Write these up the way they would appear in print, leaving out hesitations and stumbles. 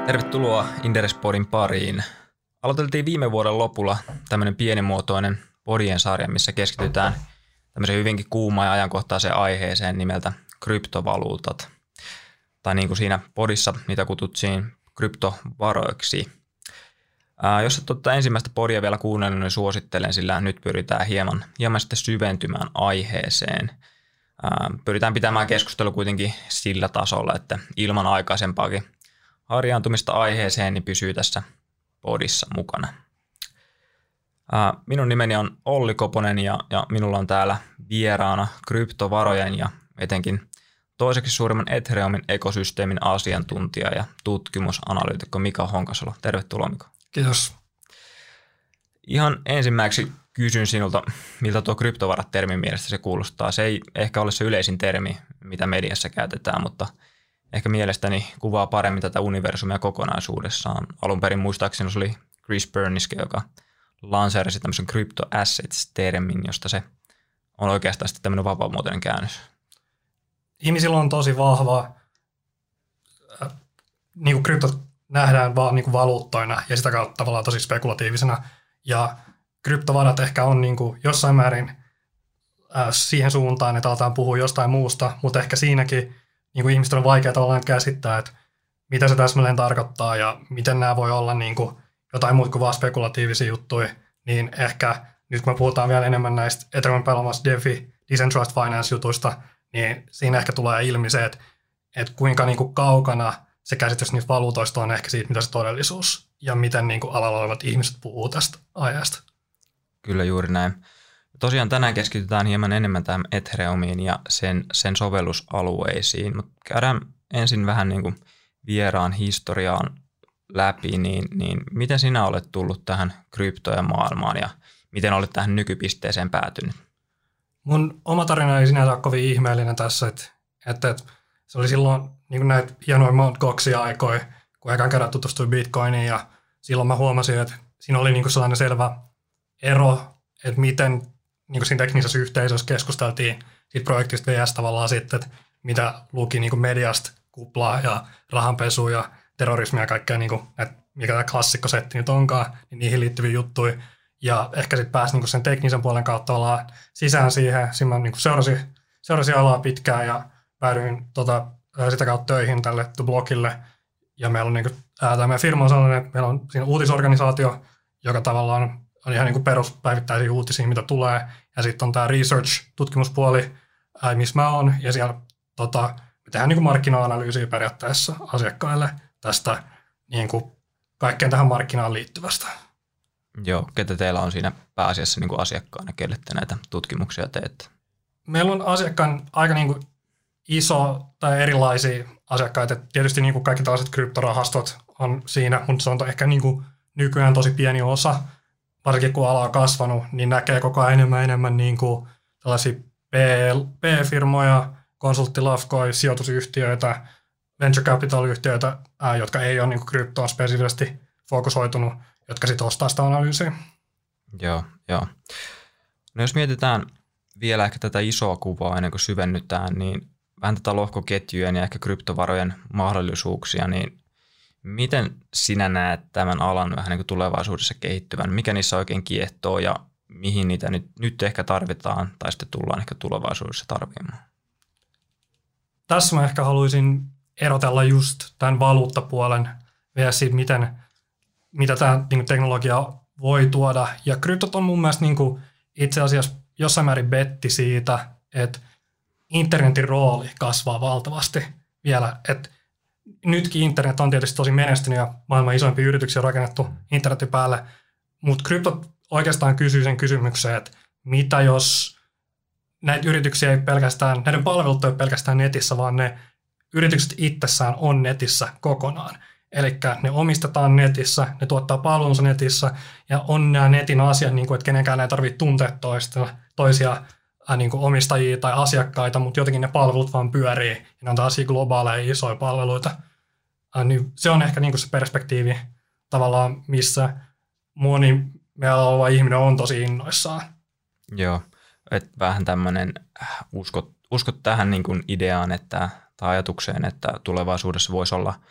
Tervetuloa Inderespodin pariin. Aloiteltiin viime vuoden lopulla tämmöinen pienimuotoinen podien sarja, missä keskitytään tämmöiseen hyvinkin kuumaan ja ajankohtaiseen aiheeseen nimeltä kryptovaluutat. Tai niin kuin siinä podissa niitä kutsuttiin kryptovaroiksi. Jos et ole ensimmäistä podia vielä kuunnellut, niin suosittelen, sillä nyt pyritään hieman sitten syventymään aiheeseen. Pyritään pitämään keskustelu kuitenkin sillä tasolla, että ilman aikaisempaakin harjaantumista aiheeseen niin pysyy tässä podissa mukana. Minun nimeni on Olli Koponen ja minulla on täällä vieraana kryptovarojen ja etenkin toiseksi suurimman Ethereumin ekosysteemin asiantuntija ja tutkimusanalyytikko Mika Honkasalo. Tervetuloa, Mika. Kiitos. Ihan ensimmäiseksi kysyn sinulta, miltä tuo kryptovarat-termin mielestä se kuulostaa. Se ei ehkä ole se yleisin termi, mitä mediassa käytetään, mutta ehkä mielestäni kuvaa paremmin tätä universumia kokonaisuudessaan. Alun perin muistaakseni se oli Chris Burniske, joka lanseerasi tämmöisen crypto assets-termin, josta se on oikeastaan sitten tämmöinen vapaamuotoinen käännös. Ihmisillä on tosi vahva, niin kuin kryptot nähdään vaan niin kuin valuuttoina ja sitä kautta tavallaan tosi spekulatiivisena. Ja kryptovarat ehkä on niin kuin jossain määrin siihen suuntaan, että aletaan puhua jostain muusta, mutta ehkä siinäkin niin kuin ihmisten on vaikea tavallaan käsittää, että mitä se täsmälleen tarkoittaa ja miten nämä voi olla niin kuin jotain muuta kuin vaan spekulatiivisia juttuja, niin ehkä nyt kun me puhutaan vielä enemmän näistä Ethereum pelaamassa DeFi, Decentralized Finance-jutuista, niin siinä ehkä tulee ilmi se, että kuinka niin kuin kaukana se käsitys niistä valuutoista on ehkä siitä, mitä se todellisuus ja miten niin kuin alalla olevat ihmiset puhuu tästä aiheesta. Kyllä juuri näin. Tosiaan tänään keskitytään hieman enemmän tähän Ethereumiin ja sen sovellusalueisiin, mutta käydään ensin vähän niin kuin vieraan historiaan läpi, niin miten sinä olet tullut tähän kryptojen maailmaan ja miten olet tähän nykypisteeseen päätynyt? Mun oma tarina ei sinänsä ole kovin ihmeellinen tässä, että se oli silloin niin kuin näitä hienoja Mt. Goxia aikoja, kun ekan kerran tutustuin Bitcoiniin ja silloin mä huomasin, että siinä oli niin kuin sellainen selvä ero, että miten niin kuin siinä teknisessä yhteisössä keskusteltiin siitä projektista vs. tavallaan sitten, että mitä luki niin kuin mediasta, kuplaa ja rahanpesua ja terrorismia ja kaikkea, niin kuin, että mikä tämä klassikkosetti nyt onkaan, niin niihin liittyviä juttuja. Ja ehkä sitten pääsi niin kuin sen teknisen puolen kautta ollaan sisään siihen. Siinä mä niin kuin seurasin alaa pitkään ja päädyin sitä kautta töihin tälle Blogille. Ja meillä on niin kuin, tämä meidän firma on sellainen, että meillä on siinä uutisorganisaatio, joka tavallaan on ihan niin kuin peruspäivittäisiä uutisia, mitä tulee. Ja sitten on tämä research-tutkimuspuoli, missä mä oon. Ja siellä me tehdään niin kuin markkina-analyysiä periaatteessa asiakkaille tästä niin kuin kaikkeen tähän markkinaan liittyvästä. Joo, ketä teillä on siinä pääasiassa niin kuin asiakkaana, kelle te näitä tutkimuksia teette? Meillä on asiakkaan aika niin kuin iso tai erilaisia asiakkaita. Tietysti niin kuin kaikki tällaiset kryptorahastot on siinä, mutta se on ehkä niin kuin nykyään tosi pieni osa. Varsinkin kun ala on kasvanut, niin näkee koko ajan enemmän niin kuin tällaisia P-firmoja, konsulttilafkoja, sijoitusyhtiöitä, venture capital-yhtiöitä, jotka ei ole niin kuin kryptoon spesifisesti fokusoitunut, jotka sitten ostaa sitä analyysiä. Joo. No jos mietitään vielä ehkä tätä isoa kuvaa ennen kuin syvennytään, niin vähän tätä lohkoketjujen ja ehkä kryptovarojen mahdollisuuksia, niin miten sinä näet tämän alan vähän niin kuin tulevaisuudessa kehittyvän? Mikä niissä oikein kiehtoo ja mihin niitä nyt ehkä tarvitaan tai sitten tullaan ehkä tulevaisuudessa tarvitsemaan? Tässä mä ehkä haluaisin erotella just tämän valuuttapuolen vielä siitä, mitä tämä niin teknologia voi tuoda. Ja kryptot on mun mielestä niin kuin itse asiassa jossain määrin betti siitä, että internetin rooli kasvaa valtavasti vielä. Että nytkin internet on tietysti tosi menestynyt ja maailman isoimpia yrityksiä on rakennettu internetin päälle, mutta kryptot oikeastaan kysyy sen kysymyksen, että mitä jos näitä yrityksiä ei pelkästään, näiden palvelut ei ole pelkästään netissä, vaan ne yritykset itsessään on netissä kokonaan. Eli ne omistetaan netissä, ne tuottaa palvelunsa netissä ja on nämä netin asiat, niin kuin, että kenenkään ei tarvitse tuntea toisia niin kuin omistajia tai asiakkaita, mutta jotenkin ne palvelut vaan pyörii ja ne on tällaisia globaaleja isoja palveluita. Niin se on ehkä niin kuin se perspektiivi tavallaan, missä moni meillä oleva ihminen on tosi innoissaan. Joo, että vähän tämmöinen uskot tähän niin kuin ideaan tai ajatukseen, että tulevaisuudessa voisi olla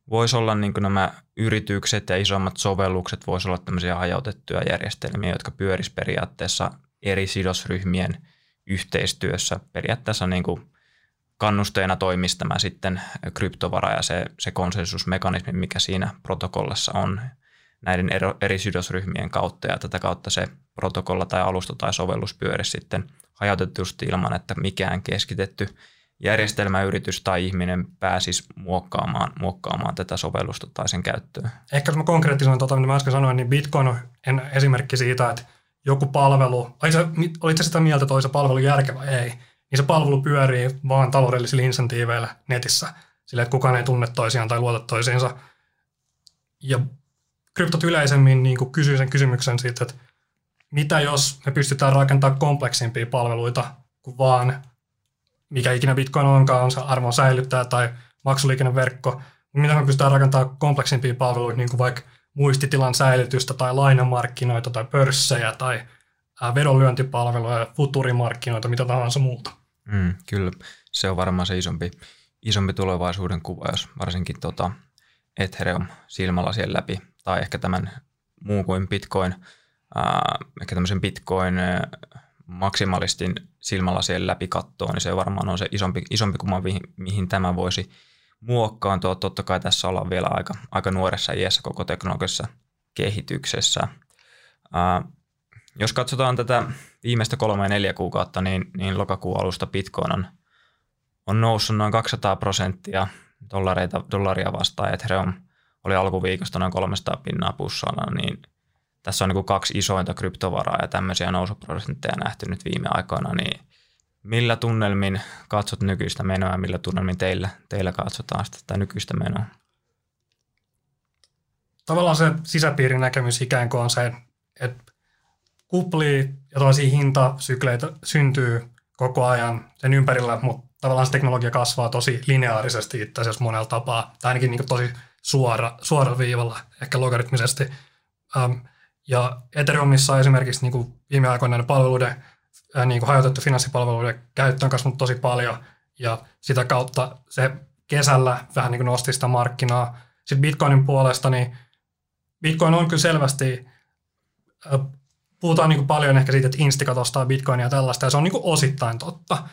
Voisi olla niin kuin nämä yritykset ja isommat sovellukset voisi olla tämmöisiä hajautettuja järjestelmiä, jotka pyörisivät periaatteessa eri sidosryhmien yhteistyössä. Periaatteessa niin kuin kannusteena toimisi tämä sitten kryptovara ja se konsensusmekanismi, mikä siinä protokollassa on näiden eri sidosryhmien kautta. Ja tätä kautta se protokolla tai alusta tai sovellus pyörisi sitten hajautetusti ilman, että mikään keskitetty järjestelmäyritys tai ihminen pääsisi muokkaamaan tätä sovellusta tai sen käyttöön. Ehkä jos mä konkreettisoin mitä mä äsken sanoin, niin Bitcoin on esimerkki siitä, että joku palvelu, olit sä sitä mieltä, että oli se palvelu järkevä vai ei, niin se palvelu pyörii vaan taloudellisilla insentiiveillä netissä, sillä että kukaan ei tunne toisiaan tai luota toisiinsa. Ja kryptot yleisemmin niin kysyy sen kysymyksen siitä, että mitä jos me pystytään rakentamaan kompleksimpia palveluita kuin vaan mikä ikinä Bitcoin onkaan, on se arvon säilyttää tai maksuliikenneverkko. Mitä me pystytään rakentamaan kompleksimpia palveluita, niin kuin vaikka muistitilan säilytystä tai lainamarkkinoita tai pörssejä tai vedonlyöntipalveluja, futurimarkkinoita, mitä tahansa muuta. Kyllä, se on varmaan se isompi tulevaisuuden kuva, jos varsinkin Ethereum silmälasien läpi tai ehkä tämän muun kuin Bitcoin, ehkä tämmöisen Bitcoin maksimalistin silmälasien läpi kattoo, niin se varmaan on se isompi kuva, mihin tämä voisi muokkaantua. Totta kai tässä ollaan vielä aika nuoressa iässä koko teknologisessa kehityksessä. Jos katsotaan tätä viimeistä 3-4 kuukautta, niin lokakuun alusta Bitcoin on noussut noin 200% dollaria vastaan. Ethereum oli alkuviikosta noin 300% pussalla, niin tässä on niin kuin 2 isointa kryptovaraa ja tämmöisiä nousuprosentteja nähty nyt viime aikoina, niin millä tunnelmin katsot nykyistä menoa ja millä tunnelmin teillä katsotaan sitä nykyistä menoa? Tavallaan se sisäpiirin näkemys ikään kuin on se, että kuplia ja tällaisia hintasykleitä syntyy koko ajan sen ympärillä, mutta tavallaan se teknologia kasvaa tosi lineaarisesti itse asiassa monella tapaa, tai ainakin niin kuin tosi suora viivalla, ehkä logaritmisesti. Ja Ethereumissa esimerkiksi niin kuin viime aikoina näiden palveluiden, niin kuin hajautettu finanssipalveluiden käyttö on kasvanut tosi paljon, ja sitä kautta se kesällä vähän niin kuin nosti sitä markkinaa. Sitten Bitcoinin puolesta, niin Bitcoin on kyllä selvästi, puhutaan niin kuin paljon ehkä siitä, että Instica ostaa Bitcoinia ja tällaista, ja se on niin kuin osittain totta.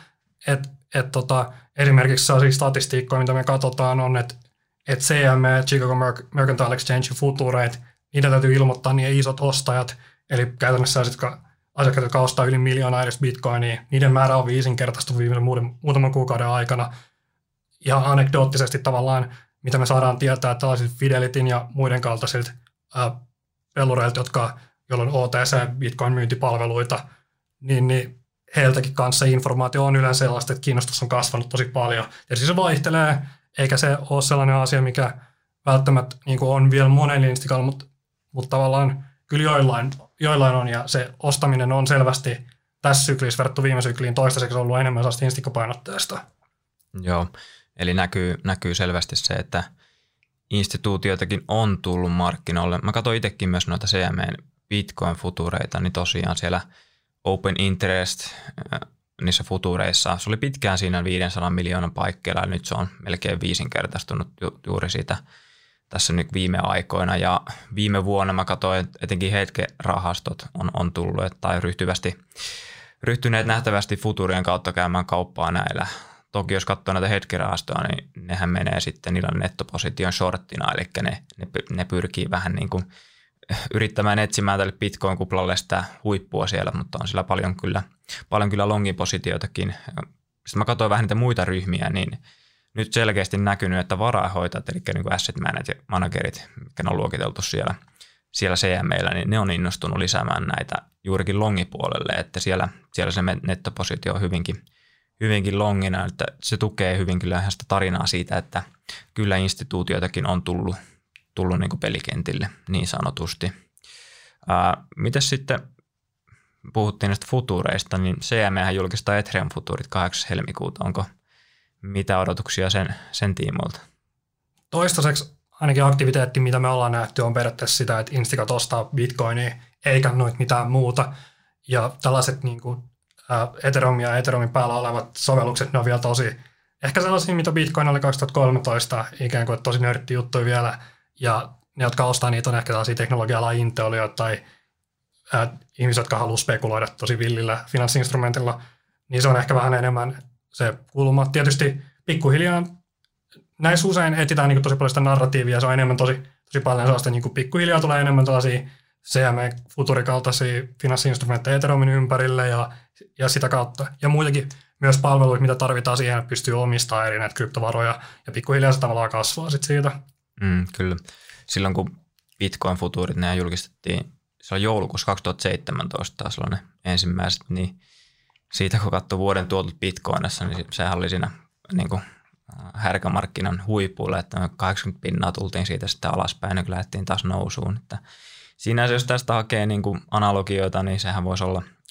Esimerkiksi sellaisia statistiikkoja, mitä me katsotaan, on, että CME, Chicago Mercantile Exchange futureit, niitä täytyy ilmoittaa niin isot ostajat, eli käytännössä asiakkaat, jotka ostaa yli 1 miljoonaa edes Bitcoinia, niiden määrä on 5-kertaistunut viimeisen muutaman kuukauden aikana. Ja anekdoottisesti tavallaan, mitä me saadaan tietää tällaisilta Fidelityn ja muiden kaltaisilta pelureilta, joilla on OTC-Bitcoin-myyntipalveluita, niin heiltäkin kanssa informaatio on yleensä sellaista, että kiinnostus on kasvanut tosi paljon. Ja siis se vaihtelee, eikä se ole sellainen asia, mikä välttämättä niin kuin on vielä monen instikalla, mutta tavallaan kyllä joillain on, ja se ostaminen on selvästi tässä syklissä verrattuna viime sykliin toistaiseksi ollut enemmän sellaista instikkapainotteesta. Joo, eli näkyy selvästi se, että instituutioitakin on tullut markkinoille. Mä katsoin itsekin myös noita CMEn Bitcoin-futureita, niin tosiaan siellä Open Interest niissä futureissa, se oli pitkään siinä 500 miljoonan paikkeilla, ja nyt se on melkein 5-kertaistunut juuri siitä tässä nyt viime aikoina, ja viime vuonna mä katsoin, että etenkin hetkerahastot on tullut, tai ryhtyneet nähtävästi futurien kautta käymään kauppaa näillä. Toki jos katsoo näitä hetkerahastoja, niin nehän menee sitten niillä nettoposition shorttina, eli ne pyrkii vähän niin kuin yrittämään etsimään tälle Bitcoin-kuplalle sitä huippua siellä, mutta on sillä paljon kyllä longin positioitakin. Sitten mä katsoin vähän niitä muita ryhmiä, niin nyt selkeästi näkynyt, että varainhoitajat, eli niin kuin asset managerit, mitkä on luokiteltu siellä CMEillä, niin ne on innostunut lisäämään näitä juurikin longipuolelle, että siellä se nettopositio on hyvinkin longina, että se tukee hyvin kyllä ihan sitä tarinaa siitä, että kyllä instituutioitakin on tullut niin kuin pelikentille niin sanotusti. Mitäs sitten puhuttiin näistä futureista, niin CMEhän julkistaa Ethereum futurit 8. helmikuuta. Onko mitä odotuksia sen tiimoilta? Toistaiseksi ainakin aktiviteetti, mitä me ollaan nähty, on periaatteessa sitä, että Instica ostaa Bitcoinia eikä noit mitään muuta. Ja tällaiset niin kuin Ethereum ja Ethereumin päällä olevat sovellukset, ne on vielä tosi ehkä sellaisia, mitä Bitcoin oli 2013, ikään kuin tosi nörtti juttuja vielä, ja ne, jotka ostaa niitä, on ehkä tällaisia teknologia-alan intoilijoita tai ihmiset, jotka haluaa spekuloida tosi villillä finanssi-instrumentilla, niin se on ehkä vähän enemmän se kulma. Tietysti pikkuhiljaa näissä usein etsitään niin kuin tosi paljon sitä narratiivia, se on enemmän tosi paljon sellaista, niin kuin pikkuhiljaa tulee enemmän tällaisia CME-futurikaltaisia finanssi-instrumentteja Ethereumin ympärille ja sitä kautta. Ja muitakin myös palveluita, mitä tarvitaan siihen, että pystyy omistamaan eri näitä kryptovaroja ja pikkuhiljaa se tavallaan kasvaa sitten siitä. Kyllä. Silloin kun Bitcoin-futurit ne julkistettiin, se oli joulukuussa 2017 taas ne ensimmäiset, niin siitä kun katsoi vuoden tuotut Bitcoinissa, niin sehän oli siinä niin kuin härkämarkkinan huipuilla, että 80% tultiin siitä sitten alaspäin, ja lähdettiin taas nousuun. Että sinänsä, jos tästä hakee niin kuin analogioita, niin sehän voisi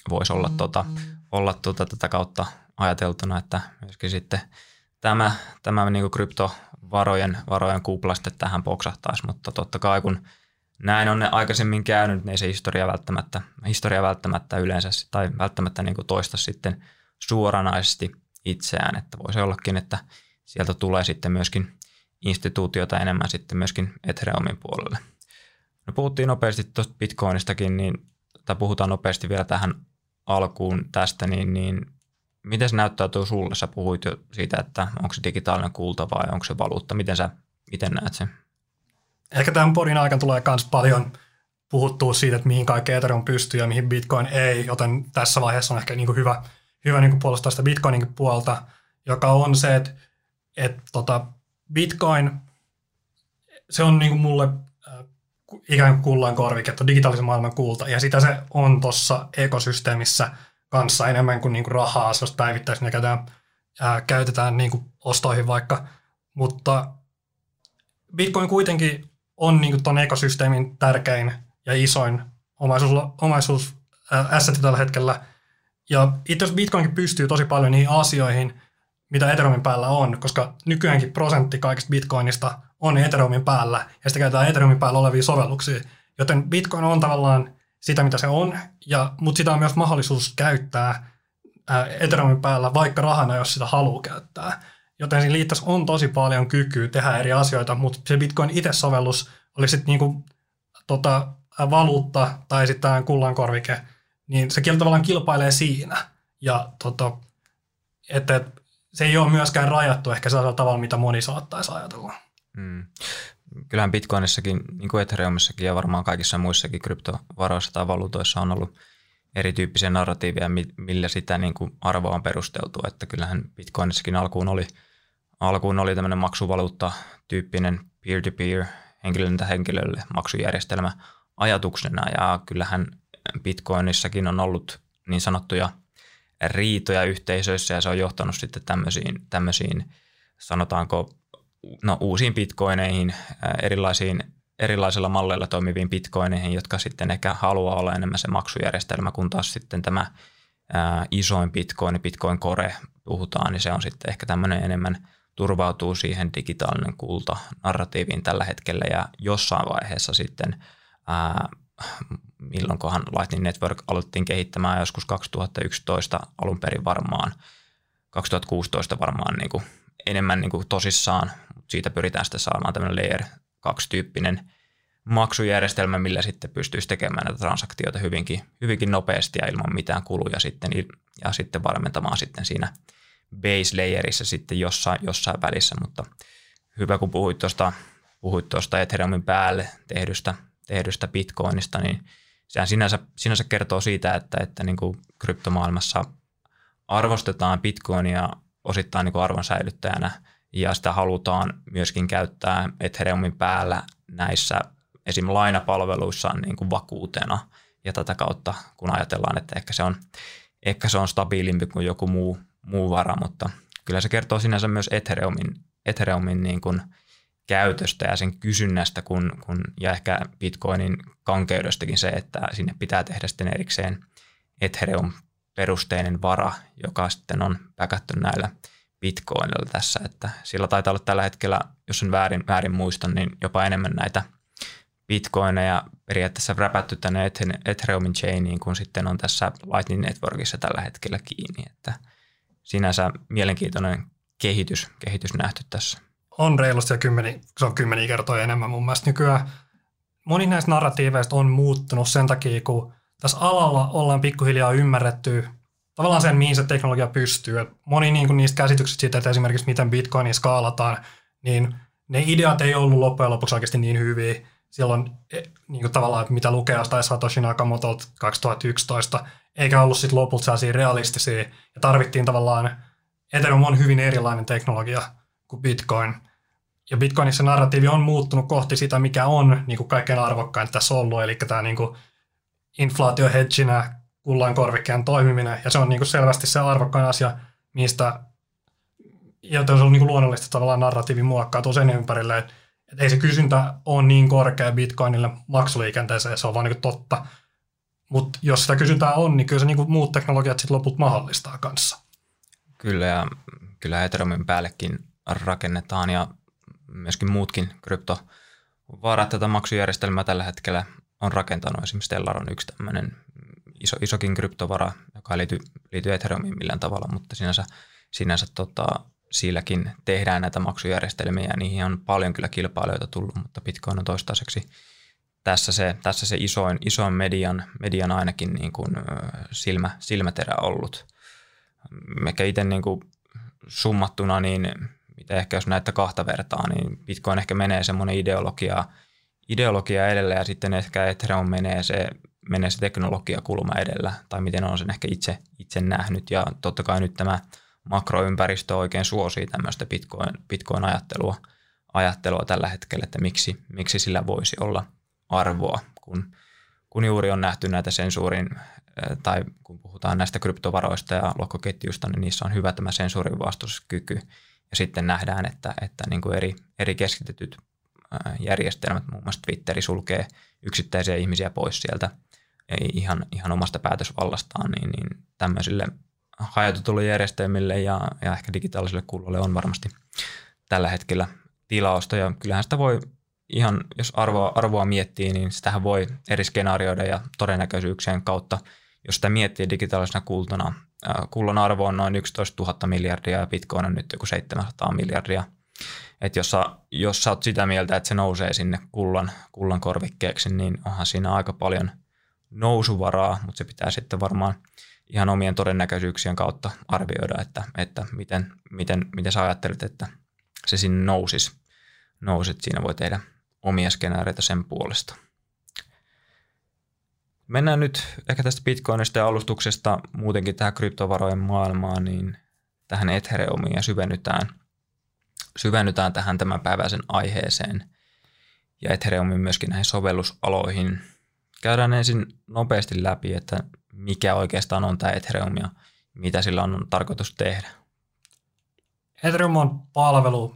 olla tätä kautta ajateltuna, että myöskin sitten tämä niin kuin kryptovarojen kupla sitten tähän poksahtaisi, mutta totta kai kun näin on ne aikaisemmin käynyt, niin se historia välttämättä yleensä tai välttämättä niin kuin toista sitten suoranaisesti itseään, että voisi ollakin, että sieltä tulee sitten myöskin instituutioita enemmän sitten myöskin Ethereumin puolelle. No puhuttiin nopeasti tuosta Bitcoinistakin, tai puhutaan nopeasti vielä tähän alkuun tästä, niin miten se näyttäytyy sulle? Sä puhuit jo siitä, että onko se digitaalinen kulta vai onko se valuutta? Miten näet sen? Ehkä tämän podin aikana tulee myös paljon puhuttua siitä, että mihin kaikki Ethereum pystyy ja mihin Bitcoin ei, joten tässä vaiheessa on ehkä niin kuin hyvä niin kuin puolustaa sitä Bitcoinin puolta, joka on se, että Bitcoin, se on niin kuin mulle ikään kuin kullan korvike, että digitaalisen maailman kulta, ja sitä se on tuossa ekosysteemissä kanssa enemmän kuin niinku rahaa, sellaista päivittäistä, ne käytetään niinku ostoihin vaikka, mutta Bitcoin kuitenkin on niinku ton ekosysteemin tärkein ja isoin omaisuusassetti tällä hetkellä, ja itse asiassa Bitcoinkin pystyy tosi paljon niihin asioihin, mitä Ethereumin päällä on, koska nykyäänkin prosentti kaikista Bitcoinista on Ethereumin päällä, ja sitä käytetään Ethereumin päällä olevia sovelluksia, joten Bitcoin on tavallaan sitä, mitä se on, mutta sitä on myös mahdollisuus käyttää Ethereumin päällä vaikka rahana, jos sitä haluaa käyttää. Joten siinä liittäisi on tosi paljon kykyä tehdä eri asioita, mutta se Bitcoin itse-sovellus oli sitten niinku, valuutta tai sitten kullankorvike, niin se tavallaan kilpailee siinä. Ja että se ei ole myöskään rajattu ehkä sellaisella tavalla, mitä moni saattaisi ajatella. Kyllähän Bitcoinissakin, niin kuin Ethereumissakin ja varmaan kaikissa muissakin kryptovaroissa tai valuutoissa on ollut erityyppisiä narratiiveja, millä sitä niin kuin arvoa on perusteltu. Että kyllähän Bitcoinissakin alkuun oli tämmöinen maksuvaluutta-tyyppinen peer-to-peer henkilöltä henkilölle maksujärjestelmä ajatuksena. Ja kyllähän Bitcoinissakin on ollut niin sanottuja riitoja yhteisöissä ja se on johtanut sitten tämmöisiin sanotaanko uusiin bitcoineihin, erilaisilla malleilla toimiviin bitcoineihin, jotka sitten ehkä haluaa olla enemmän se maksujärjestelmä, kun taas sitten tämä isoin Bitcoin Core puhutaan, niin se on sitten ehkä tämmöinen enemmän turvautuu siihen digitaalinen kulta narratiiviin tällä hetkellä ja jossain vaiheessa sitten milloinkohan Lightning Network aloittiin kehittämään joskus 2011 alun perin varmaan, 2016 varmaan niin kuin enemmän niin kuin tosissaan, mutta siitä pyritään sitten saamaan tämmöinen Layer 2-tyyppinen maksujärjestelmä, millä sitten pystyisi tekemään näitä transaktioita hyvinkin nopeasti ja ilman mitään kuluja ja sitten varmentamaan sitten siinä base layerissa sitten jossain välissä, mutta hyvä kun puhuit tuosta Ethereumin päälle tehdystä Bitcoinista, niin sehän sinänsä kertoo siitä, että niin kuin kryptomaailmassa arvostetaan Bitcoinia osittain niin kuin arvon säilyttäjänä ja sitä halutaan myöskin käyttää Ethereumin päällä näissä esim. Lainapalveluissa niin kuin vakuutena ja tätä kautta kun ajatellaan, että ehkä se on stabiilimpi kuin joku muu vara, mutta kyllä se kertoo sinänsä myös Ethereumin niin kuin käytöstä ja sen kysynnästä ja ehkä Bitcoinin kankeudestakin se, että sinne pitää tehdä sitten erikseen Ethereum-perusteinen vara, joka sitten on päkätty näillä Bitcoinilla tässä, että sillä taitaa olla tällä hetkellä, jos en väärin muistan, niin jopa enemmän näitä Bitcoineja periaatteessa räpätty tänne Ethereumin chainiin, kun sitten on tässä Lightning Networkissa tällä hetkellä kiinni, että sinänsä mielenkiintoinen kehitys nähty tässä. On reilusti ja se on 10 kertoja enemmän mun mielestä nykyään. Moni näistä narratiiveista on muuttunut sen takia, kun tässä alalla ollaan pikkuhiljaa ymmärretty tavallaan sen, mihin se teknologia pystyy. Et moni niin kuin niistä käsityksistä siitä, että esimerkiksi miten Bitcoinia skaalataan, niin ne ideat ei ollut loppujen lopuksi oikeasti niin hyviä. Silloin niin kuin tavallaan, että mitä lukee jostain Satoshi Nakamotolta 2011, eikä ollut sitten lopulta sellaisia realistisia. Ja tarvittiin tavallaan, Ethereum on hyvin erilainen teknologia kuin Bitcoin. Ja Bitcoinissa narratiivi on muuttunut kohti sitä, mikä on niin kuin kaikkein arvokkain tässä ollut, eli tämä niin kuin inflaatiohedginä, kullan korvikkeen toimiminen, ja se on niin kuin selvästi se arvokkain asia, joten se on niin kuin luonnollista tavallaan narratiivi muokkautuu sen ympärille, että ei se kysyntä ole niin korkea Bitcoinille maksuliikenteeseen, se on vaan niin kuin totta. Mutta jos sitä kysyntää on, niin kyllä se niin kuin muut teknologiat sitten lopulta mahdollistaa kanssa. Kyllä, ja kyllä Ethereumin päällekin rakennetaan, ja myöskin muutkin kryptovarat tätä maksujärjestelmää tällä hetkellä on rakentanut. Esimerkiksi Stellar on yksi tämmöinen isokin kryptovara, joka liittyy Ethereumiin millään tavalla, mutta sinänsä silläkin tehdään näitä maksujärjestelmiä, ja niihin on paljon kyllä kilpailijoita tullut, mutta Bitcoin on toistaiseksi tässä se isoin median ainakin niin kuin silmäterä ollut. Mikä itse niin kuin summattuna, niin mitä ehkä jos näitä kahta vertaa, niin Bitcoin ehkä menee semmoinen ideologia edellä, ja sitten ehkä Ethereum menee se teknologiakulma edellä, tai miten on sen ehkä itse nähnyt, ja totta kai nyt tämä makroympäristö oikein suosii tämmöistä Bitcoin-ajattelua tällä hetkellä, että miksi sillä voisi olla arvoa, kun juuri on nähty näitä sensuurin, tai kun puhutaan näistä kryptovaroista ja lohkoketjuista, niin niissä on hyvä tämä sensuurin vastustuskyky, ja sitten nähdään, että niin kuin eri keskitetyt järjestelmät, muun muassa Twitteri sulkee yksittäisiä ihmisiä pois sieltä ihan omasta päätösvallastaan, niin tämmöisille hajautetulle järjestelmille ja ehkä digitaaliselle kullolle on varmasti tällä hetkellä tilausta, ja kyllähän sitä voi ihan, jos arvoa miettii, niin sitähän voi eri skenaarioida ja todennäköisyyksien kautta, jos sitä miettii digitaalisena kultana, kullan arvo on noin 11 000 miljardia ja Bitcoin on nyt joku 700 miljardia. Että jos sä oot sitä mieltä, että se nousee sinne kullan korvikkeeksi, niin onhan siinä aika paljon nousuvaraa, mutta se pitää sitten varmaan ihan omien todennäköisyyksien kautta arvioida, että miten sä ajattelet, että se sinne nousisi. Siinä voi tehdä omia skenaarioita sen puolesta. Mennään nyt ehkä tästä Bitcoinista ja alustuksesta muutenkin tähän kryptovarojen maailmaan, niin tähän Ethereumiin, ja syvennytään tähän tämänpäiväisen aiheeseen ja Ethereumin myöskin näihin sovellusaloihin. Käydään ensin nopeasti läpi, että mikä oikeastaan on tämä Ethereum ja mitä sillä on tarkoitus tehdä. Ethereum on palvelu,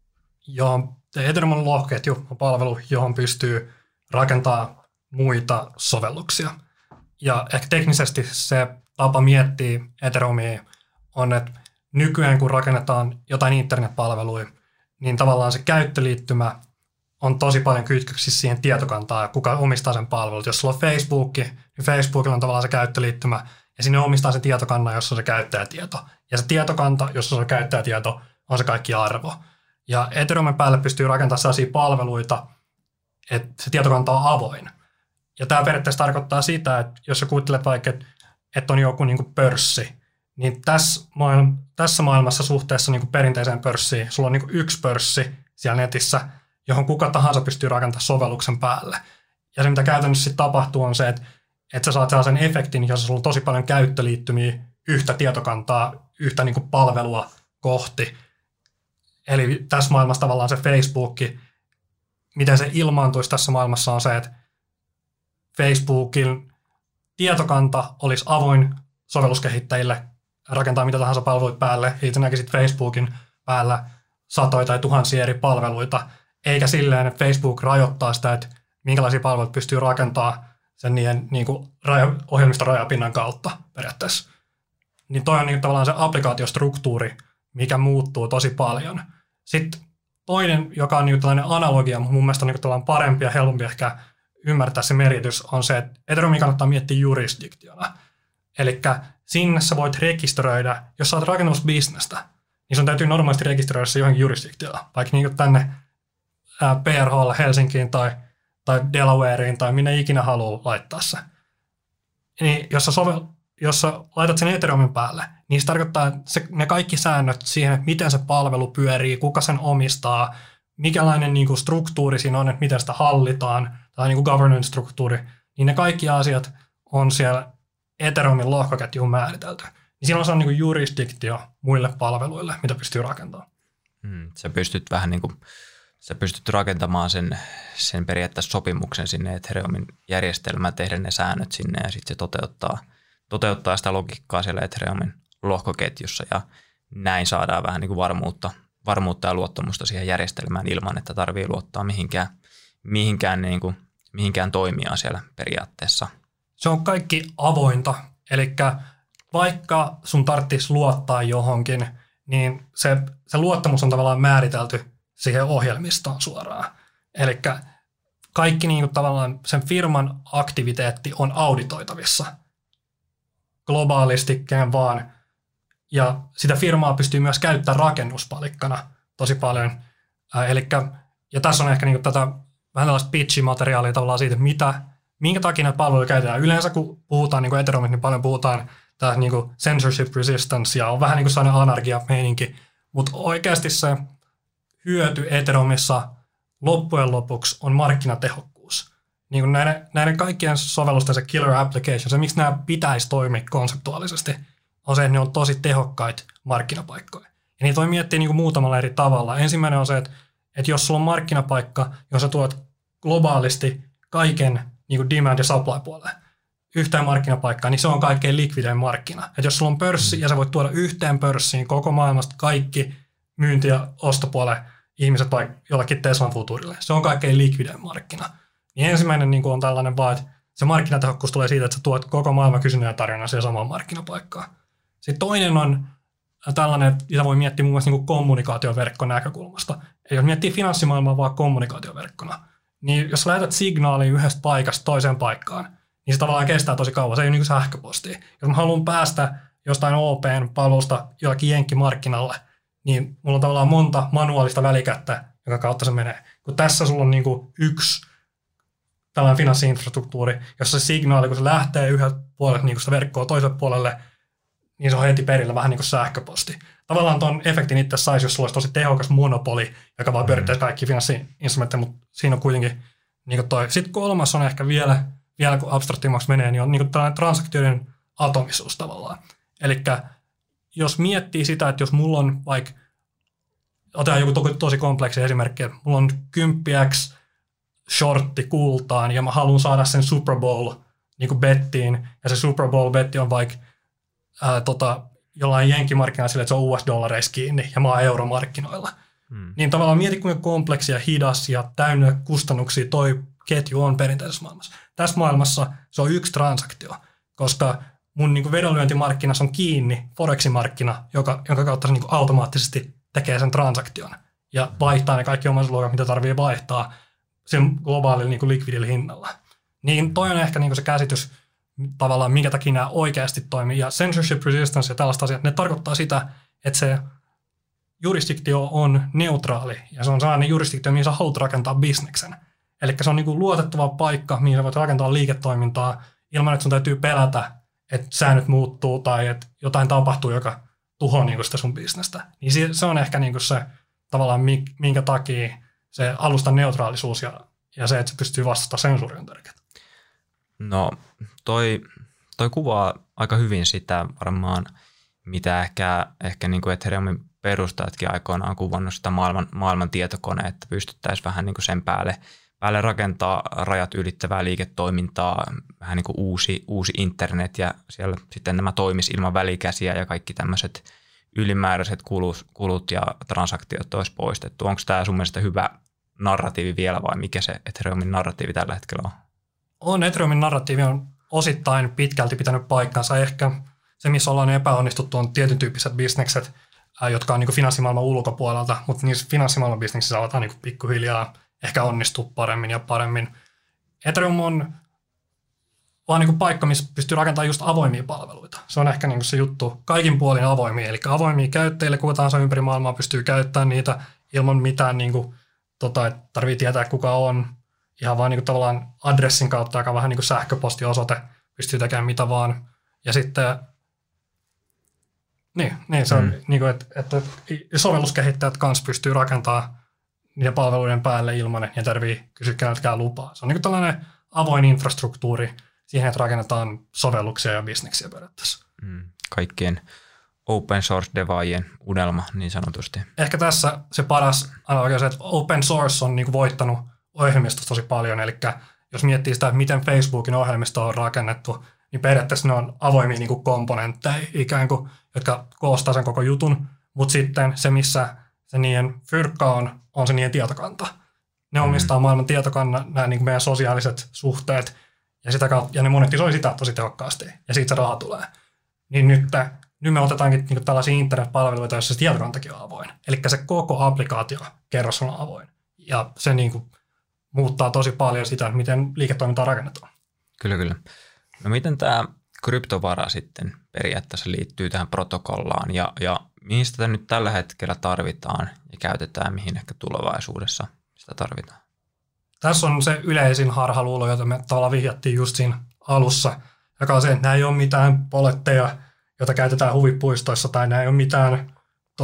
Ethereum on lohkoketju, on palvelu, johon pystyy rakentamaan muita sovelluksia. Ja ehkä teknisesti se tapa miettiä Ethereumia on, että nykyään kun rakennetaan jotain internetpalveluja, niin tavallaan se käyttöliittymä on tosi paljon kytköksissä siihen tietokantaan, kuka omistaa sen palvelut. Jos sulla on Facebook, niin Facebookilla on tavallaan se käyttöliittymä, ja sinne omistaa se tietokannan, jossa on se käyttäjätieto. Ja se tietokanta, jossa on se käyttäjätieto, on se kaikki arvo. Ja Ethereumin päälle pystyy rakentamaan sellaisia palveluita, että se tietokanta on avoin. Ja tämä periaatteessa tarkoittaa sitä, että jos sä kuvittelet vaikka, että on joku niin kuin pörssi, niin tässä maailmassa suhteessa niin kuin perinteiseen pörssiin, sulla on niin kuin yksi pörssi siellä netissä, johon kuka tahansa pystyy rakentamaan sovelluksen päälle. Ja se, mitä käytännössä sitten tapahtuu, on se, että sä saat sellaisen efektin, jossa sulla on tosi paljon käyttöliittymiä yhtä tietokantaa, yhtä niin kuin palvelua kohti. Eli tässä maailmassa tavallaan se Facebook, miten se ilmaantuisi tässä maailmassa on se, että Facebookin tietokanta olisi avoin sovelluskehittäjille rakentaa mitä tahansa palveluita päälle, ja itse näkisit Facebookin päällä satoja tai tuhansia eri palveluita, eikä silleen, että Facebook rajoittaa sitä, että minkälaisia palveluita pystyy rakentamaan sen niiden niin kuin ohjelmiston rajapinnan kautta periaatteessa. Niin toi on niin tavallaan se applikaatiostruktuuri, mikä muuttuu tosi paljon. Sitten toinen, joka on niin tällainen analogia, mutta mun mielestä on niin parempi ja helpompi ehkä ymmärtää se merkitys, on se, että Ethereumin kannattaa miettiä jurisdiktiona. Eli sinne sä voit rekisteröidä, jos sä oot rakentamassa bisnestä, niin sun täytyy normaalisti rekisteröidä se johonkin jurisdiktioon, vaikka niin tänne PRH:lle Helsinkiin tai Delawareen tai minne ikinä haluaa laittaa se. Niin jos sä laitat sen Ethereumin päälle, niin se tarkoittaa, että ne kaikki säännöt siihen, että miten se palvelu pyörii, kuka sen omistaa, mikälainen niin kuin struktuuri siinä on, että miten sitä hallitaan, tai niin kuin governance-struktuuri, niin ne kaikki asiat on siellä Ethereumin lohkoketjuun määritelty. Niin silloin se on niin kuin jurisdiktio muille palveluille, mitä pystyy rakentamaan. Sä pystyt vähän niin kuin, sä pystyt rakentamaan sen periaatteessa sopimuksen sinne Ethereumin järjestelmään, tehdä ne säännöt sinne ja sitten se toteuttaa sitä logiikkaa siellä Ethereumin lohkoketjussa ja näin saadaan vähän niin kuin varmuutta ja luottamusta siihen järjestelmään ilman, että tarvii luottaa mihinkään toimijaan siellä periaatteessa. Se on kaikki avointa, eli vaikka sun tarvitsisi luottaa johonkin, niin se luottamus on tavallaan määritelty siihen ohjelmistoon suoraan. Eli kaikki niin kuin tavallaan sen firman aktiviteetti on auditoitavissa globaalisti kenen vaan. Ja sitä firmaa pystyy myös käyttämään rakennuspalikkana tosi paljon. Ja tässä on ehkä niin kuin tätä vähän tällaista pitch-materiaalia tavallaan siitä, minkä takia näitä palveluja käytetään. Yleensä kun puhutaan niin Ethereumista, niin paljon puhutaan tästä niin kuin censorship resistance ja on vähän niin kuin sellainen anarkia-meininki. Mutta oikeasti se hyöty Ethereumissa loppujen lopuksi on markkinatehokkuus. Niin kuin näiden kaikkien sovellusten se killer application, se miksi nämä pitäisi toimia konseptuaalisesti, on se, että ne on tosi tehokkaita markkinapaikkoja. Ja niitä voi miettiä niin kuin muutamalla eri tavalla. Ensimmäinen on se, että jos sulla on markkinapaikka, jossa tuot globaalisti kaiken niin kuin demand- ja supply-puolelle yhteen markkinapaikkaan, niin se on kaikkein likvidein markkina. Että jos sulla on pörssi ja sä voit tuoda yhteen pörssiin koko maailmasta kaikki myynti- ja ostopuolen ihmiset vaikka jollakin Teslan futurille, se on kaikkein likvidein markkina. Niin ensimmäinen niin kuin on tällainen vaan, että se markkinatehokkuus tulee siitä, että sä tuot koko maailman kysynnän ja tarjonnan siihen samaan markkinapaikkaan. Sitten toinen on tällainen, jota voi miettiä muun muassa niin kuin kommunikaatioverkkon näkökulmasta. Eli jos miettii finanssimaailmaa vaan kommunikaatioverkkona, niin jos lähetät signaalia yhdestä paikasta toiseen paikkaan, niin se tavallaan kestää tosi kauan. Se ei ole niin kuin sähköpostia. Jos mä haluan päästä jostain OPn palvelusta jollakin jenkkimarkkinalle, niin mulla on tavallaan monta manuaalista välikättä, joka kautta se menee. Kun tässä sulla on niin kuin yksi tällainen finanssi-infrastruktuuri, jossa se signaali, kun se lähtee yhdeltä puolelta niin kuin sitä verkkoa toiselle puolelle, niin se on heti perillä vähän niin kuin sähköposti. Tavallaan tuon efektin itse saisi, jos sulla olisi tosi tehokas monopoli, joka vaan pyörittäisi kaikki finanssi-instrumentteja, mutta siinä on kuitenkin niin kuin toi. Sitten kolmas on ehkä vielä kun abstraktimmaksi menee, niin on niin kuin tällainen transaktioiden atomisuus tavallaan. Eli jos miettii sitä, että jos mulla on vaikka, otetaan joku tosi kompleksi esimerkki, että mulla on 10x shortti kultaan ja mä haluan saada sen Super Bowl niin kuin bettiin, ja se Super Bowl-betti on vaikka jollain jenkkimarkkinalla sille, että se on US-dollareissa kiinni ja mä oon euromarkkinoilla. Niin tavallaan mieti, kuinka kompleksi ja hidas ja täynnä kustannuksia toi ketju on perinteisessä maailmassa. Tässä maailmassa se on yksi transaktio, koska mun niin kuin vedonlyöntimarkkinassa on kiinni Forex-markkina, jonka kautta se niin kuin automaattisesti tekee sen transaktion ja vaihtaa ne kaikki omaisuusluokat, mitä tarvii vaihtaa sen globaalilla niin kuin likvidillä hinnalla. Niin toi on ehkä niin kuin se käsitys tavallaan, minkä takia nämä oikeasti toimii. Ja censorship resistance ja tällaista asiat, ne tarkoittaa sitä, että se jurisdiktio on neutraali ja se on sellainen jurisdiktio, mihin sä haluat rakentaa bisneksen. Eli se on niin kuin luotettava paikka, mihin sä voit rakentaa liiketoimintaa ilman, että sun täytyy pelätä, että säännöt muuttuu tai että jotain tapahtuu, joka tuhoaa niin kuin sitä sun bisnestä. Niin se on ehkä niin kuin se tavallaan, minkä takia se alustan neutraalisuus ja se, että se pystyy vastaamaan sensuuriin on tärkeää. No toi kuvaa aika hyvin sitä varmaan, mitä ehkä niin kuin Ethereumin perustajatkin aikoinaan on kuvannut sitä maailman tietokone, että pystyttäisiin vähän niin kuin sen päälle rakentaa rajat ylittävää liiketoimintaa, vähän niin kuin uusi internet ja siellä sitten nämä toimisi ilman välikäsiä ja kaikki tämmöiset ylimääräiset kulut ja transaktiot olisi poistettu. Onko tämä sun mielestä hyvä narratiivi vielä vai mikä se Ethereumin narratiivi tällä hetkellä on? Ethereumin narratiivi on osittain pitkälti pitänyt paikkansa. Ehkä se, missä ollaan epäonnistuttu, on tietyn tyyppiset bisnekset, jotka on niin kuin finanssimaailman ulkopuolelta, mutta niissä finanssimaailman bisneksissä aletaan niin kuin pikkuhiljaa ehkä onnistua paremmin ja paremmin. Ethereum on vaan niin kuin paikka, missä pystyy rakentamaan just avoimia palveluita. Se on ehkä niin kuin se juttu, kaikin puolin avoimia, eli avoimia käyttäjille, kuka tahansa ympäri maailmaa pystyy käyttämään niitä ilman mitään, niin kuin, että tarvii tietää kuka on, ihan vaan niin kuin tavallaan adressin kautta, joka on vähän niin kuin sähköpostiosoite, pystyy tekemään mitä vaan. Ja sitten, niin se on, niin kuin, että sovelluskehittäjät kanssa pystyy rakentamaan niiden palveluiden päälle ilman, että ne tarvii kysyä keneltäkään lupaa. Se on niin kuin tällainen avoin infrastruktuuri siihen, että rakennetaan sovelluksia ja bisneksiä periaatteessa. Kaikkien open source devaajien unelma niin sanotusti. Ehkä tässä se paras analogia on se, että open source on niin kuin voittanut ohjelmistosta tosi paljon. Eli jos miettii sitä, että miten Facebookin ohjelmisto on rakennettu, niin periaatteessa ne on avoimia niin kuin komponentteja ikään kuin, jotka koostaa sen koko jutun. Mutta sitten se, missä se niiden fyrkka on se niiden tietokanta. Ne omistaa maailman tietokannan, nämä niin kuin meidän sosiaaliset suhteet, ja ne monetisoi sitä tosi tehokkaasti, ja siitä se raha tulee. Niin nyt me otetaankin niin kuin tällaisia internetpalveluita, joissa se tietokantakin on avoin. Eli se koko applikaatiokerros on avoin. Ja se niin kuin muuttaa tosi paljon sitä, miten liiketoimintaa rakennetaan. Kyllä. No miten tämä kryptovara sitten periaatteessa liittyy tähän protokollaan, ja mihin sitä nyt tällä hetkellä tarvitaan ja käytetään, mihin ehkä tulevaisuudessa sitä tarvitaan? Tässä on se yleisin harhaluulo, jota me tavallaan vihjattiin just siinä alussa, joka on se, että nämä ei ole mitään poletteja, joita käytetään huvipuistoissa, tai nämä ei ole mitään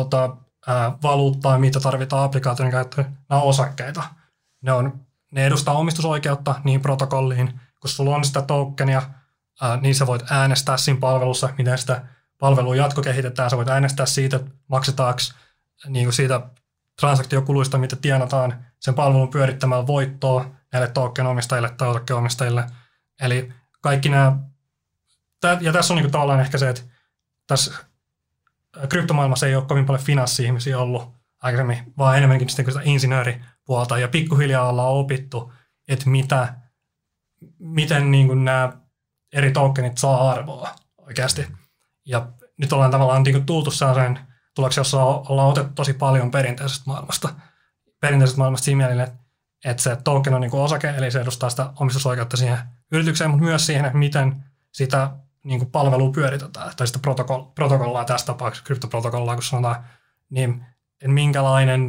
valuuttaa, mitä tarvitaan applikaation käyttöön. Nämä on osakkeita. Ne edustaa omistusoikeutta niihin protokolliin. Kun sulla on sitä tokenia, niin sä voit äänestää siinä palvelussa, miten sitä palvelua jatkokehitetään. Sä voit äänestää siitä, maksetaanko niin kuin siitä transaktiokuluista, mitä tienataan sen palvelun pyörittämällä voittoa näille token-omistajille tai osakkeenomistajille. Eli kaikki nämä, ja tässä on niin kuin tavallaan ehkä se, että tässä kryptomaailmassa ei ole kovin paljon finanssi-ihmisiä ollut aikaisemmin, vaan enemmänkin sitä insinööripuolta, ja pikkuhiljaa ollaan opittu, että miten niin kuin nämä eri tokenit saa arvoa oikeasti. Ja nyt ollaan tavallaan niin kuin tultu sellaiseen tulokseen, jossa ollaan otettu tosi paljon perinteisestä maailmasta siinä mielessä, että se token on niin kuin osake, eli se edustaa sitä omistusoikeutta siihen yritykseen, mutta myös siihen, että miten sitä niin kuin palvelua pyöritetään, tai sitä protokollaa tässä tapauksessa, kryptoprotokollaa, kun sanotaan, niin minkälainen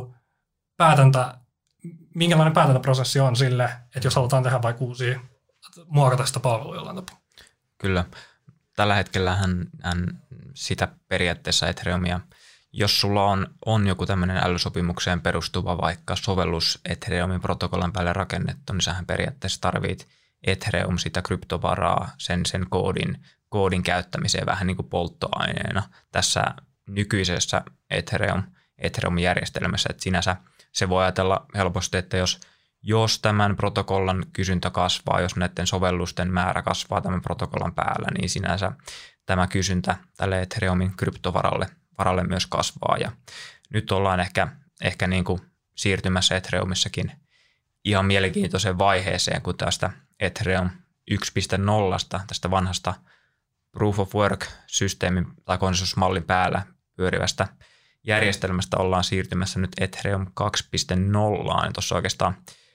päätäntäprosessi on sille, että jos halutaan tehdä vaikka uusia, muokata sitä palvelua jollain tapaa. Kyllä. Tällä hetkellä sitä periaatteessa Ethereumia, jos sulla on joku tämmöinen älysopimukseen perustuva vaikka sovellus Ethereumin protokollan päälle rakennettu, niin sähän periaatteessa tarvit Ethereum sitä kryptovaraa sen koodin käyttämiseen vähän niin kuin polttoaineena tässä nykyisessä Ethereum-järjestelmässä, että sinänsä se voi ajatella helposti, että jos tämän protokollan kysyntä kasvaa, jos näiden sovellusten määrä kasvaa tämän protokollan päällä, niin sinänsä tämä kysyntä tälle Ethereumin kryptovaralle myös kasvaa. Ja nyt ollaan ehkä niin kuin siirtymässä Ethereumissakin ihan mielenkiintoiseen vaiheeseen, kun tästä Ethereum 1.0, tästä vanhasta Proof of Work-systeemin tai konsensusmallin päällä pyörivästä järjestelmästä ollaan siirtymässä nyt Ethereum 2.0. Tuossa oikeastaan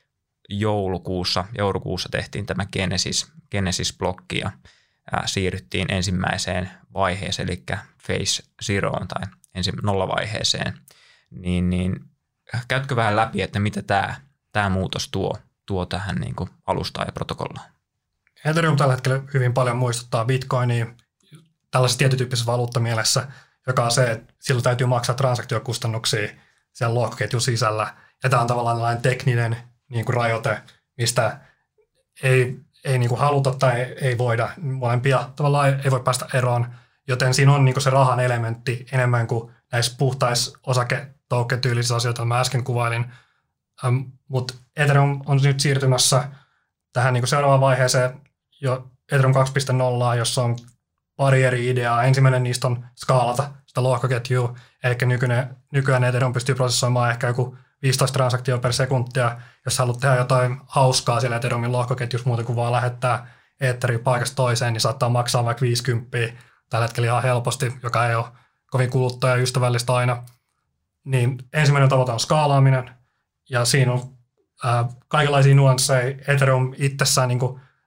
joulukuussa tehtiin tämä Genesis-blokki ja siirryttiin ensimmäiseen vaiheeseen, eli Phase Zeroon tai nollavaiheeseen. Niin käytkö vähän läpi, että mitä tämä muutos tuo tähän niin kuin alustaan ja protokollaan? Ethereum tällä hetkellä hyvin paljon muistuttaa Bitcoinia tällaisessa tietytyyppisessä valuuttamielessä, joka on se, että silloin täytyy maksaa transaktiokustannuksia siellä lohkoketjun sisällä. Ja tämä on tavallaan tällainen tekninen niin kuin rajoite, mistä ei niin kuin haluta tai ei voida. Molempia tavallaan ei voi päästä eroon, joten siinä on niin kuin se rahan elementti enemmän kuin näissä puhtaissa osake-token-tyylisissä asioita, joita mä äsken kuvailin. Mutta Ethereum on nyt siirtymässä tähän niin kuin seuraavaan vaiheeseen jo Ethereum 2.0, jossa on pari eri ideaa. Ensimmäinen niistä on skaalata sitä lohkoketjua, eli nykyään Ethereum pystyy prosessoimaan ehkä joku 15 transaktioa per sekuntia. Jos haluat tehdä jotain hauskaa siellä Ethereumin lohkoketjussa muuten kuin vaan lähettää Ethereum paikasta toiseen, niin saattaa maksaa vaikka 50 tällä hetkellä ihan helposti, joka ei ole kovin kuluttajaystävällistä aina. Niin ensimmäinen tavoite on skaalaaminen, ja siinä on kaikenlaisia nuansseja. Ethereum itsessään niin kuin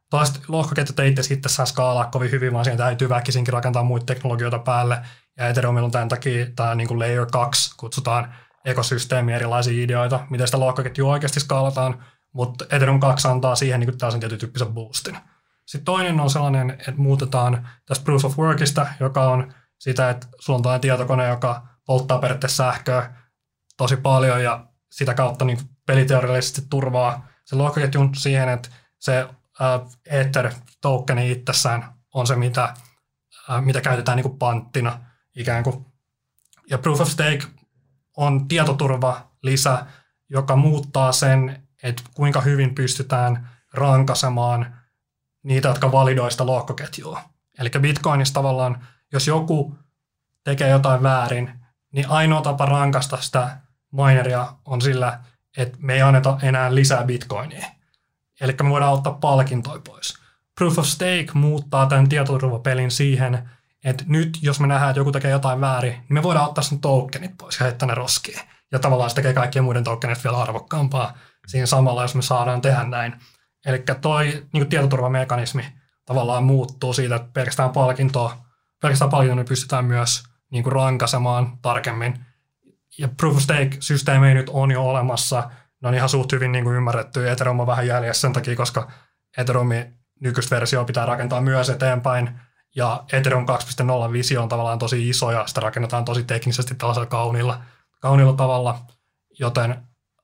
Toiset lohkoketjut ei itse itsessään skaalaa kovin hyvin, vaan siihen täytyy väkisinkin rakentaa muita teknologioita päälle. Ja Ethereumilla on tämän takia tämä niin kuin Layer 2, kutsutaan ekosysteemi, erilaisia ideoita, miten sitä lohkoketjua oikeasti skaalataan, mutta Ethereum 2 antaa siihen niin tällaisen tietyn tyyppisen boostin. Sitten toinen on sellainen, että muutetaan tästä Proof of Workista, joka on sitä, että sulla on tällainen tietokone, joka polttaa periaatteessa sähköä tosi paljon ja sitä kautta niin peliteoriallisesti turvaa se lohkoketjun siihen, että se Ether-tokeni itsessään on se, mitä käytetään niin kuin panttina ikään kuin. Ja Proof of Stake on tietoturva lisä, joka muuttaa sen, että kuinka hyvin pystytään rankaisemaan niitä, jotka validoi sitä lohkoketjua. Eli Bitcoinissa tavallaan, jos joku tekee jotain väärin, niin ainoa tapa rankasta sitä mineria on sillä, että me ei anneta enää lisää bitcoinia. Eli me voidaan ottaa palkintoja pois. Proof of Stake muuttaa tämän tietoturvapelin siihen, että nyt jos me nähdään, että joku tekee jotain väärin, niin me voidaan ottaa sen tokenit pois ja heittää ne roskiin. Ja tavallaan se tekee kaikkien muiden tokenit vielä arvokkaampaa siinä samalla, jos me saadaan tehdä näin. Eli toi niin tietoturvamekanismi tavallaan muuttuu siitä, että pelkästään palkintoa me pystytään myös niin kuin rankaisemaan tarkemmin. Ja Proof of Stake-systeemejä nyt on jo olemassa. Ne on ihan suht hyvin niin kuin ymmärretty. Ethereum on vähän jäljessä sen takia, koska Ethereumin nykyistä versioa pitää rakentaa myös eteenpäin. Ja Ethereum 2.0 visio on tavallaan tosi iso ja sitä rakennetaan tosi teknisesti tällaisella kauniilla tavalla. Joten,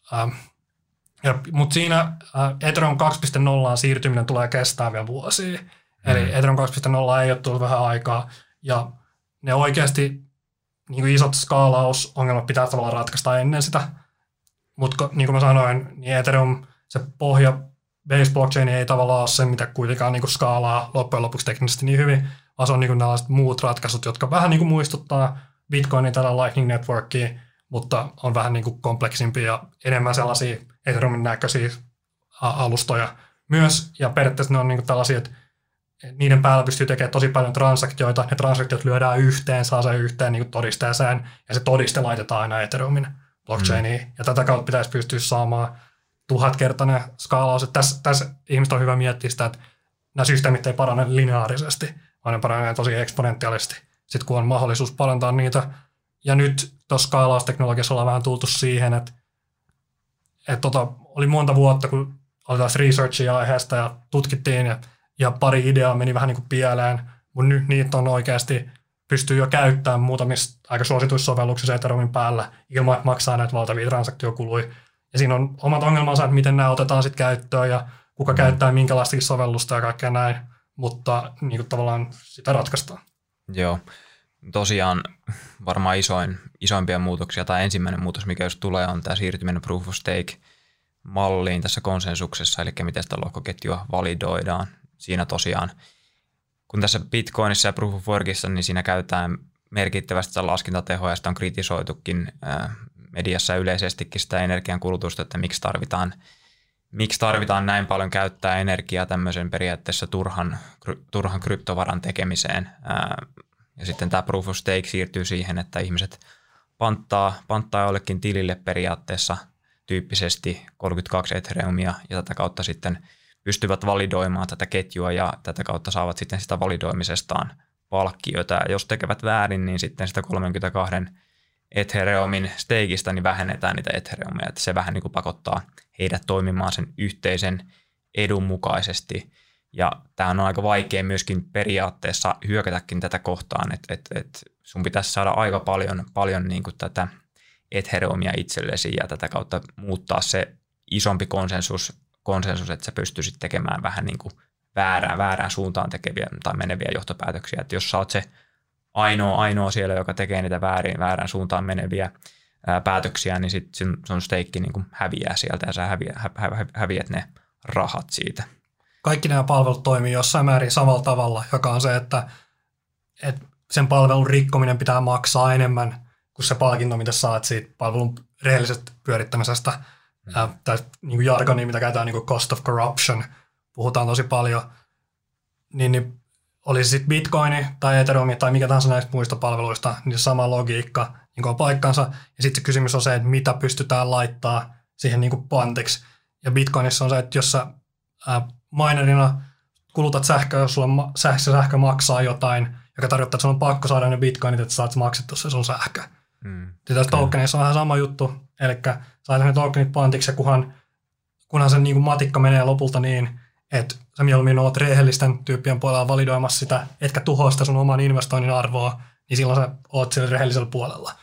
mutta siinä Ethereum 2.0 siirtyminen tulee kestää vielä vuosia. Eli Ethereum 2.0 ei ole tullut vähän aikaa. Ja ne oikeasti niin kuin isot skaalausongelmat pitää tavallaan ratkaista ennen sitä. Mutta niin kuin mä sanoin, niin Ethereum, se pohja base blockchain ei tavallaan ole se, mitä kuitenkaan niin kuin skaalaa loppujen lopuksi teknisesti niin hyvin, vaan se on niin kuin tällaiset muut ratkaisut, jotka vähän niin kuin muistuttaa Bitcoinin tällä Lightning Networkia, mutta on vähän niin kuin kompleksimpia ja enemmän sellaisia Ethereumin näköisiä alustoja myös. Ja periaatteessa ne on niin kuin tällaisia, että niiden päällä pystyy tekemään tosi paljon transaktioita. Ne transaktiot lyödään yhteen, saa sen yhteen niin kuin todisteeseen, ja se todiste laitetaan aina Ethereumin blockchainiin. Ja tätä kautta pitäisi pystyä saamaan 1000-kertainen skaalaus. Tässä ihmiset on hyvä miettiä sitä, että nämä systeemit ei parane lineaarisesti, vaan ne paranee tosi eksponentiaalisesti, sitten kun on mahdollisuus parantaa niitä. Ja nyt tuossa skaalausteknologiassa ollaan vähän tultu siihen, että oli monta vuotta, kun oli taas researchia aiheesta ja tutkittiin, ja pari ideaa meni vähän niin kuin pieleen, mutta nyt niitä on oikeasti, pystyy jo käyttämään muutamissa aika suosituissa sovelluksissa Ethereumin päällä ilman, että maksaa näitä valtavia transaktiokuluja. Ja siinä on omat ongelmansa, että miten nämä otetaan sitten käyttöön ja kuka käyttää minkälaista sovellusta ja kaikkea näin, mutta niin kuin tavallaan sitä ratkaistaan. Joo, tosiaan varmaan isoimpia muutoksia tai ensimmäinen muutos, mikä jos tulee, on tämä siirtyminen Proof of Stake-malliin tässä konsensuksessa, eli miten sitä lohkoketjua validoidaan. Siinä tosiaan, kun tässä Bitcoinissa ja Proof of Workissa, niin siinä käytetään merkittävästi sitä laskentatehoa, ja sitä on kritisoitukin mediassa yleisestikin sitä energiankulutusta, että miksi tarvitaan näin paljon käyttää energiaa tämmöisen periaatteessa turhan kryptovaran tekemiseen. Ja sitten tämä Proof of Stake siirtyy siihen, että ihmiset panttaa jollekin tilille periaatteessa tyyppisesti 32 Ethereumia, ja tätä kautta sitten pystyvät validoimaan tätä ketjua ja tätä kautta saavat sitten sitä validoimisestaan palkkioita. Ja jos tekevät väärin, niin sitten sitä 32 Ethereumin stakeista niin vähennetään niitä Ethereumia. Että se vähän niin kuin pakottaa heidät toimimaan sen yhteisen edun mukaisesti. Ja tämä on aika vaikea myöskin periaatteessa hyökätäkin tätä kohtaan, että sun pitäisi saada aika paljon niin kuin tätä Ethereumia itsellesi ja tätä kautta muuttaa se isompi konsensus, että sä pystyisit tekemään vähän niin kuin väärään suuntaan tekeviä tai meneviä johtopäätöksiä. Että jos sä oot se ainoa siellä, joka tekee niitä väärään suuntaan meneviä päätöksiä, niin sitten sun steikki niin kuin häviää sieltä ja sä häviät ne rahat siitä. Kaikki nämä palvelut toimii jossain määrin samalla tavalla, joka on se, että sen palvelun rikkominen pitää maksaa enemmän kuin se palkinto, mitä saat siitä palvelun rehellisestä pyörittämisestä. Tai niin kuin jargoni, mitä käytetään niin kuin cost of corruption, puhutaan tosi paljon, niin olisi sitten Bitcoini tai Ethereum tai mikä tahansa näistä muista palveluista, niin sama logiikka niin on paikkansa. Ja sitten se kysymys on se, että mitä pystytään laittaa siihen niin kuin pantiksi. Ja Bitcoinissa on se, että jos sä minerina kulutat sähköä, jos sulla sähkö maksaa jotain, joka tarkoittaa, että sun on pakko saada ne bitcoinit, että saat maksettua se sun sähkö. Tässä tokenissa on vähän sama juttu, eli saat ne tokenit pantiksi, kunhan se niin kuin matikka menee lopulta niin, että sä mieluummin oot rehellisten tyyppien puolella validoimassa sitä, etkä tuhoa sitä sun oman investoinnin arvoa, niin silloin sä oot sillä rehellisellä puolella.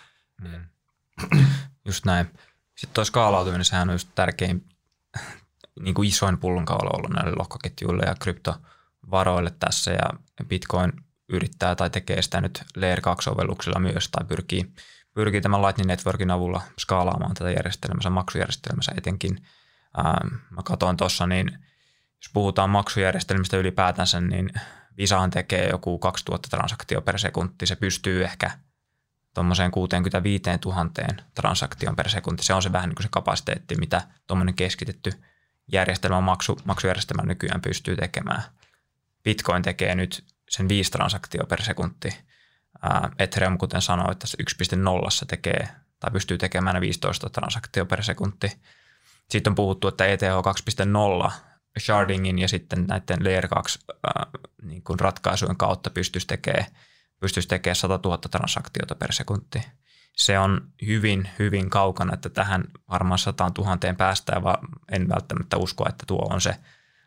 Just näin. Sitten tuo skaalautuminen, sehän on just tärkein, niin kuin isoin pullonkaula ollut näille lohkoketjuille ja kryptovaroille tässä, ja Bitcoin yrittää tai tekee sitä nyt Layer 2-sovelluksilla myös, tai pyrkii tämän Lightning Networkin avulla skaalaamaan tätä järjestelmänsä, maksujärjestelmänsä etenkin. Mä katsoin tuossa, niin jos puhutaan maksujärjestelmistä ylipäätänsä, niin Visahan tekee joku 2000 transaktio per sekunti. Se pystyy ehkä tuommoiseen 65 000 transaktion per sekunti. Se on se vähän niin kuin se kapasiteetti, mitä tuommoinen keskitetty maksujärjestelmä nykyään pystyy tekemään. Bitcoin tekee nyt sen 5 transaktio per sekunti. Ethereum, kuten sanoin, että 1.0 tekee tai pystyy tekemään 15 transaktio per sekunti. Sitten on puhuttu, että ETH 2.0 shardingin ja sitten näiden Layer 2 niin kuin ratkaisujen kautta pystyisi tekemään 100 000 transaktiota per sekunti. Se on hyvin, hyvin kaukana, että tähän varmaan 100 000 päästään, vaan en välttämättä usko, että tuo on se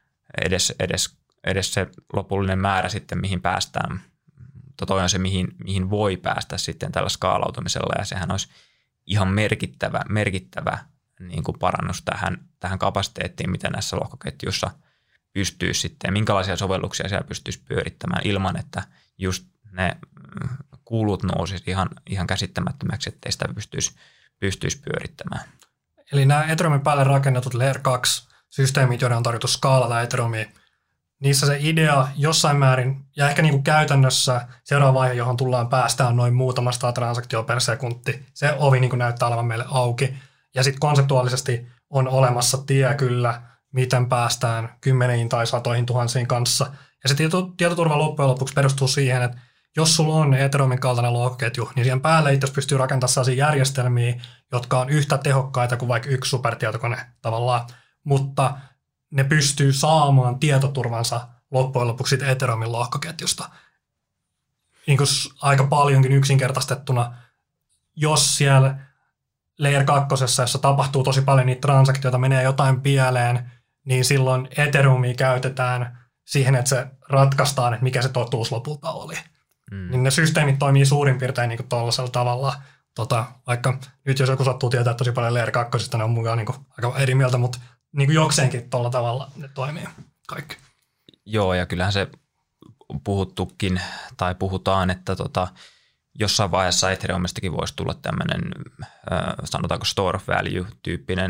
edes se lopullinen määrä sitten, mihin päästään. Mutta toi on se, mihin voi päästä sitten tällä skaalautumisella, ja sehän olisi ihan merkittävä niin kuin parannus tähän kapasiteettiin, mitä näissä lohkoketjuissa pystyy sitten, minkälaisia sovelluksia siellä pystyisi pyörittämään ilman, että just ne kulut nousisi ihan käsittämättömäksi, ettei sitä pystyisi pyörittämään. Eli nämä Ethereumin päälle rakennetut Layer 2-systeemit, joiden on tarkoitus skaalata Ethereumia, niissä se idea jossain määrin, ja ehkä niin kuin käytännössä seuraava vaihe, johon tullaan päästään noin muutamasta transaktio per sekunti, se ovi niin kuin näyttää olevan meille auki. Ja sitten konseptuaalisesti on olemassa tie kyllä, miten päästään kymmeniin tai satoihin tuhansiin kanssa. Ja se tietoturva loppujen lopuksi perustuu siihen, että jos sulla on Ethereumin kaltainen lohkoketju, niin siihen päälle itse pystyy rakentamaan sellaisia järjestelmiä, jotka on yhtä tehokkaita kuin vaikka yksi supertietokone tavallaan, mutta ne pystyy saamaan tietoturvansa loppujen lopuksi Ethereumin lohkoketjusta. Niin kuin aika paljonkin yksinkertaistettuna, jos siellä Layer 2, jossa tapahtuu tosi paljon niitä transaktioita, menee jotain pieleen, niin silloin Ethereumia käytetään siihen, että se ratkaistaan, että mikä se totuus lopulta oli. Niin ne systeemit toimii suurin piirtein niin tuollaisella tavalla. Vaikka nyt jos joku sattuu tietää tosi paljon Layer 2, ne on mukaan niin aika eri mieltä, mutta niin jokseenkin tuolla tavalla ne toimii kaikki. Joo, ja kyllähän se puhuttukin tai puhutaan, että jossain vaiheessa Ethereumistakin voisi tulla tämmöinen, sanotaanko store of value-tyyppinen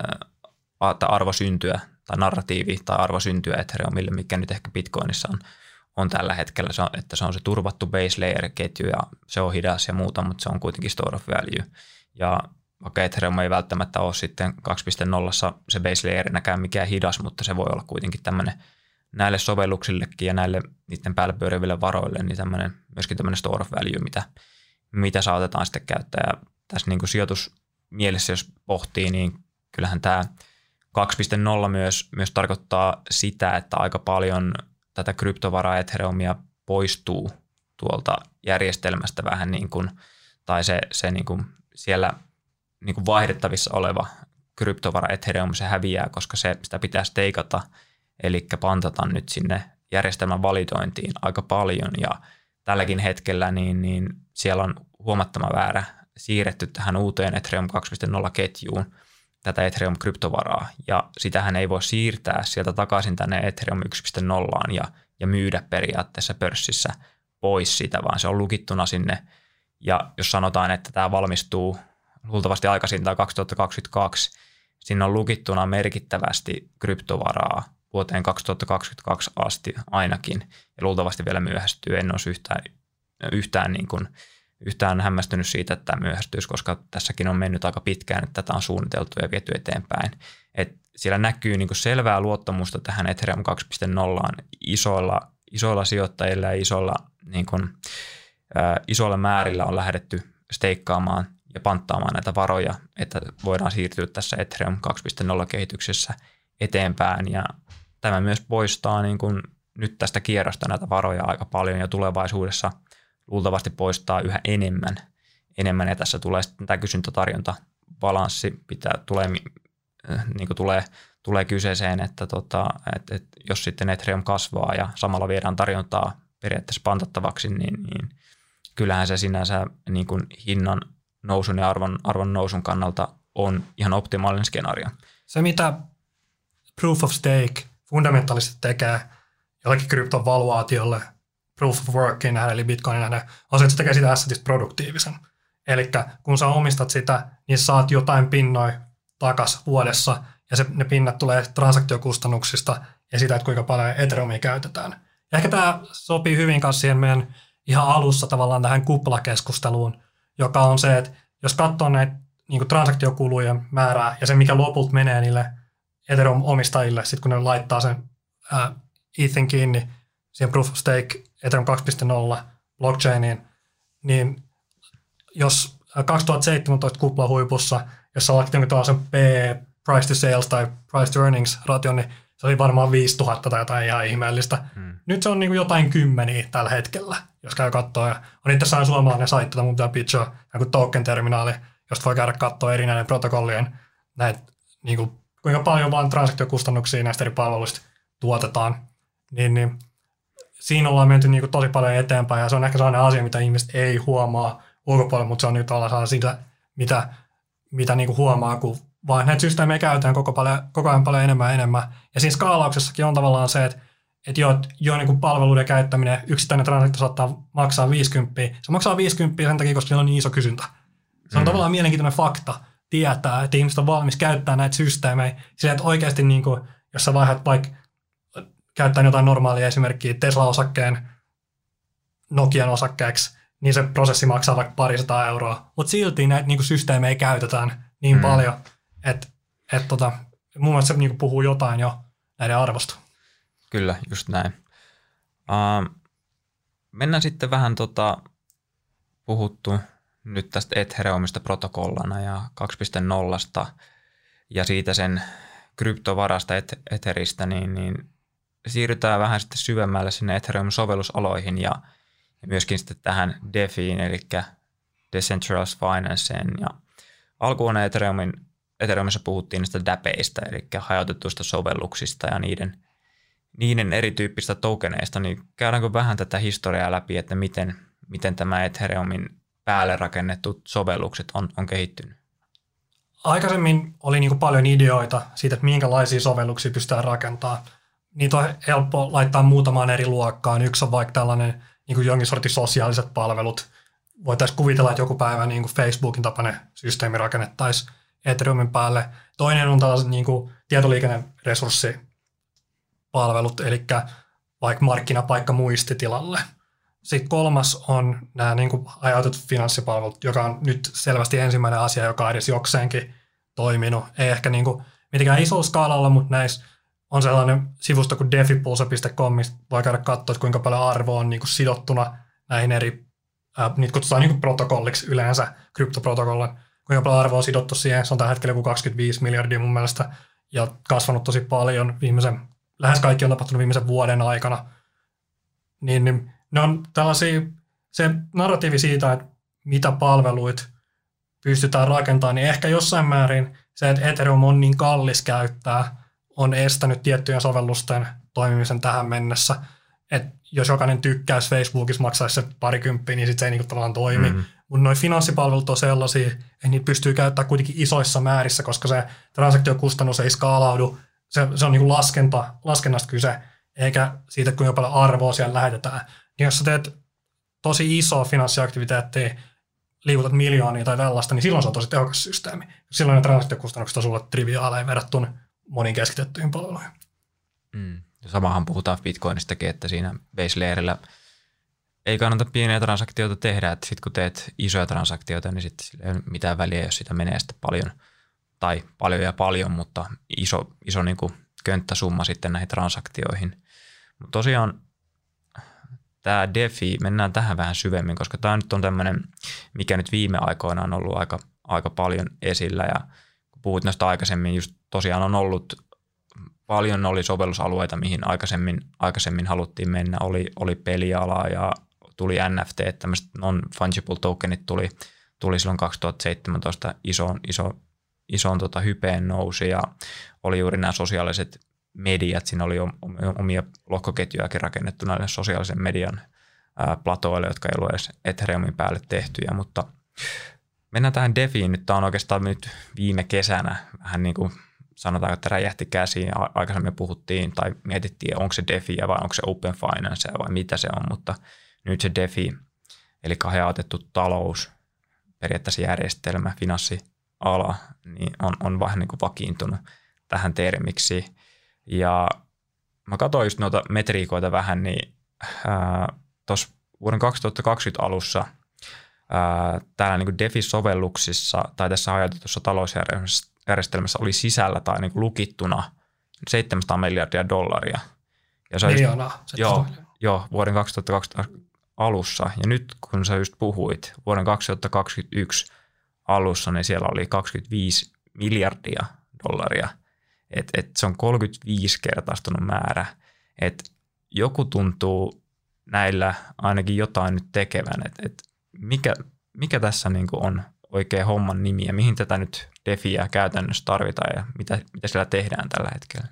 arvosyntyä tai narratiivi tai arvosyntyä Ethereumille, mikä nyt ehkä Bitcoinissa on tällä hetkellä, että se on se turvattu base layer-ketju ja se on hidas ja muuta, mutta se on kuitenkin store of value. Ja vaikka Ethereum ei välttämättä ole sitten 2.0 se base layerinäkään mikään hidas, mutta se voi olla kuitenkin tämmöinen näille sovelluksillekin ja näille niiden päällä pyöriville varoille, niin myöskin tämmöinen store of value, mitä saatetaan sitten käyttää. Ja tässä niin kuin sijoitusmielessä, jos pohtii, niin kyllähän tämä 2.0 myös tarkoittaa sitä, että aika paljon tätä kryptovaraa Ethereumia poistuu tuolta järjestelmästä vähän niin kuin, tai se niin kuin siellä niin kuin vaihdettavissa oleva kryptovara Ethereum, se häviää, koska sitä pitää steikata, eli pantata nyt sinne järjestelmän validointiin aika paljon, ja tälläkin hetkellä niin siellä on huomattava määrä siirretty tähän uuteen Ethereum 2.0-ketjuun tätä Ethereum-kryptovaraa, ja sitähän ei voi siirtää sieltä takaisin tänne Ethereum 1.0 ja myydä periaatteessa pörssissä pois sitä, vaan se on lukittuna sinne, ja jos sanotaan, että tämä valmistuu luultavasti aikaisintaan 2022, siinä on lukittuna merkittävästi kryptovaraa vuoteen 2022 asti ainakin, ja luultavasti vielä myöhästyy. En olisi yhtään hämmästynyt siitä, että tämä myöhästyisi, koska tässäkin on mennyt aika pitkään, että tätä on suunniteltu ja viety eteenpäin. Et siellä näkyy niin kuin selvää luottamusta tähän Ethereum 2.0 isoilla sijoittajilla ja isoilla määrillä on lähdetty steikkaamaan ja panttaamaan näitä varoja, että voidaan siirtyä tässä Ethereum 2.0-kehityksessä eteenpäin. Ja tämä myös poistaa niin kuin nyt tästä kierrosta näitä varoja aika paljon ja tulevaisuudessa luultavasti poistaa yhä enemmän ja tässä tulee sitten tämä kysyntätarjontabalanssi tulee kyseeseen, että jos sitten Ethereum kasvaa ja samalla viedään tarjontaa periaatteessa pantattavaksi, niin kyllähän se sinänsä niin kuin hinnan nousun ja arvon nousun kannalta on ihan optimaalinen skenaario. Se, mitä Proof of Stake fundamentaalisesti tekee jollekin kryptovaluaatiolle Proof of Workin nähdä, eli Bitcoinin nähdä, on se, että se tekee sitä assetista produktiivisen. Eli kun sä omistat sitä, niin saat jotain pinnoja takas vuodessa, ja ne pinnat tulee transaktiokustannuksista ja sitä, että kuinka paljon Ethereumia käytetään. Ja ehkä tämä sopii hyvin kanssa siihen meidän ihan alussa tavallaan tähän kuplakeskusteluun, joka on se, että jos katsoo näitä niin transaktiokulujen määrää ja se, mikä lopulta menee niille Ethereum-omistajille, sitten kun ne laittaa sen Ethin kiinni siihen Proof of Stake Ethereum 2.0 blockchainiin, niin jos 2017 kuplahuipussa, jos sä laitat jonkin tällaisen price to sales tai price to earnings ration, niin se oli varmaan 5000 tai jotain ihan ihmeellistä. Nyt se on niin kuin jotain kymmeniä tällä hetkellä, jos käy katsoa. Ja on itse asiassa suomalainen saitti, jota mun pitää pitchaa joku token-terminaali, josta voi käydä katsoa eri näiden protokollien, näitä, niin kuin, kuinka paljon vaan transaktiokustannuksia näistä eri palveluista tuotetaan. Niin siinä ollaan menty niin kuin tosi paljon eteenpäin, ja se on ehkä sellainen asia, mitä ihmiset ei huomaa ulkopuolella, mutta se on nyt ollaan sitä, mitä niin kuin huomaa, kun vaan näitä systeemejä käytetään koko ajan paljon enemmän. Ja siinä skaalauksessakin on tavallaan se, että jo niin kuin palveluiden käyttäminen, yksittäinen transaktio saattaa maksaa 50. Se maksaa 50 sen takia, koska sillä on niin iso kysyntä. Se on tavallaan mielenkiintoinen fakta tietää, että ihmiset on valmis käyttämään näitä systeemejä sillä, että oikeasti niin kuin, jos sä vaihdat vaikka käyttää jotain normaalia esimerkkiä Tesla-osakkeen Nokian osakkeeksi, niin se prosessi maksaa vaikka parisataa euroa. Mutta silti näitä niin kuin systeemejä käytetään niin paljon, että mun mielestä se niin kuin puhuu jotain jo näiden arvosta. Kyllä, just näin. Mennään sitten vähän puhuttu nyt tästä Ethereumista protokollana ja 2.0 ja siitä sen kryptovarasta Etheristä, niin siirrytään vähän sitten syvemmälle sinne Ethereum-sovellusaloihin ja myöskin sitten tähän DeFiin, eli Decentralized Financeen. Ja alkuun Ethereumissa puhuttiin niistä dAppeista, eli hajautetuista sovelluksista ja niiden erityyppistä tokeneista, niin käydäänkö vähän tätä historiaa läpi, että miten tämä Ethereumin päälle rakennetut sovellukset on kehittynyt? Aikaisemmin oli niin kuin paljon ideoita siitä, että minkälaisia sovelluksia pystytään rakentamaan. Niitä on helppo laittaa muutamaan eri luokkaan. Yksi on vaikka tällainen niin kuin jonkin sortin sosiaaliset palvelut. Voitaisiin kuvitella, että joku päivä niin kuin Facebookin tapainen systeemi rakennettaisiin Ethereumin päälle. Toinen on tällaiset niin kuin tietoliikenneresurssipalvelut, eli vaikka markkinapaikka muistitilalle. Sitten kolmas on nämä niin kuin hajautetut finanssipalvelut, joka on nyt selvästi ensimmäinen asia, joka on edes jokseenkin toiminut. Ei ehkä niin kuin mitenkään isolla skaalalla, mutta näissä on sellainen sivusto kuin defipulse.com, mistä voi käydä katsoa, että kuinka paljon arvoa on niin kuin sidottuna näihin eri, niitä kutsutaan niin kuin protokolliksi yleensä, kryptoprotokollan, kuinka paljon arvoa on sidottu siihen. Se on tällä hetkellä joku 25 miljardia mun mielestä ja kasvanut tosi paljon lähes kaikki on tapahtunut viimeisen vuoden aikana. Niin ne on tällaisia, se narratiivi siitä, että mitä palveluita pystytään rakentamaan, niin ehkä jossain määrin se, että Ethereum on niin kallis käyttää, on estänyt tiettyjen sovellusten toimimisen tähän mennessä. Että jos jokainen tykkäisi Facebookissa maksaisi se parikymppiä, niin sitten se ei niinku tavallaan toimi. Mutta nuo finanssipalvelut on sellaisia, että niitä pystyy käyttämään kuitenkin isoissa määrissä, koska se transaktiokustannus ei skaalaudu. Se on niinku laskennasta kyse, eikä siitä, kuinka paljon arvoa siellä lähetetään. Niin jos sä teet tosi isoa finanssiaktiviteettia, liikutat miljoonia tai tällaista, niin silloin se on tosi tehokas systeemi. Silloin ne transaktiokustannukset on sulle triviaaleja verrattuna moniin keskitettyihin palveluihin. Samahan puhutaan Bitcoinistakin, että siinä base layerillä ei kannata pieniä transaktioita tehdä, että sitten kun teet isoja transaktioita, niin sitten sillä ei ole mitään väliä, jos sitä menee sitten paljon, tai paljon, mutta iso niin kuin könttäsumma sitten näihin transaktioihin. Mutta tosiaan tämä DeFi, mennään tähän vähän syvemmin, koska tämä nyt on tämmöinen, mikä nyt viime aikoina on ollut aika paljon esillä, ja kun puhuit näistä aikaisemmin, just tosiaan on ollut paljon oli sovellusalueita, mihin aikaisemmin haluttiin mennä. Oli peliala ja tuli NFT, tämmöiset non-fungible tokenit tuli silloin 2017 ison hypeen nousi ja oli juuri nämä sosiaaliset mediat. Siinä oli omia lohkoketjujakin rakennettu näille sosiaalisen median platoille, jotka ei ollut edes Ethereumin päälle tehtyjä, mutta mennään tähän DeFiin. Nyt tämä on oikeastaan nyt viime kesänä vähän niin kuin sanotaan, että räjähti käsiin. Aikaisemmin puhuttiin tai mietittiin, onko se DeFi vai onko se Open Finance vai mitä se on, mutta nyt se DeFi, eli hajautettu talous, periaatteessa järjestelmä, finanssiala, niin on vähän niin kuin vakiintunut tähän termiksi. Ja mä katsoin just noita metriikoita vähän, niin tuossa vuoden 2020 alussa täällä niin kuin DeFi-sovelluksissa tai tässä hajautetussa talousjärjestelmässä oli sisällä tai niin kuin lukittuna $700 miljardia. Ja se miljoonaa. Joo, vuoden 2020 alussa. Ja nyt kun sä just puhuit, vuoden 2021 alussa, niin siellä oli $25 miljardia. Et se on 35-kertaistunut määrä. Et joku tuntuu näillä ainakin jotain nyt tekevän. Et mikä tässä niinku on oikea homman nimi ja mihin tätä nyt DeFiä käytännössä tarvitaan ja mitä siellä tehdään tällä hetkellä?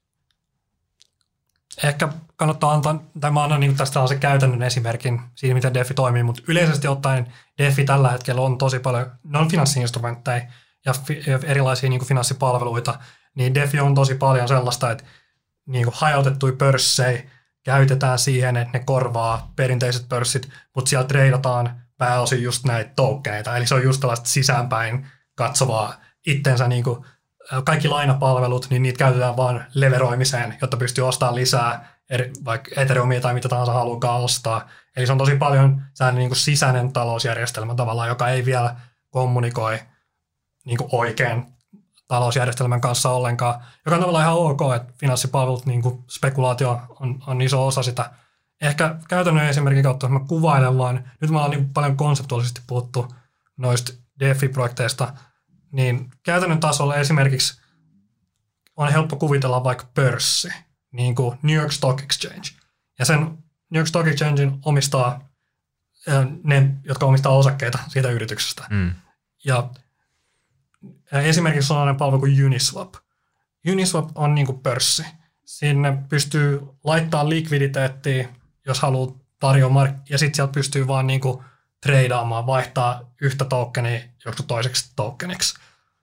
Ehkä kannattaa antaa, tai mä annan niin tästä sellaisen käytännön esimerkin siitä, miten DeFi toimii, mutta yleisesti ottaen DeFi tällä hetkellä on tosi paljon non-finanssi-instrumentteja ja erilaisia niin kuin finanssipalveluita, niin DeFi on tosi paljon sellaista, että niin kuin hajautettuja pörssejä käytetään siihen, että ne korvaa perinteiset pörssit, mutta siellä treidataan pääosin just näitä tokeneita, eli se on just tällaista sisäänpäin katsovaa itsensä niin kuin kaikki lainapalvelut, niin niitä käytetään vaan leveroimiseen, jotta pystyy ostamaan lisää, vaikka Ethereumia tai mitä tahansa haluaa ostaa. Eli se on tosi paljon sellainen niin kuin sisäinen talousjärjestelmä tavallaan, joka ei vielä kommunikoi niin kuin oikein talousjärjestelmän kanssa ollenkaan, joka on tavallaan ihan ok, että finanssipalvelut, niin kuin spekulaatio on iso osa sitä. Ehkä käytännön esimerkin kautta, jos mä kuvailen vaan, nyt mä oon niin paljon konseptuaalisesti puhuttu noista DeFi-projekteista, niin käytännön tasolla esimerkiksi on helppo kuvitella vaikka pörssi, niin kuin New York Stock Exchange. Ja sen New York Stock Exchangein omistaa ne, jotka omistaa osakkeita siitä yrityksestä. Ja esimerkiksi sellainen palvelu kuin Uniswap. Uniswap on niin kuin pörssi. Sinne pystyy laittamaan likviditeettiä, jos haluaa tarjoa ja sitten sieltä pystyy vaan niin kuin treidaamaan, vaihtaa yhtä tokenia joku toiseksi tokeniksi.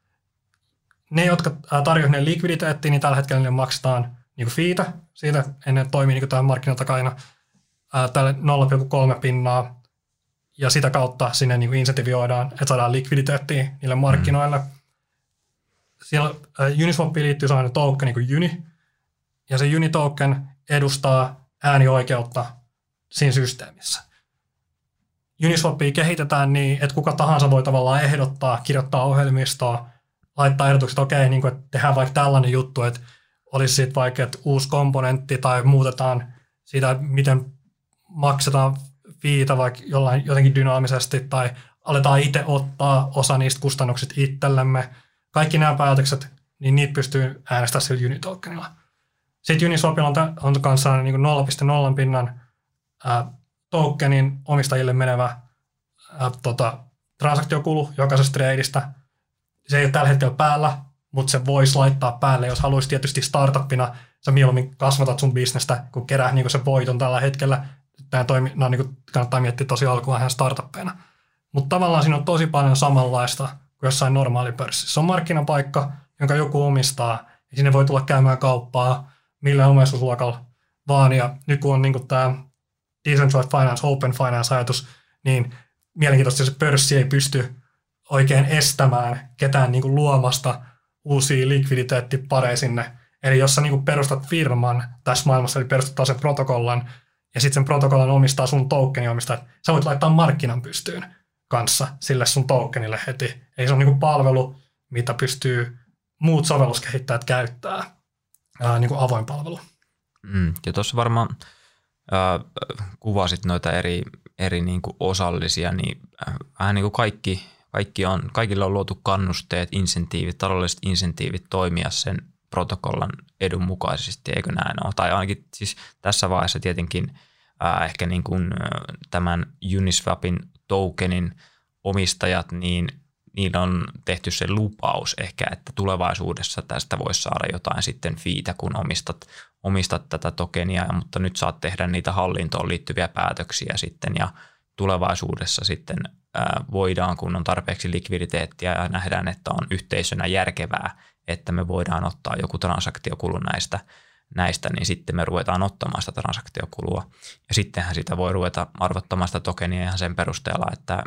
Ne, jotka tarjoavat ne likviditeettiä, niin tällä hetkellä ne maksetaan niin kuin fiitä. Siitä ennen toimii niin kuin tämä markkinatakaina tälle 0,3%. Ja sitä kautta sinne niin kuin insentivioidaan, että saadaan likviditeettiä niille markkinoille. Siellä Uniswapiin liittyy sellainen token niin kuin Uni. Ja se Uni-token edustaa äänioikeutta siinä systeemissä. Uniswapia kehitetään niin, että kuka tahansa voi tavallaan ehdottaa, kirjoittaa ohjelmistoa, laittaa ehdotukset, että okei, niin kuin, että tehdään vaikka tällainen juttu, että olisi sitten vaikka että uusi komponentti tai muutetaan siitä, miten maksetaan fiitä vaikka jotenkin dynaamisesti tai aletaan itse ottaa osa niistä kustannuksista itsellemme. Kaikki nämä päätökset, niin niitä pystyy äänestämään sillä Unitokenilla. Sitten Uniswapilla on kanssa niin 0,0 pinnan tokenin omistajille menevä transaktiokulu jokaisesta tradeista. Se ei ole tällä hetkellä päällä, mutta se voisi laittaa päälle, jos haluaisi tietysti startuppina. Sä mieluummin kasvatat sun bisnestä, kun kerää niin se voiton tällä hetkellä. Nämä niin kannattaa miettiä tosi alkuun ihan startuppeina. Mutta tavallaan siinä on tosi paljon samanlaista kuin jossain normaalipörssissä. Se on markkinapaikka, jonka joku omistaa, ja sinne voi tulla käymään kauppaa millä omaisuusluokalla vaan. Ja nyt kun on niin tämä Decentralized Finance, Open Finance-ajatus, niin mielenkiintoisesti se pörssi ei pysty oikein estämään ketään niin luomasta uusia likviditeettipareja sinne. Eli jos sä niin perustat firman tässä maailmassa, eli perustat sen protokollan, ja sitten sen protokollan omistaa sun tokeni omistaa, sä voit laittaa markkinan pystyyn kanssa sille sun tokenille heti. Eli se on niin palvelu, mitä pystyy muut sovelluskehittäjät käyttää, niin kuin avoin palvelu. Ja tuossa varmaan kuvasit noita eri niin kuin osallisia, niin vähän niin kuin kaikilla on luotu kannusteet, insentiivit, taloudelliset insentiivit toimia sen protokollan edun mukaisesti, eikö näin ole? Tai ainakin siis tässä vaiheessa tietenkin ehkä niin kuin tämän Uniswapin tokenin omistajat, niin niillä on tehty se lupaus ehkä, että tulevaisuudessa tästä voisi saada jotain sitten fiitä, kun omistat tätä tokenia, mutta nyt saat tehdä niitä hallintoon liittyviä päätöksiä sitten ja tulevaisuudessa sitten voidaan, kun on tarpeeksi likviditeettiä ja nähdään, että on yhteisönä järkevää, että me voidaan ottaa joku transaktiokulu näistä, niin sitten me ruvetaan ottamaan sitä transaktiokulua. Ja sittenhän sitä voi ruveta arvottamaan sitä tokenia ihan sen perusteella, että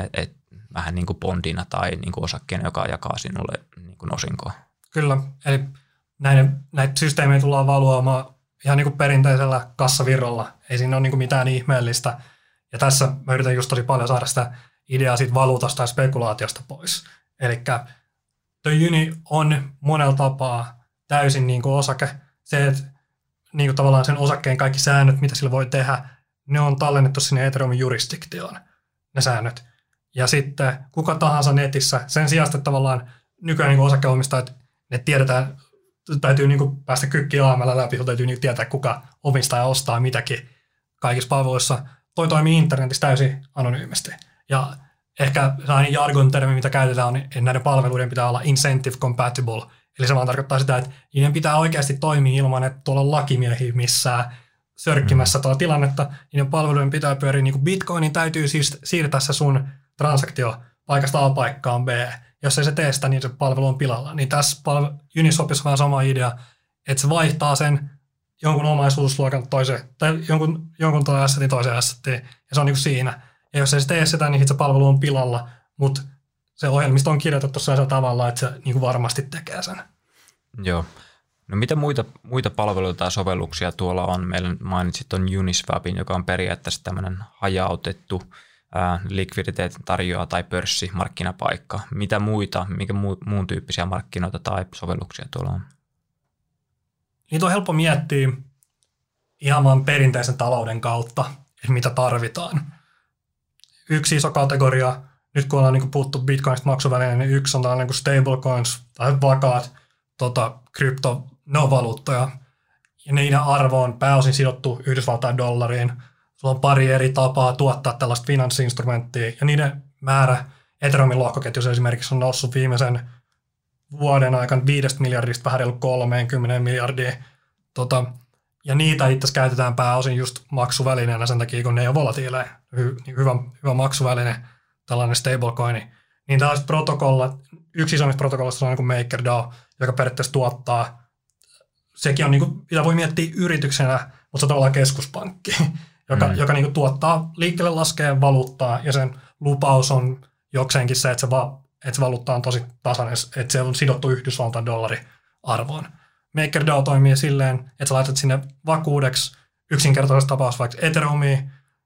vähän niin kuin bondina tai niin kuin osakkeena, joka jakaa sinulle niin kuin osinkoa. Kyllä, eli näitä systeemejä tullaan valuamaan ihan niin kuin perinteisellä kassavirralla. Ei siinä ole niin kuin mitään ihmeellistä. Ja tässä mä yritän just tosi paljon saada sitä ideaa siitä valuutasta ja spekulaatiosta pois. Eli tuo Uni on monella tapaa täysin niin kuin osake. Se, että niin kuin tavallaan sen osakkeen kaikki säännöt, mitä sillä voi tehdä, ne on tallennettu sinne Ethereumin jurisdiktioon, ne säännöt. Ja sitten kuka tahansa netissä, sen sijaan, että tavallaan nykyään niin osakkeenomistajat, ne tiedetään, täytyy niin kuin päästä kykkiä aamalla läpi, täytyy niin tietää, kuka omistaa ja ostaa mitäkin kaikissa palveluissa. Toi toimii internetissä täysin anonyymisti. Ja ehkä sellainen jargon-termi, mitä käytetään, on, että näiden palveluiden pitää olla incentive compatible. Eli se vaan tarkoittaa sitä, että niiden pitää oikeasti toimia ilman, että tuolla on lakimiehiä missään sörkkimässä tuolla tilannetta. Niiden palveluiden pitää pyöriä niin kuin Bitcoinin täytyy siis siirtää se sun transaktio paikasta A paikkaan B. Jos ei se tee sitä, niin se palvelu on pilalla. Niin tässä Uniswapissa on vähän sama idea, että se vaihtaa sen jonkun omaisuusluokan toiseen, tai jonkun toisen assetin toiseen assettiin, ja se on niin kuin siinä. Ja jos ei se tee sitä, niin se palvelu on pilalla, mutta se ohjelmisto on kirjoitettu sellaisella tavalla, että se niin kuin varmasti tekee sen. Joo. No mitä muita palveluita tai sovelluksia tuolla on? Meillä mainitsit on Uniswapin, joka on periaatteessa tämmöinen hajautettu likviditeetin tarjoaa tai pörssimarkkinapaikka. Mitä muita, mikä muun tyyppisiä markkinoita tai sovelluksia tuolla on? Niitä on helppo miettiä ihan vaan perinteisen talouden kautta, että mitä tarvitaan. Yksi iso kategoria, nyt kun ollaan niin puhuttu Bitcoinista maksuvälineen, niin yksi on tällainen kuin stablecoins tai vakaat ne on valuuttoja. Ja niiden arvo on pääosin sidottu Yhdysvaltain dollariin. Sulla on pari eri tapaa tuottaa tällaista finanssi-instrumenttia, ja niiden määrä Ethereumin lohkoketjussa esimerkiksi on noussut viimeisen vuoden aikana 5 miljardista vähän reilu 30 miljardia. Ja niitä itse asiassa käytetään pääosin just maksuvälineenä sen takia, kun ne ei ole volatiileja. Hyvä maksuväline, tällainen stablecoini. Niin tällaiset protokollat, yksi isommista protokollista on niin kuin MakerDAO, joka periaatteessa tuottaa, sekin on, niin kuin, mitä voi miettiä yrityksenä, mutta se on tavallaan keskuspankki, joka niin kuin tuottaa liikkeelle laskeen valuuttaa, ja sen lupaus on jokseenkin se, että se valuutta on tosi tasainen, että se on sidottu Yhdysvaltain dollariarvoon. MakerDAO toimii silleen, että sä laitat sinne vakuudeksi yksinkertaisessa tapauksessa vaikka Ethereumia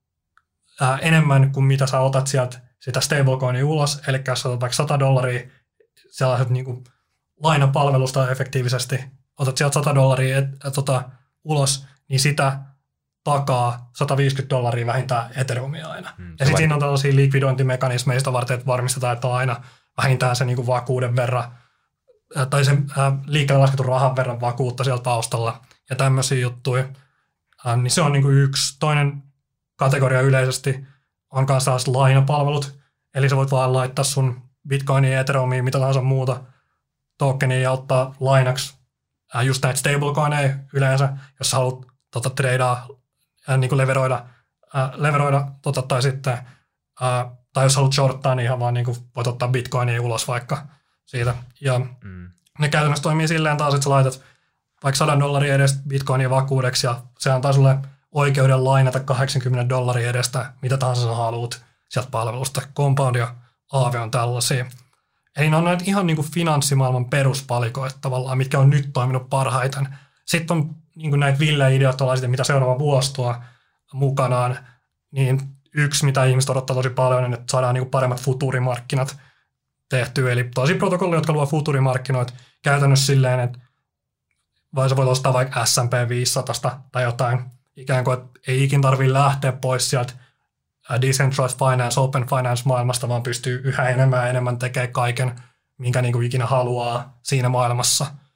enemmän kuin mitä sä otat sieltä sitä stablecoinia ulos, eli jos sä otat vaikka $100, sä laitat niin kuin lainapalvelusta effektiivisesti, otat sieltä $100 ulos, niin sitä takaa $150 vähintään Ethereumia aina. Ja sitten siinä on tällaisia likvidointimekanismeista varten, että varmistetaan, että on aina vähintään se niin kuin vakuuden verran, tai sen liikkeelle lasketun rahan verran vakuutta sieltä taustalla, ja tämmöisiä juttuja. Niin se on niin kuin yksi. Toinen kategoria yleisesti on myös sellaiset lainapalvelut, eli sä voit vaan laittaa sun Bitcoinia, Ethereumia, mitä tahansa muuta tokenia ja ottaa lainaksi just näitä stablecoineja yleensä, jos sä haluat tradeaa, niin kuin leveroida tai sitten, tai jos haluat shorttaa, niin ihan vaan niin kuin voit ottaa Bitcoinia ulos vaikka siitä. Ja ne käytännössä toimii silleen taas, että sä laitat vaikka $100 edestä Bitcoinia vakuudeksi, ja se antaa sulle oikeuden lainata $80 edestä, mitä tahansa sä haluat sieltä palvelusta. Compound ja Aave on tällaisia. Eli ne on näitä ihan niin kuin finanssimaailman peruspalikoita tavallaan, mitkä on nyt toiminut parhaiten. Sitten on niin kuin näitä ville-ideoita, mitä seuraava vuosi tuo mukanaan, niin yksi, mitä ihmiset odottaa tosi paljon, on, että saadaan niin kuin paremmat futurimarkkinat tehtyä. Eli tosi protokollia, jotka luo futurimarkkinoita käytännössä silleen, että vai sä voit ostaa vaikka S&P 500 tai jotain, ikään kuin, että ei ikin tarvitse lähteä pois sieltä decentralized finance, open finance maailmasta, vaan pystyy yhä enemmän tekemään kaiken, minkä niin kuin ikinä haluaa siinä maailmassa.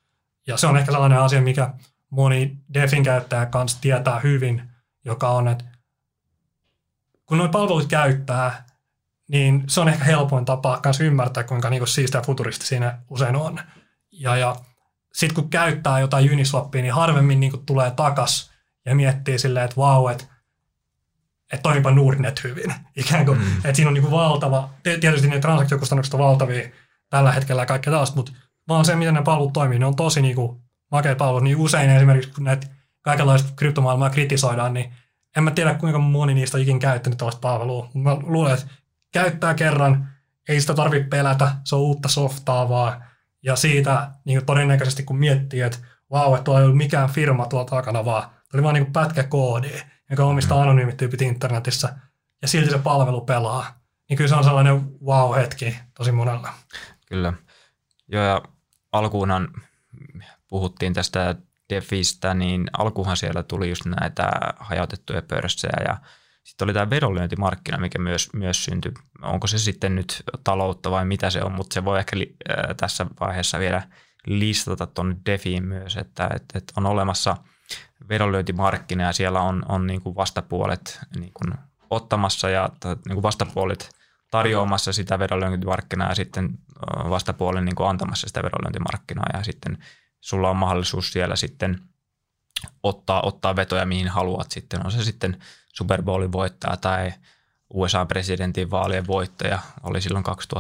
Ja se on ehkä sellainen asia, mikä moni DeFin käyttäjä kanssa tietää hyvin, joka on, että kun nuo palvelut käyttää, niin se on ehkä helpoin tapa kanssa ymmärtää, kuinka niinku siistiä futuristi siinä usein on. Ja sitten kun käyttää jotain Uniswapia, niin harvemmin niinku tulee takas ja miettii silleen, että vau, että toimipa Nordnet hyvin. Ikään kuin, että siinä on niinku valtava, tietysti ne transaktiokustannukset on valtavia tällä hetkellä ja kaikkea tällaista, mutta vaan se, miten ne palvelut toimii, ne on tosi niinku makeat palvelut. Niin usein esimerkiksi, kun näitä kaikenlaista kryptomaailmaa kritisoidaan, niin en mä tiedä, kuinka moni niistä on ikin käyttänyt tällaista palvelua. Mä luulen, että käyttää kerran, ei sitä tarvitse pelätä, se on uutta softaa vaan. Ja siitä niin todennäköisesti, kun miettii, että vau, että tuolla ei ollut mikään firma tuolla takana, vaan oli vaan niin pätkä koodi, joka omistaa anonyymit tyypit internetissä, ja silti se palvelu pelaa. Niin kyllä se on sellainen wow-hetki tosi monella. Kyllä. Joo, ja alkuunhan puhuttiin tästä DeFistä, niin alkuunhan siellä tuli just näitä hajautettuja pörssejä, ja sitten oli tämä vedonlyöntimarkkina, mikä myös syntyi. Onko se sitten nyt taloutta vai mitä se on, mutta se voi ehkä tässä vaiheessa vielä listata tuonne DeFiin myös, että on olemassa vedonlyöntimarkkina ja siellä on niin kuin vastapuolet niin kuin ottamassa ja niin kuin vastapuolet tarjoamassa sitä vedonlyöntimarkkinaa ja sitten vastapuolen niin kuin antamassa sitä vedonlyöntimarkkinaa ja sitten sulla on mahdollisuus siellä sitten ottaa vetoja mihin haluat sitten. On se sitten Super Bowlin voittaja tai USA-presidentin vaalien voittaja oli silloin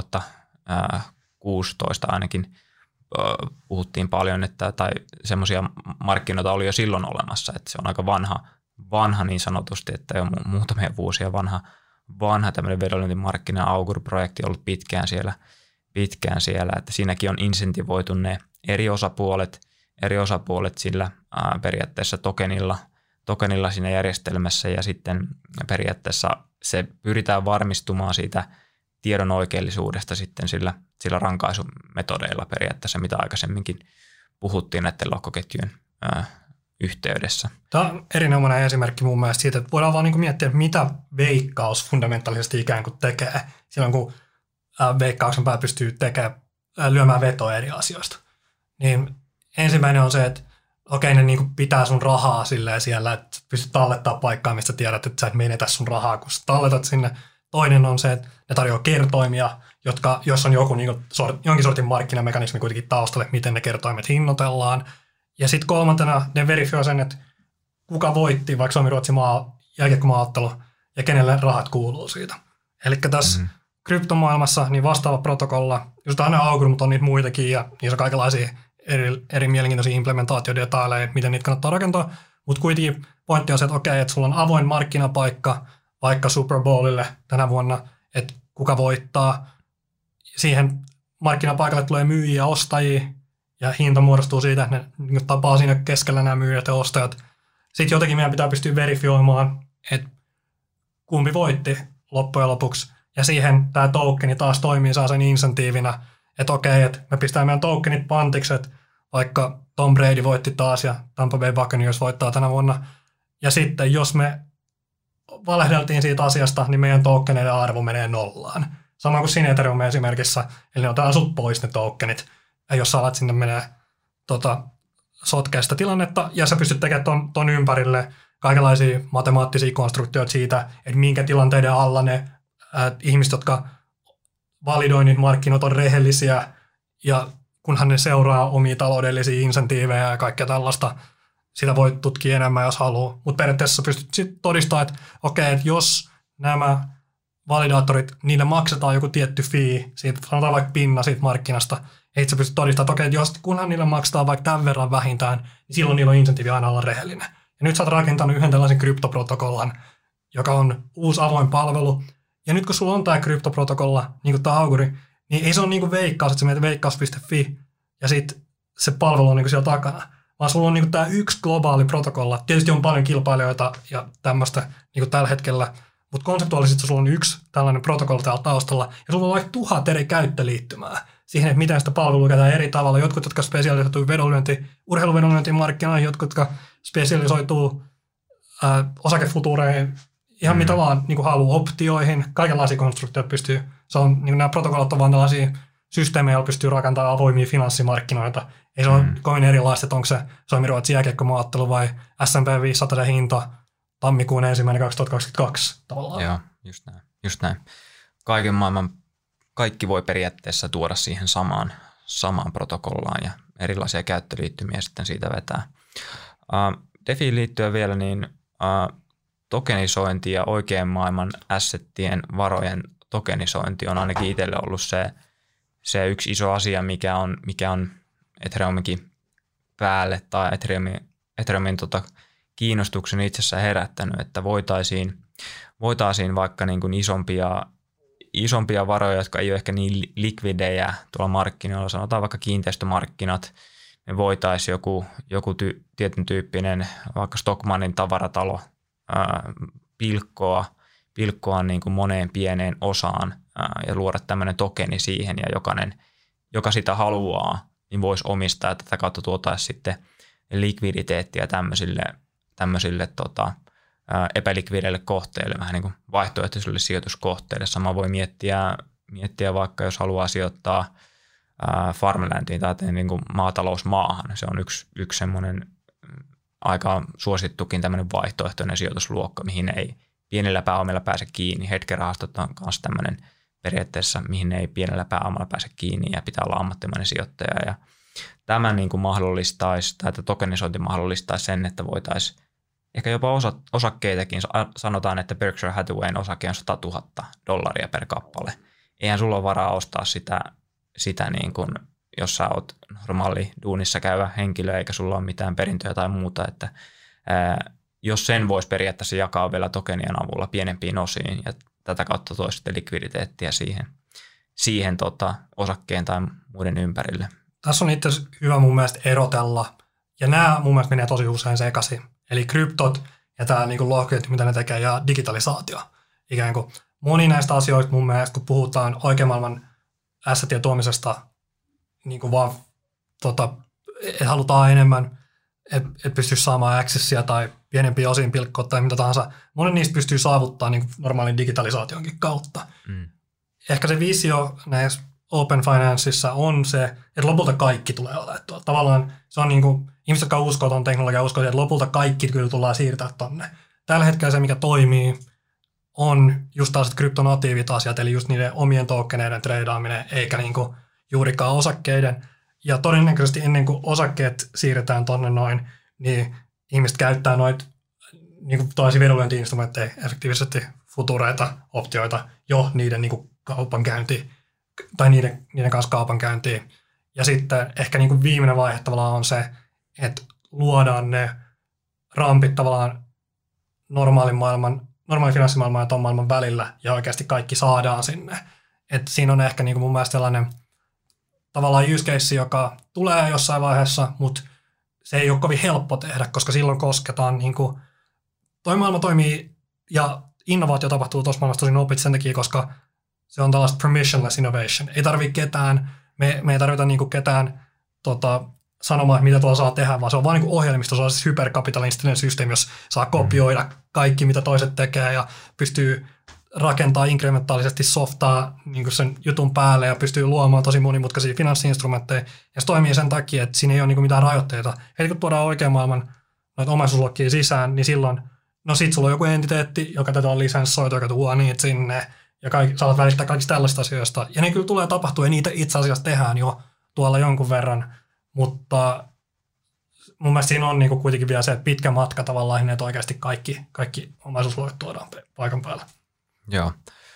2016 ainakin. Puhuttiin paljon, tai semmoisia markkinoita oli jo silloin olemassa, että se on aika vanha niin sanotusti, että jo muutamia vuosia vanha tämmöinen vedonlyöntimarkkina Augur-projekti on ollut pitkään siellä, että siinäkin on insentivoitu ne eri osapuolet sillä periaatteessa tokenilla siinä järjestelmässä ja sitten periaatteessa se pyritään varmistumaan siitä tiedon oikeellisuudesta sitten sillä rankaisumetodeilla periaatteessa, mitä aikaisemminkin puhuttiin näiden lohkoketjujen yhteydessä. Tämä on erinomainen esimerkki mun mielestä siitä, että voidaan vaan niin miettiä, mitä Veikkaus fundamentaalisesti ikään kuin tekee silloin, kun Veikkauksen pää pystyy lyömään vetoa eri asioista. Niin ensimmäinen on se, että okei, ne niin kuin pitää sun rahaa silleen siellä, että pystyt tallettaa paikkaa, mistä tiedät, että sä et menetä sun rahaa, kun sä talletat sinne. Toinen on se, että ne tarjoaa kertoimia, jotka, jos on jonkin sortin markkinamekanismi kuitenkin taustalle, miten ne kertoimet hinnoitellaan. Ja sitten kolmantena ne verifioi sen, että kuka voitti vaikka Suomi-Ruotsin jälkikomaaottelu ja kenelle rahat kuuluu siitä. Eli tässä kryptomaailmassa niin vastaava protokolla, just aina Augur, mutta on niitä muitakin ja niissä on kaikenlaisia eri mielenkiintoisia implementaatiodetaileja, miten niitä kannattaa rakentaa. Mutta kuitenkin pointti on se, että okei, että sulla on avoin markkinapaikka vaikka Super Bowlille tänä vuonna, että kuka voittaa. Siihen markkinapaikalle tulee myyjiä ja ostajia, ja hinta muodostuu siitä, että ne tapaa siinä keskellä nämä myyjät ja ostajat. Sitten jotenkin meidän pitää pystyä verifioimaan, että kumpi voitti loppujen lopuksi. Ja siihen tämä tokeni taas toimii, saa sen insentiivinä, että okei, että me pistetään meidän tokenit pantiksi, että vaikka Tom Brady voitti taas ja Tampa Bay Buccaneers voittaa tänä vuonna. Ja sitten jos me valehdeltiin siitä asiasta, niin meidän tokeneiden arvo menee nollaan. Sama kuin siinä Ethereum esimerkissä, eli ne otetaan sut pois ne tokenit, jos sä alat sinne menee sotkea sitä tilannetta, ja sä pystyt tekemään ton ympärille kaikenlaisia matemaattisia konstruktioita siitä, että minkä tilanteiden alla ne ihmiset, jotka validoinnit markkinat on rehellisiä, ja kunhan ne seuraa omia taloudellisia insentiivejä ja kaikkea tällaista, sitä voi tutkia enemmän, jos haluaa. Mutta periaatteessa pystyt sitten todistamaan, että okei, että jos nämä validaattorit, niille maksetaan joku tietty fee, siitä sanotaan vaikka pinna siitä markkinasta, ja itse pystyt todistamaan, että okei, että jos kunhan niille maksetaan vaikka tämän verran vähintään, niin silloin niillä on insentiivi aina olla rehellinen. Ja nyt sä oot rakentanut yhden tällaisen kryptoprotokollan, joka on uusi avoin palvelu, ja nyt kun sulla on tämä kryptoprotokolla, niin kuin tämä Auguri, niin ei se ole niin kuin Veikkaus, että sä menet veikkaus.fi, ja sitten se palvelu on niin kuin siellä takana, vaan sulla on niin kuin tämä yksi globaali protokolla. Tietysti on paljon kilpailijoita ja tämmöistä niin kuin tällä hetkellä, mutta konseptuaalisesti sulla on yksi tällainen protokolla täällä taustalla, ja sulla on vaikka 1000 eri käyttöliittymää siihen, että miten sitä palvelua käytetään eri tavalla. Jotkut, jotka spesialisoituu urheiluvedonlyöntiin markkinaan, jotkut, jotka spesialisoituu osakefutureihin, ihan mitä vaan niin kuin haluaa, optioihin, kaikenlaisia konstruktioita pystyy. Se on, niin nämä protokollat on vaan tällaisia systeemejä, joilla pystyy rakentamaan avoimia finanssimarkkinoita. Ei se ole kovin erilaista, että onko se Suomi-Ruotsin jääkiekkomaaottelu vai S&P 500 hinta tammikuun 1.2022 tavallaan. Joo, just näin. Kaiken maailman kaikki voi periaatteessa tuoda siihen samaan protokollaan ja erilaisia käyttöliittymiä sitten siitä vetää. DeFiin liittyen vielä, niin tokenisointi ja oikean maailman assettien varojen tokenisointi on ainakin itselle ollut se yksi iso asia, mikä on Ethereuminkin päälle tai Ethereumin kiinnostuksen itsessään herättänyt, että voitaisiin vaikka niin kuin isompia varoja, jotka ei ole ehkä niin likvidejä tuolla markkinoilla, sanotaan vaikka kiinteistömarkkinat, me voitaisiin joku tietyn tyyppinen vaikka Stockmannin tavaratalo pilkkoa niin kuin moneen pieneen osaan ja luoda tämmöinen tokeni siihen ja jokainen, joka sitä haluaa, niin voisi omistaa ja tätä kautta tuotaisiin sitten likviditeettiä tämmöisille epälikvideille kohteille, vähän niin kuin vaihtoehtoisille sijoituskohteille. Sama voi miettiä vaikka, jos haluaa sijoittaa farmlandiin tai niin kuin maatalousmaahan. Se on yksi semmoinen aika suosittukin tämmöinen vaihtoehtoinen sijoitusluokka, mihin ei pienellä pääomilla pääse kiinni. Hedge-rahastot on myös tämmöinen periaatteessa, mihin ei pienellä pääomalla pääse kiinni ja pitää olla ammattimainen sijoittaja. Ja tämä niin kuin mahdollistaisi, tai tokenisointi mahdollistaisi sen, että voitaisiin ehkä jopa osakkeitakin, sanotaan, että Berkshire Hathawayn osake on $100,000 per kappale. Eihän sulla ole varaa ostaa sitä niin kuin, jos sä oot normaali duunissa käyvä henkilö, eikä sulla ole mitään perintöä tai muuta, että jos sen voisi periaatteessa jakaa vielä tokenien avulla pienempiin osiin ja tätä kautta toisi sitten likviditeettiä siihen osakkeen tai muiden ympärille. Tässä on itse asiassa hyvä mun mielestä erotella, ja nämä mun mielestä menee tosi usein sekaisin. Eli kryptot ja tämä niin lohkoketju, mitä ne tekee, ja digitalisaatio. Ikään kuin moni näistä asioista mun mielestä, kun puhutaan oikean maailman assetien tuomisesta, niin kuin vaan että halutaan enemmän, että pystyisi saamaan accessia tai pienempiä osiin pilkkoa tai mitä tahansa. Moni niistä pystyy saavuttaa niin normaalin digitalisaationkin kautta. Ehkä se visio näissä Open Financeissa on se, että lopulta kaikki tulee otettua. Tavallaan se on niin kuin, ihmiset, jotka uskoo tuon teknologian, uskoo, että lopulta kaikki kyllä tullaan siirtää tonne. Tällä hetkellä se, mikä toimii, on just taas kryptonatiivit asiat, eli just niiden omien tokeneiden treidaaminen, eikä niin kuin juurikaan osakkeiden. Ja todennäköisesti ennen kuin osakkeet siirretään tonne noin, niin ihmiset käyttää noita niin toisia vedonlyönti-instrumentteja, efektiivisesti futureita, optioita, jo niiden niin kuin kaupankäyntiin, tai niiden kanssa kaupankäyntiin. Ja sitten ehkä niin kuin viimeinen vaihe tavallaan on se, että luodaan ne rampit tavallaan normaalin finanssimaailman ja ton maailman välillä, ja oikeasti kaikki saadaan sinne. Et siinä on ehkä niin kuin mun mielestä sellainen tavallaan use case, joka tulee jossain vaiheessa, mutta se ei ole kovin helppo tehdä, koska silloin kosketaan, niin kuin, toi maailma toimii ja innovaatio tapahtuu tuossa maailmassa tosi nopeasti sen takia, koska se on tällaista permissionless innovation. Ei tarvitse ketään, me ei tarvita niin kuin ketään sanomaan, mitä tuolla saa tehdä, vaan se on vain niin ohjelmisto, se on siis hyperkapitalistinen systeemi, jos saa kopioida kaikki, mitä toiset tekee ja pystyy rakentaa inkrementaalisesti softaa niin sen jutun päälle ja pystyy luomaan tosi monimutkaisia finanssi-instrumentteja. Ja se toimii sen takia, että siinä ei ole niin mitään rajoitteita. Heti kun tuodaan oikean maailman noita omaisuusluokkia sisään, niin silloin, no sit sulla on joku entiteetti, joka tätä on lisenssoitu, joka tuo niitä sinne, ja saat välittää kaikista tällaisista asioista. Ja ne kyllä tulee tapahtua, ja niitä itse asiassa tehdään jo tuolla jonkun verran, mutta mun mielestä siinä on niin kuitenkin vielä se, että pitkä matka tavallaan, että oikeasti kaikki omaisuusluokat tuodaan paikan päälle. Joo.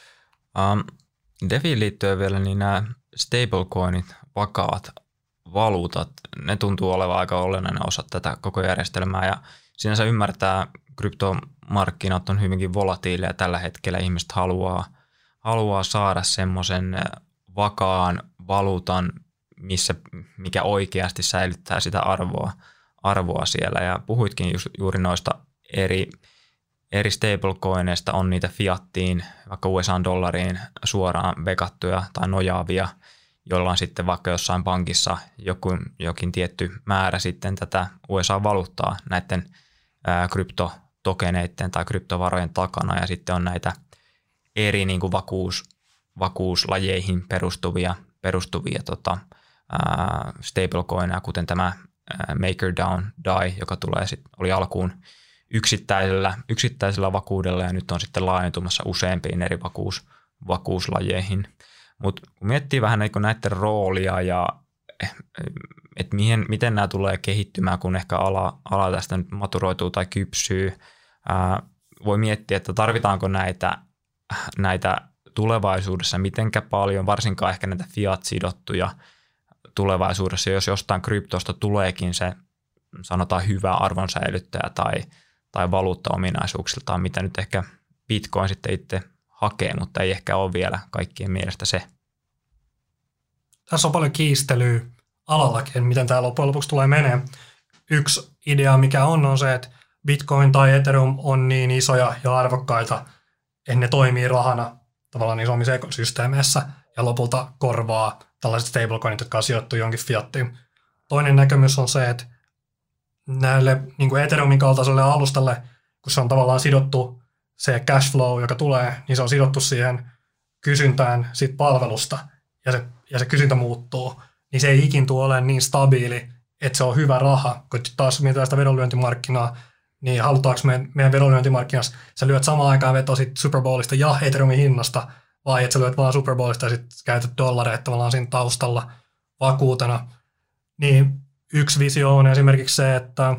DeFiin liittyen vielä, niin nämä stablecoinit, vakaat valuutat, ne tuntuu olevan aika olennainen osa tätä koko järjestelmää ja sinänsä ymmärtää, kryptomarkkinat on hyvinkin volatiileja tällä hetkellä. Ihmiset haluaa saada semmoisen vakaan valuutan, mikä oikeasti säilyttää sitä arvoa siellä ja puhuitkin juuri noista eri stablecoineista on niitä fiattiin, vaikka USA-dollariin suoraan vekattuja tai nojaavia, joilla on sitten vaikka jossain pankissa jokin tietty määrä sitten tätä USA-valuuttaa näiden kryptotokeneiden tai kryptovarojen takana ja sitten on näitä eri niin kuin vakuuslajeihin perustuvia stablecoineja, kuten tämä MakerDAO DAI, joka oli alkuun yksittäisellä vakuudella ja nyt on sitten laajentumassa useampiin eri vakuuslajeihin. Mutta kun miettii vähän näiden roolia ja että miten nämä tulee kehittymään, kun ehkä ala tästä nyt maturoituu tai kypsyy, voi miettiä, että tarvitaanko näitä tulevaisuudessa mitenkä paljon, varsinkaan ehkä näitä fiat-sidottuja tulevaisuudessa, jos jostain kryptosta tuleekin se, sanotaan, hyvä arvonsäilyttäjä tai valuuttaominaisuuksiltaan, mitä nyt ehkä Bitcoin sitten itse hakee, mutta ei ehkä ole vielä kaikkien mielestä se. Tässä on paljon kiistelyä alallakin, miten tämä loppujen lopuksi tulee menee. Yksi idea, mikä on se, että Bitcoin tai Ethereum on niin isoja ja arvokkaita, että ne toimii rahana tavallaan isommissa ekosysteemeissä ja lopulta korvaa tällaiset stablecoinit, jotka on sijoittu jonkin fiattiin. Toinen näkemys on se, että näille niin kuin Ethereumin kaltaiselle alustalle, kun se on tavallaan sidottu se cash flow, joka tulee, niin se on sidottu siihen kysyntään siitä palvelusta ja se kysyntä muuttuu, niin se ei ikin tule olemaan niin stabiili, että se on hyvä raha. Kun taas mietitään sitä vedonlyöntimarkkinaa, niin halutaanko meidän vedonlyöntimarkkinassa, sä lyöt samaan aikaan vetoa sit Super Bowlista ja Ethereumin hinnasta, vai että sä lyöt vaan Super Bowlista ja sitten käytät dollareita tavallaan siinä taustalla vakuutena. Niin yksi visio on esimerkiksi se, että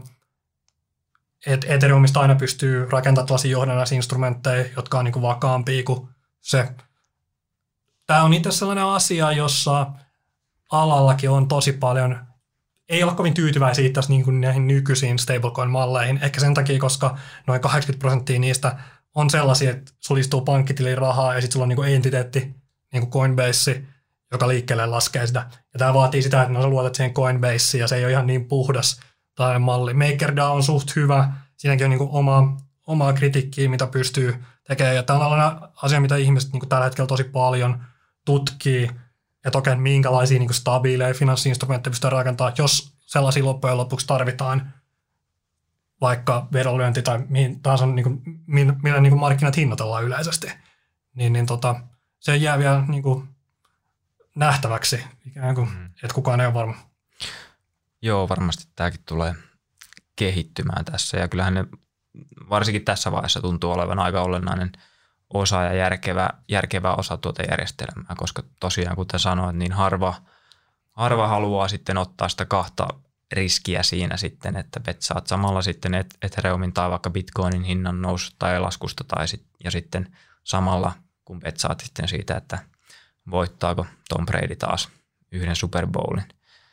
Ethereumista aina pystyy rakentamaan tällaisia johdannaisinstrumentteja, jotka on niin kuin vakaampia kuin se. Tämä on itse sellainen asia, jossa alallakin on tosi paljon, ei ole kovin tyytyväisiä tässä niin kuin näihin nykyisiin stablecoin-malleihin. Ehkä sen takia, koska noin 80% niistä on sellaisia, että sulla istuu pankkitiliin rahaa ja sitten sulla on niin kuin entiteetti, niin kuin Coinbase, joka liikkeelle laskee sitä. Ja tämä vaatii sitä, että sä luotat siihen Coinbaseen ja se ei ole ihan niin puhdas tai malli. MakerDAO on suht hyvä. Siinäkin on niin kuin omaa kritiikkiä, mitä pystyy tekemään. Ja tämä on sellainen asia, mitä ihmiset niin kuin tällä hetkellä tosi paljon tutkii, että okei, minkälaisia niin kuin stabiileja finanssi-instrumentteja pystytään rakentamaan, jos sellaisia loppujen lopuksi tarvitaan vaikka vedonlyönti tai mihin tahansa, niin kuin, millä niin kuin markkinat hinnoitellaan yleisesti, niin se jää vielä niin kuin nähtäväksi, ikään kuin, että kukaan ei ole varma. Joo, varmasti tämäkin tulee kehittymään tässä ja kyllähän ne varsinkin tässä vaiheessa tuntuu olevan aika olennainen osa ja järkevä osa tuota järjestelmää, koska tosiaan kuten sanoit, niin harva haluaa sitten ottaa sitä kahta riskiä siinä sitten, että betsaat samalla sitten Ethereumin tai vaikka Bitcoinin hinnan noususta tai laskusta ja sitten samalla kun betsaat sitten siitä, että voittaako Tom Brady taas yhden Super Bowlin.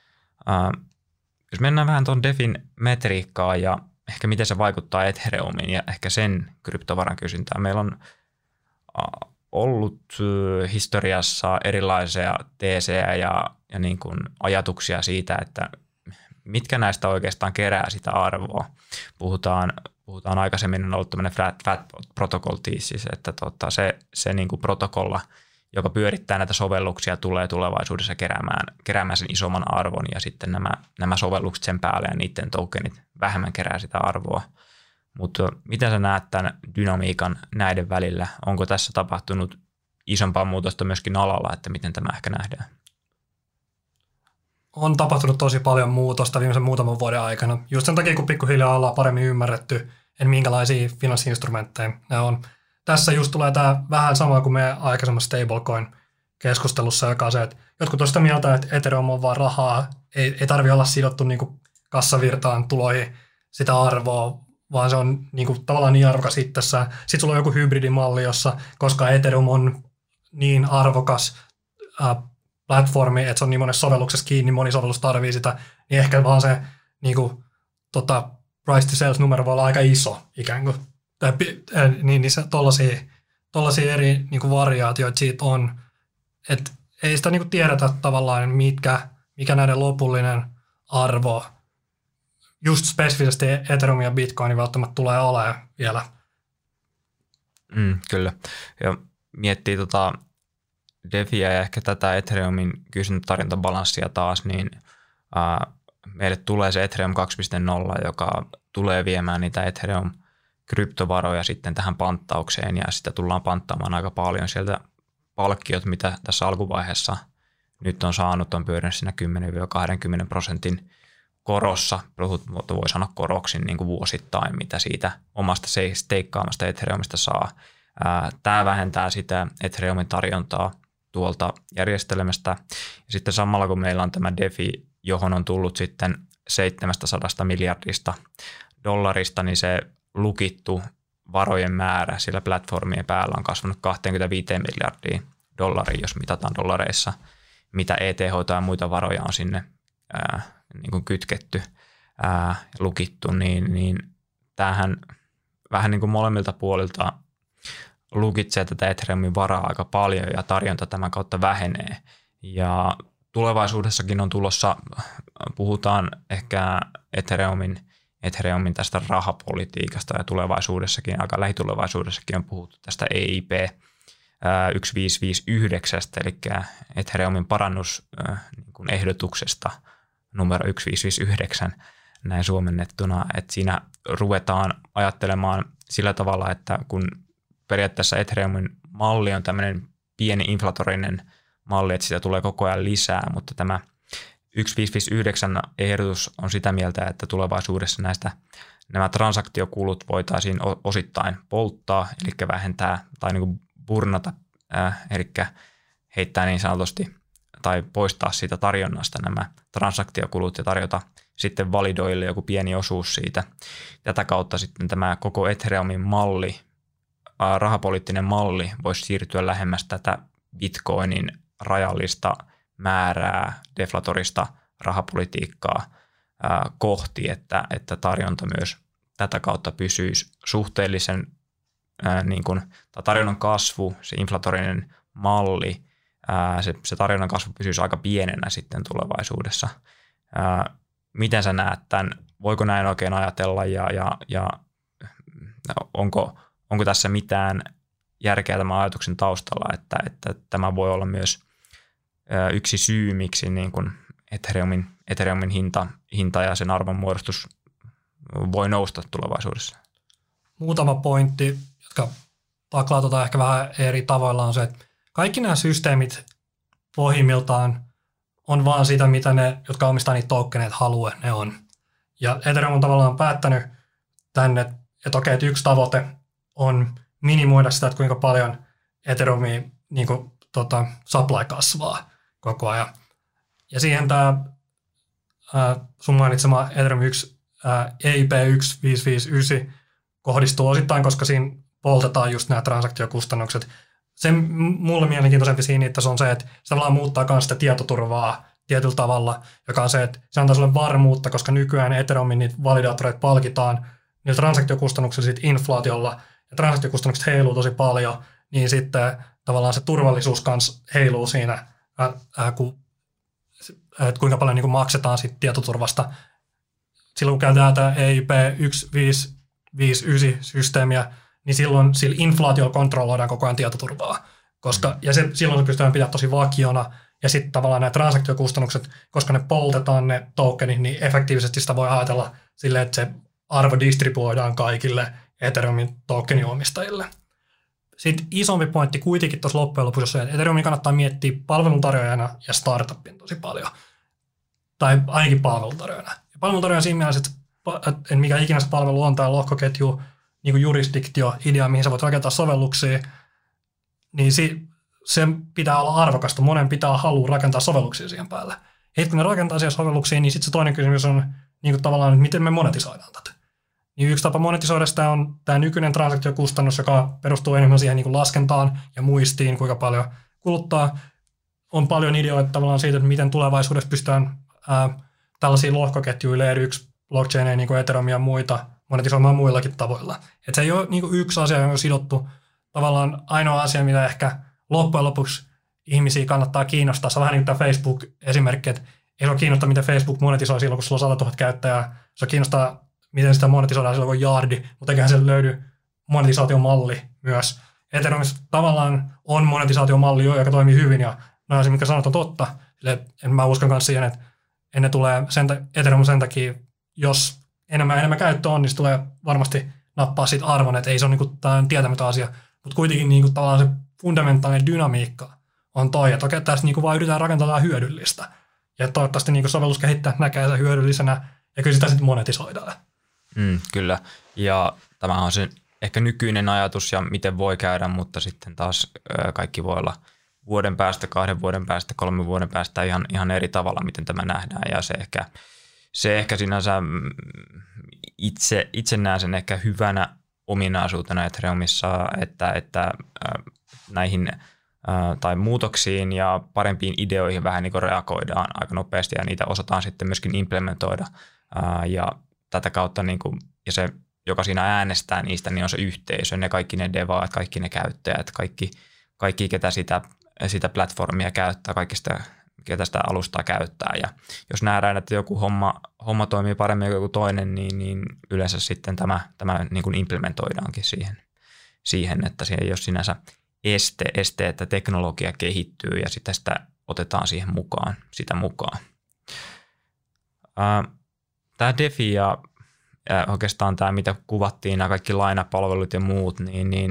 Jos mennään vähän tuon DeFin metriikkaan ja ehkä miten se vaikuttaa Ethereumiin ja ehkä sen kryptovaran kysyntään. Meillä on ollut historiassa erilaisia teesejä ja niin kuin ajatuksia siitä, että mitkä näistä oikeastaan kerää sitä arvoa. Puhutaan aikaisemmin on ollut tämmöinen fat protocol thesis, että se niin kuin protokolla, joka pyörittää näitä sovelluksia, tulee tulevaisuudessa keräämään sen isomman arvon ja sitten nämä sovellukset sen päälle ja niiden tokenit vähemmän kerää sitä arvoa. Mutta miten sä näet tämän dynamiikan näiden välillä? Onko tässä tapahtunut isompaa muutosta myöskin alalla, että miten tämä ehkä nähdään? On tapahtunut tosi paljon muutosta viimeisen muutaman vuoden aikana. Just sen takia, kun pikkuhiljaa ollaan paremmin ymmärretty, että minkälaisia finanssi-instrumentteja ne on. Tässä just tulee tämä vähän sama kuin meidän aikaisemmassa stablecoin-keskustelussa, joka on se, että jotkut on sitä mieltä, että Ethereum on vaan rahaa, ei tarvitse olla sidottu niin kuin kassavirtaan tuloihin sitä arvoa, vaan se on niin kuin tavallaan niin arvokas itsessään. Sitten sulla on joku hybridimalli, jossa, koska Ethereum on niin arvokas platformi, että se on niin monessa sovelluksessa kiinni, moni sovellus tarvii sitä, niin ehkä vaan se niin kuin, price to sales numero voi olla aika iso ikään kuin. Niin se tollaisia eri niin kuin variaatioita siitä on, että ei sitä niin kuin tiedetä tavallaan, mikä näiden lopullinen arvo just spesifisesti Ethereum ja Bitcoin välttämättä tulee olemaan vielä. Kyllä. Ja miettii DeFiä ja ehkä tätä Ethereumin kysyntätarjontabalanssia taas, niin meille tulee se Ethereum 2.0, joka tulee viemään niitä Ethereum-kryptovaroja sitten tähän panttaukseen ja sitä tullaan panttaamaan aika paljon sieltä palkkiot, mitä tässä alkuvaiheessa nyt on pyörinyt siinä 10-20% korossa, mutta voi sanoa koroksi niin kuin vuosittain, mitä siitä omasta steikkaamasta Ethereumista saa. Tämä vähentää sitä Ethereumin tarjontaa tuolta järjestelmästä. Ja sitten samalla kun meillä on tämä DeFi, johon on tullut sitten 700 miljardista dollarista, niin se lukittu varojen määrä sillä platformien päällä on kasvanut 25 miljardia dollaria, jos mitataan dollareissa, mitä ETH ja muita varoja on sinne niin kuin kytketty, lukittu, niin tämähän vähän niin kuin molemmilta puolilta lukitsee tätä Ethereumin varaa aika paljon ja tarjonta tämän kautta vähenee. Ja tulevaisuudessakin on tulossa, puhutaan ehkä Ethereumin tästä rahapolitiikasta ja tulevaisuudessakin, aika lähitulevaisuudessakin on puhuttu tästä EIP 1559, eli Ethereumin parannusehdotuksesta numero 1559 näin suomennettuna, että siinä ruvetaan ajattelemaan sillä tavalla, että kun periaatteessa Ethereumin malli on tämmöinen pieni inflatorinen malli, että sitä tulee koko ajan lisää, mutta tämä 1559 ehdotus on sitä mieltä, että tulevaisuudessa nämä transaktiokulut voitaisiin osittain polttaa, eli vähentää tai niin kuin burnata, eli heittää niin sanotusti tai poistaa siitä tarjonnasta nämä transaktiokulut ja tarjota sitten validoille joku pieni osuus siitä. Tätä kautta sitten tämä koko Ethereumin malli, rahapoliittinen malli voisi siirtyä lähemmäs tätä Bitcoinin rajallista määrää, deflatorista rahapolitiikkaa kohti, että tarjonta myös tätä kautta pysyisi suhteellisen, niin kuin, tarjonnan kasvu, se inflatorinen malli, se tarjonnan kasvu pysyisi aika pienenä sitten tulevaisuudessa. Miten sä näet tämän? Voiko näin oikein ajatella ja onko tässä mitään järkeä tämän ajatuksen taustalla, että tämä voi olla myös yksi syy, miksi niin kuin Ethereumin hinta ja sen arvonmuodostus voi nousta tulevaisuudessa? Muutama pointti, jotka taklaa ehkä vähän eri tavoilla, on se, että kaikki nämä systeemit pohjimmiltaan on vaan sitä, mitä ne, jotka omistaa niitä tokeneita, haluaa, ne on. Ja Ethereum on tavallaan päättänyt tänne, että okei, että yksi tavoite on minimoida sitä, että kuinka paljon Ethereumin niin kuin, supply kasvaa koko ajan. Ja siihen tämä sun mainitsema Ethereum 1, EIP 1559 kohdistuu osittain, koska siinä poltetaan just nämä transaktiokustannukset. Se mulle mielenkiintoisempi siinä että se on se, että se tavallaan muuttaa myös sitä tietoturvaa tietyllä tavalla, joka on se, että se antaa sulle varmuutta, koska nykyään Ethereumin niitä validaattoreita palkitaan niillä transaktiokustannuksilla siitä inflaatiolla, ja transaktiokustannukset heiluu tosi paljon, niin sitten tavallaan se turvallisuus kanssa heiluu siinä, että kuinka paljon niin kuin maksetaan siitä tietoturvasta. Silloin kun käytetään tämä EIP 1559-systeemiä, niin silloin sillä inflaatiolla kontrolloidaan koko ajan tietoturvaa. Ja silloin se pystytään pitämään tosi vakiona. Ja sitten tavallaan nämä transaktiokustannukset, koska ne poltetaan ne tokenit, niin efektiivisesti sitä voi ajatella silleen, että se arvo distribuoidaan kaikille Ethereumin tokeniomistajille. Sitten isompi pointti kuitenkin tuossa loppujen lopuksi on se, että Ethereumin kannattaa miettiä palveluntarjoajana ja startupin tosi paljon. Tai ainakin palveluntarjoajana. Ja palveluntarjoajana siinä mielessä, että mikä ikinä se palvelu on, tämä lohkoketju, niin kuin jurisdiktio-idea, mihin sä voit rakentaa sovelluksia, niin se pitää olla arvokasta. Monen pitää halua rakentaa sovelluksia siihen päälle. Heti kun ne rakentaa siihen sovelluksia, niin sitten se toinen kysymys on niin kuin tavallaan, että miten me monetisoidaan tätä. Niin yksi tapa monetisoida sitä on tämä nykyinen transaktiokustannus, joka perustuu enemmän siihen niin kuin laskentaan ja muistiin, kuinka paljon kuluttaa. On paljon ideoita tavallaan siitä, että miten tulevaisuudessa pystytään tällaisia lohkoketjuja, Layer 1 blockchaineja, niin kuin Ethereum ja muita, monetisoimaan muillakin tavoilla. Et se ei ole niin kuin yksi asia, joka on sidottu. Tavallaan ainoa asia, mitä ehkä loppujen lopuksi ihmisiä kannattaa kiinnostaa. Se on vähän niin kuin tämä Facebook-esimerkki, että ei se ole kiinnostaa, miten Facebook monetisoi silloin, kun sulla on 100 000 käyttäjää. Se on kiinnostaa, miten sitä monetisoidaan silloin, kun on jaardi, mutta eiköhän se löydy monetisaatiomalli myös. Ethereumissa tavallaan on monetisaatiomalli jo, joka toimii hyvin, ja nämä asiat, mitkä sanot, on totta. Mä uskon myös siihen, että ne tulee Ethereum sen takia, jos enemmän käyttöä on, niin se tulee varmasti nappaa siitä arvon, että ei se ole niin tietämätön asia, mutta kuitenkin niin tavallaan se fundamentaalinen dynamiikka on toi, että okei, tässä niin vaan yritetään rakentaa jotain hyödyllistä. Ja toivottavasti niin sovelluskehittäjät näkee sen hyödyllisenä, ja kyllä sitä sitten monetisoidaan. Kyllä, ja tämä on se ehkä nykyinen ajatus ja miten voi käydä, mutta sitten taas kaikki voi olla vuoden päästä, 2 vuoden päästä, 3 vuoden päästä ihan eri tavalla, miten tämä nähdään. Ja se ehkä sinänsä itse näen sen ehkä hyvänä ominaisuutena Ethereumissa, että näihin tai muutoksiin ja parempiin ideoihin vähän niin kuin reagoidaan aika nopeasti ja niitä osataan sitten myöskin implementoida ja tätä kautta niin kuin, ja se, joka siinä äänestää niistä, niin on se yhteisö, ne kaikki ne devaat, kaikki ne käyttäjät, kaikki ketä sitä platformia käyttää, kaikki sitä, ketä sitä alustaa käyttää. Ja jos nähdään, että joku homma toimii paremmin kuin joku toinen, niin yleensä sitten tämä niin kuin implementoidaankin siihen, että se ei ole sinänsä este, että teknologia kehittyy ja sitä otetaan siihen mukaan. Tämä DeFi ja oikeastaan tämä, mitä kuvattiin, nämä kaikki lainapalvelut ja muut, niin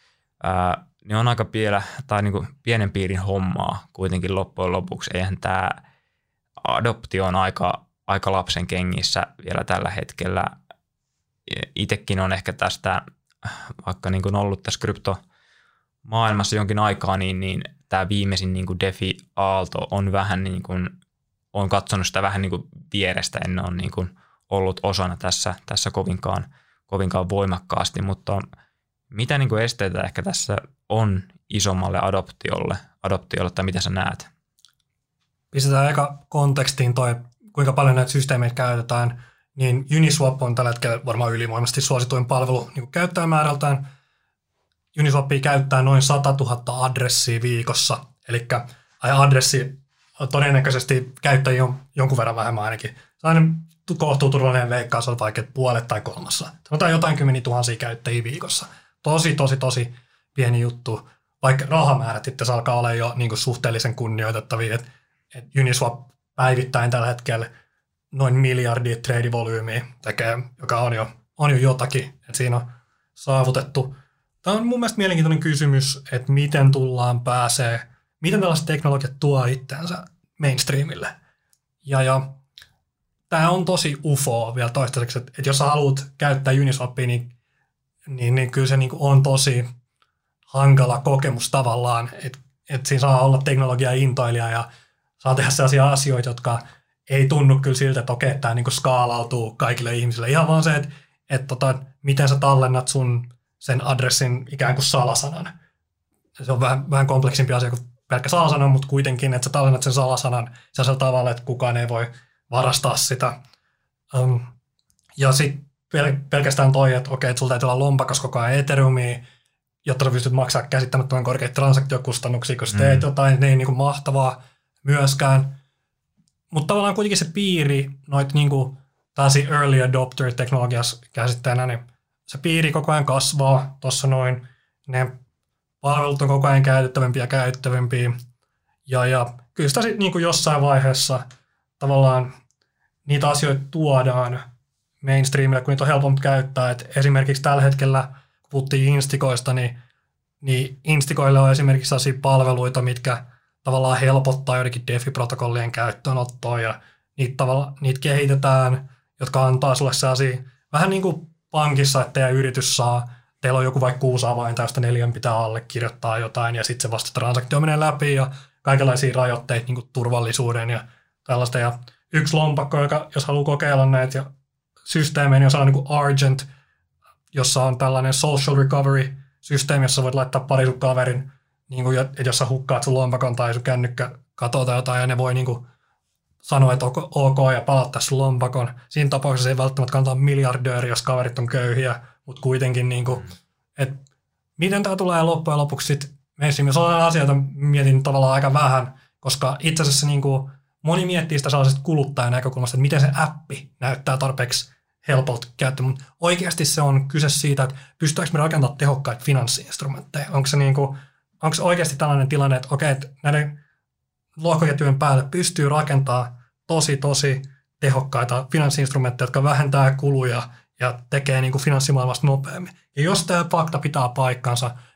ne on aika niin kuin pienen piirin hommaa kuitenkin loppujen lopuksi. Eihän tämä adoptio on aika lapsen kengissä vielä tällä hetkellä. Itsekin on ehkä tästä, vaikka niin kuin ollut tässä kryptomaailmassa jonkin aikaa, niin tämä viimeisin niin kuin DeFi-aalto on vähän niin kuin, olen katsonut sitä vähän niin kuin vierestä, en ole niin kuin ollut osana tässä kovinkaan voimakkaasti, mutta mitä niin kuin esteitä ehkä tässä on isommalle adoptiolle tai mitä sä näet? Pistetään eka kontekstiin toi, kuinka paljon näitä systeemeitä käytetään, niin Uniswap on tällä hetkellä varmaan ylivoimaisesti suosituin palvelu niin käyttäjämäärältään. Uniswapia käyttää noin 100 000 adressia viikossa, eli adressi todennäköisesti käyttäjiä on jonkun verran vähemmän ainakin. Sellainen kohtuuturvallinen veikkaus on vaikka puolet tai kolmassa. Sanotaan jotain 10 000 käyttäjiä viikossa. Tosi pieni juttu, vaikka rahamäärät itse alkaa olla jo niin kuin suhteellisen kunnioitettavia. Et Uniswap päivittäin tällä hetkellä noin miljardia trade-volyymiä tekee, joka on jo jotakin, että siinä on saavutettu. Tämä on mun mielestä mielenkiintoinen kysymys, että miten miten tällaiset teknologiat tuo itsensä mainstreamille. Ja tämä on tosi UFO vielä toistaiseksi, että jos sä haluat käyttää Uniswapia, niin kyllä se niin on tosi hankala kokemus tavallaan, että siinä saa olla teknologia-intoilija ja saa tehdä sellaisia asioita, jotka ei tunnu kyllä siltä, että okei, tämä niin skaalautuu kaikille ihmisille. Ihan vaan se, että miten sä tallennat sen adressin ikään kuin salasanan. Se on vähän kompleksimpi asia kuin pelkkä salasana, mutta kuitenkin, että sä tallennat sen salasanan sellaisella tavalla, että kukaan ei voi varastaa sitä. Ja sitten pelkästään toi, että okei, että sulla täytyy olla lompakas koko ajan Ethereumia, jotta sä pystyt maksaa käsittämättömän korkeita transaktiokustannuksia, kun sä teet jotain, ne ei niin kuin mahtavaa myöskään. Mutta tavallaan kuitenkin se piiri, noita niin kuin tällaisia early adopter-teknologiassa käsitteenä, niin se piiri koko ajan kasvaa tuossa noin. Ne palvelut on koko ajan käyttävämpiä. Ja kyllä sitä sitten niin kuin jossain vaiheessa tavallaan niitä asioita tuodaan mainstreamille, kun niitä on helpompi käyttää. Et esimerkiksi tällä hetkellä, kun puhuttiin Instikoista, niin Instikoille on esimerkiksi sellaisia palveluita, mitkä tavallaan helpottaa joidenkin DeFi-protokollien käyttöönottoa ja niitä kehitetään, jotka antaa sulle sellaisia, vähän niin kuin pankissa, että teidän yritys teillä on joku vaikka 6 avainta, josta 4 pitää allekirjoittaa jotain ja sitten se vasta transaktio menee läpi ja kaikenlaisia rajoitteita niin kuin turvallisuuden ja tällaista. Ja yksi lompakko, joka, jos haluaa kokeilla näitä systeemejä, niin on sellainen kuin Argent, jossa on tällainen social recovery-systeemi, jossa voit laittaa pari sun kaverin, niin kuin, että jos sä hukkaat sun lompakon tai sun kännykkä katota jotain, ja ne voi niin kuin sanoa, että ok, ja palauttaa sun lompakon. Siinä tapauksessa ei välttämättä kannata miljardööri, jos kaverit on köyhiä, mutta kuitenkin, niin kuin, että miten tämä tulee loppujen lopuksi sitten meissä. Sellainen asia, jota mietin tavallaan aika vähän, koska itse asiassa niin kuin moni miettii sitä sellaisesta kuluttajan näkökulmasta, että miten se appi näyttää tarpeeksi helpolta käyttöön, mutta oikeasti se on kyse siitä, että pystytäänkö me rakentamaan tehokkaita finanssi-instrumentteja. Onko se oikeasti tällainen tilanne, että okei, että näiden lohkoketjujen päälle pystyy rakentamaan tosi tehokkaita finanssi-instrumentteja, jotka vähentää kuluja ja tekee niin kuin finanssimaailmasta nopeammin. Ja jos tämä fakta pitää paikkansa,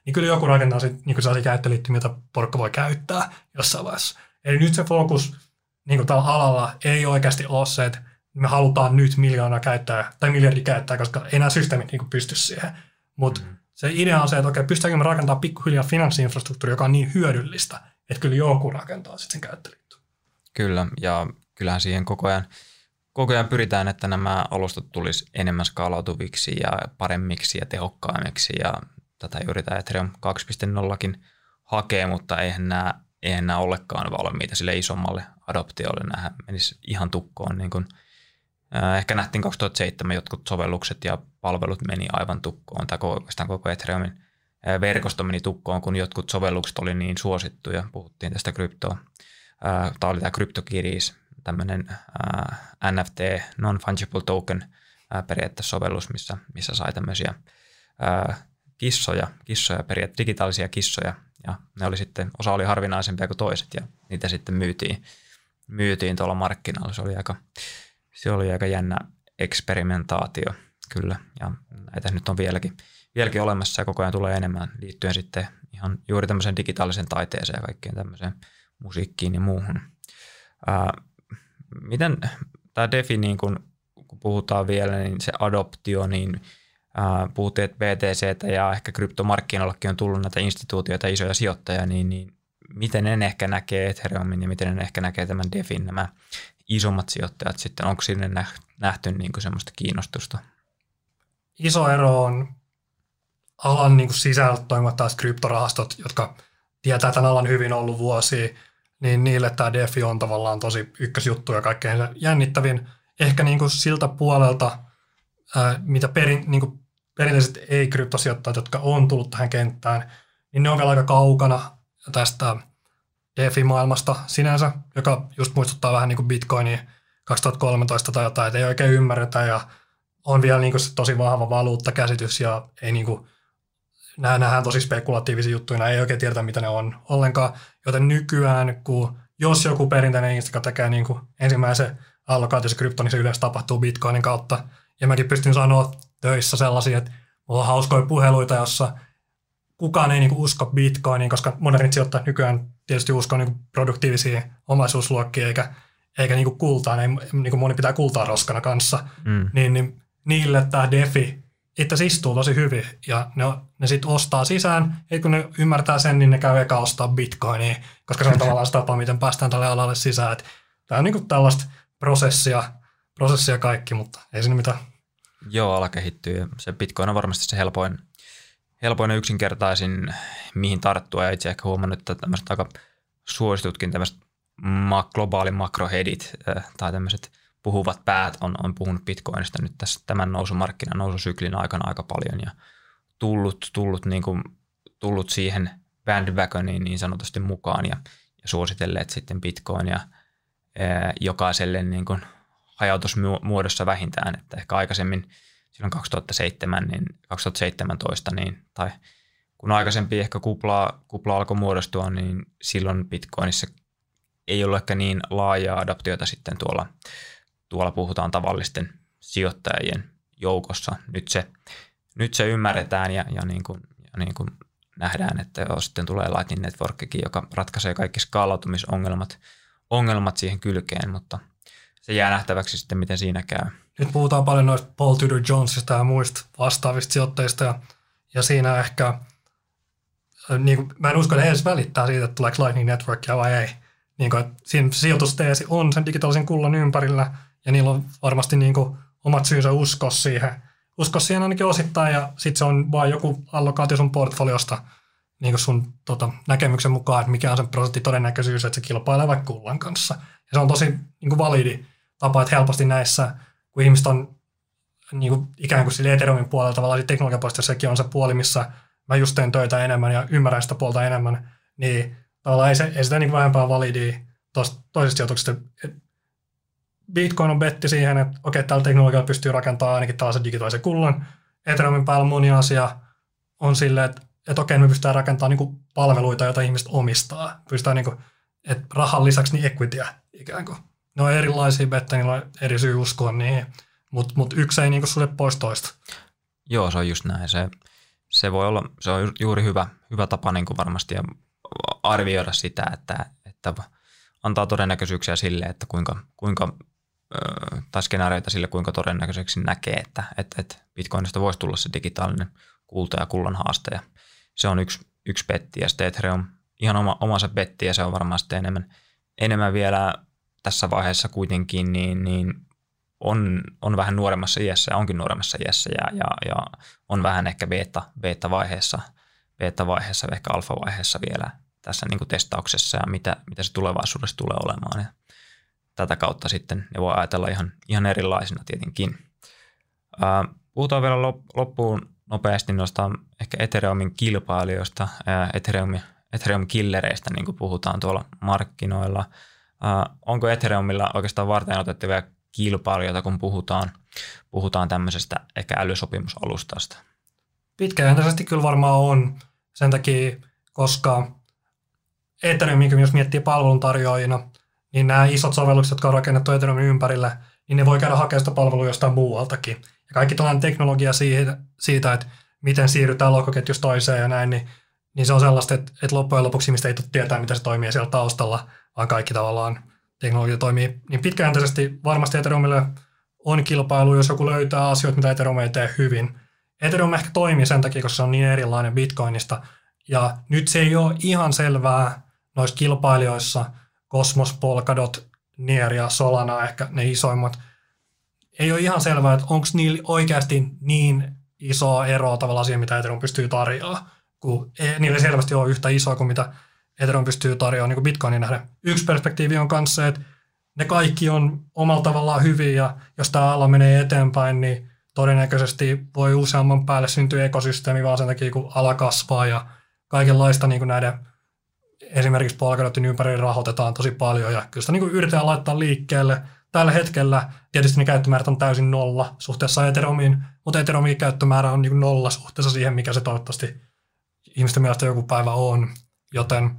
niin kyllä joku rakentaa sitten niin sellaisia käyttöliittymiä, joita porukka voi käyttää jossain vaiheessa. Eli nyt se fokus niin tällä alalla ei oikeasti ole se, että me halutaan nyt miljoonaa käyttää tai miljardia käyttää, koska ei nämä systeemit niin pysty siihen. Mutta se idea on se, että okei, pystytäänkö me rakentamaan pikkuhiljaa finanssiinfrastruktuuri, joka on niin hyödyllistä, että kyllä joku rakentaa sitten sen käyttöliittymän. Kyllä, ja kyllähän siihen koko ajan pyritään, että nämä alustat tulisi enemmän skaalautuviksi ja paremmiksi ja tehokkaimmiksi, ja tätä juuri tämä Ethereum 2.0kin hakee, mutta eihän nämä ollenkaan valmiita sille isommalle adoptiolle. Nämähän menisi ihan tukkoon. Niin kuin, ehkä nähtiin 2007 jotkut sovellukset ja palvelut meni aivan tukkoon, tai oikeastaan koko Ethereumin verkosto meni tukkoon, kun jotkut sovellukset oli niin suosittuja. Puhuttiin tästä tämä oli tämä CryptoKitties, tämmöinen NFT, non-fungible token periaatteessa sovellus, missä sai tämmöisiä kissoja periaatteessa digitaalisia kissoja, ja ne oli sitten, osa oli harvinaisempia kuin toiset, ja niitä sitten myytiin tuolla markkinoilla. Se oli aika jännä eksperimentaatio, kyllä, ja näitä nyt on vieläkin olemassa, ja koko ajan tulee enemmän liittyen sitten ihan juuri tämmöiseen digitaaliseen taiteeseen ja kaikkeen tämmöiseen musiikkiin ja muuhun. Miten tämä DeFi, niin kun puhutaan vielä, niin se adoptio, niin puhuttiin, että BTC ja ehkä kryptomarkkinoillakin on tullut näitä instituutioita, isoja sijoittajia, niin miten ne ehkä näkee Ethereumin ja miten ne ehkä näkee tämän DeFin, nämä isommat sijoittajat sitten, onko sinne nähty niin kuin semmoista kiinnostusta? Iso ero on alan niin kuin sisällä toimivat taas kryptorahastot, jotka tietää tämän alan hyvin ollut vuosia, niin niille tämä DeFi on tavallaan tosi ykkösjuttu ja kaikkein jännittävin. Ehkä niin kuin siltä puolelta, mitä perinteiset ei-kryptosijoittajat, jotka on tullut tähän kenttään, niin ne on vielä aika kaukana tästä DeFi-maailmasta sinänsä, joka just muistuttaa vähän niin kuin Bitcoinia 2013 tai jotain, että ei oikein ymmärretä ja on vielä niin kuin se tosi vahva valuuttakäsitys ja ei niin kuin, nähdään tosi spekulatiivisia juttuja, ei oikein tiedetä, mitä ne on ollenkaan, joten nykyään, jos joku perinteinen ihminen, joka tekee niin kuin ensimmäisen allokaatiossa krypto, niin se yleensä tapahtuu Bitcoinin kautta. Ja mäkin pystyn sanoa töissä sellaisia, että mulla on hauskoja puheluita, jossa kukaan ei niin kuin usko Bitcoiniin, koska modernit sijoittajat nykyään tietysti uskoo niin kuin produktiivisia omaisuusluokkia, eikä niin kuin kultaan, ei, niin kuin moni pitää kultaa roskana kanssa, niin niille tämä DeFi itse asiassa istuu tosi hyvin, ja ne sitten ostaa sisään, ja kun ne ymmärtää sen, niin ne käy eka ostaa Bitcoinia, koska se on tavallaan se tapa, miten päästään tälle alalle sisään. Tämä on niin kuin tällaista prosessia kaikki, mutta ei siinä mitään. Joo, ala kehittyy, ja se Bitcoin on varmasti se helpoin ja yksinkertaisin, mihin tarttua, ja itse ehkä huomannut, että tämmöiset aika suositutkin tämmöiset globaalin makrohedit tai tämmöiset puhuvat päät on puhunut Bitcoinista nyt tässä tämän noususyklin aikana aika paljon ja tullut siihen bandwagoniin niin sanotusti mukaan ja suositelleet sitten Bitcoinia jokaiselle niin kuin hajautusmuodossa vähintään, että ehkä aikaisemmin silloin 2017 tai kun aikaisempi ehkä kupla alkoi muodostua, niin silloin Bitcoinissa ei ollut ehkä niin laajaa adaptiota sitten tuolla puhutaan tavallisten sijoittajien joukossa. Nyt se ymmärretään ja niin kuin nähdään, että sitten tulee Lightning Networkikin, joka ratkaisee kaikki skaalautumisongelmat siihen kylkeen, mutta se jää nähtäväksi sitten, miten siinä käy. Nyt puhutaan paljon noista Paul Tudor Jonesista ja muista vastaavista sijoittajista ja siinä ehkä, niin kuin, mä en usko, että he edes välittää siitä, että tuleeko Lightning Networkia vai ei. Niin kuin, siinä sijoitusteesi on sen digitaalisen kullan ympärillä ja niillä on varmasti niin kuin omat syynsä uskoa siihen ainakin osittain ja sitten se on vaan joku allokaatio sun portfoliosta niin kuin sun näkemyksen mukaan, että mikä on sen prosenttitodennäköisyys, että se kilpailee vaikka kullan kanssa. Ja se on tosi niin kuin validi tapa, että helposti näissä, kun ihmiset on niin kuin ikään kuin sille Ethereumin puolella tavallaan teknologiapuolesta, sekin on se puoli, missä mä just teen töitä enemmän ja ymmärrän sitä puolta enemmän, niin tavallaan ei sitä niin vähempää validia toisesta sijoituksesta. Bitcoin on betti siihen, että okei, tällä teknologialla pystyy rakentamaan ainakin tällaisen digitaalisen kullan. Ethereumin päällä moni asia on silleen, että okei, me pystytään rakentamaan niin palveluita, joita ihmiset omistaa. Pystytään niin kuin, että rahan lisäksi niin equityä ikään kuin. Ne on erilaisia bettejä, niillä on eri syy uskoa niihin, mutta yksi ei niin kuin sulle pois toista. Joo, se on just näin. Se se on juuri hyvä tapa niin kuin varmasti arvioida sitä, että antaa todennäköisyyksiä sille, että kuinka tai skenaarioita sille, kuinka todennäköiseksi näkee, että Bitcoinista voisi tulla se digitaalinen kulta ja kullan haaste. Ja se on yksi betti, ja sitten Ethereum ihan omansa betti, ja se on varmasti enemmän vielä tässä vaiheessa kuitenkin, niin on vähän nuoremmassa iässä ja onkin nuoremmassa iässä, ja on vähän ehkä beta-vaiheessa, ehkä alfa-vaiheessa vielä tässä niin kuin testauksessa, ja mitä se tulevaisuudessa tulee olemaan. Ja tätä kautta sitten ne voi ajatella ihan erilaisina tietenkin. Puhutaan vielä loppuun nopeasti noista ehkä Ethereumin kilpailijoista, Ethereum-killereistä, niin kuin puhutaan tuolla markkinoilla. Onko Ethereumilla oikeastaan varteenotettavia kilpailijoita, kun puhutaan tämmöisestä ehkä älysopimusalustasta? Pitkäjänteisesti kyllä varmaan on sen takia, koska Ethereumin, jos miettii palveluntarjoajina, niin nämä isot sovellukset, jotka on rakennettu Ethereumin ympärille, niin ne voi käydä hakemaan sitä palvelua jostain muualtakin. Ja kaikki tällainen teknologia siitä, että miten siirrytään lohkoketjusta toiseen ja näin, niin se on sellaista, että loppujen lopuksi mistä ei tule tietää, miten se toimii siellä taustalla, vaan kaikki tavallaan teknologia toimii. Niin pitkäjänteisesti varmasti Ethereumille on kilpailu, jos joku löytää asioita, mitä Ethereum ei tee hyvin. Ethereum ehkä toimii sen takia, koska se on niin erilainen Bitcoinista. Ja nyt se ei ole ihan selvää noissa kilpailijoissa, Cosmos, Polkadot, Near ja Solana ehkä ne isoimmat. Ei ole ihan selvää, että onko niillä oikeasti niin isoa eroa tavallaan siihen, mitä Ethereum pystyy tarjoamaan, kun niillä ei selvästi ole yhtä isoa kuin mitä Ethereum pystyy tarjoamaan niin kuin Bitcoinin nähden. Yksi perspektiivi on myös se, että ne kaikki on omalla tavallaan hyviä, ja jos tämä ala menee eteenpäin, niin todennäköisesti voi useamman päälle syntyä ekosysteemi vaan sen takia, kun ala kasvaa ja kaikenlaista niin kuin näiden esimerkiksi Polkadotin ympärillä rahoitetaan tosi paljon, ja kyllä sitä niin kuin yritetään laittaa liikkeelle. Tällä hetkellä tietysti ne käyttömäärät on täysin nolla suhteessa Ethereumiin, mutta Ethereumin käyttömäärä on niin kuin nolla suhteessa siihen, mikä se toivottavasti ihmisten mielestä joku päivä on. Joten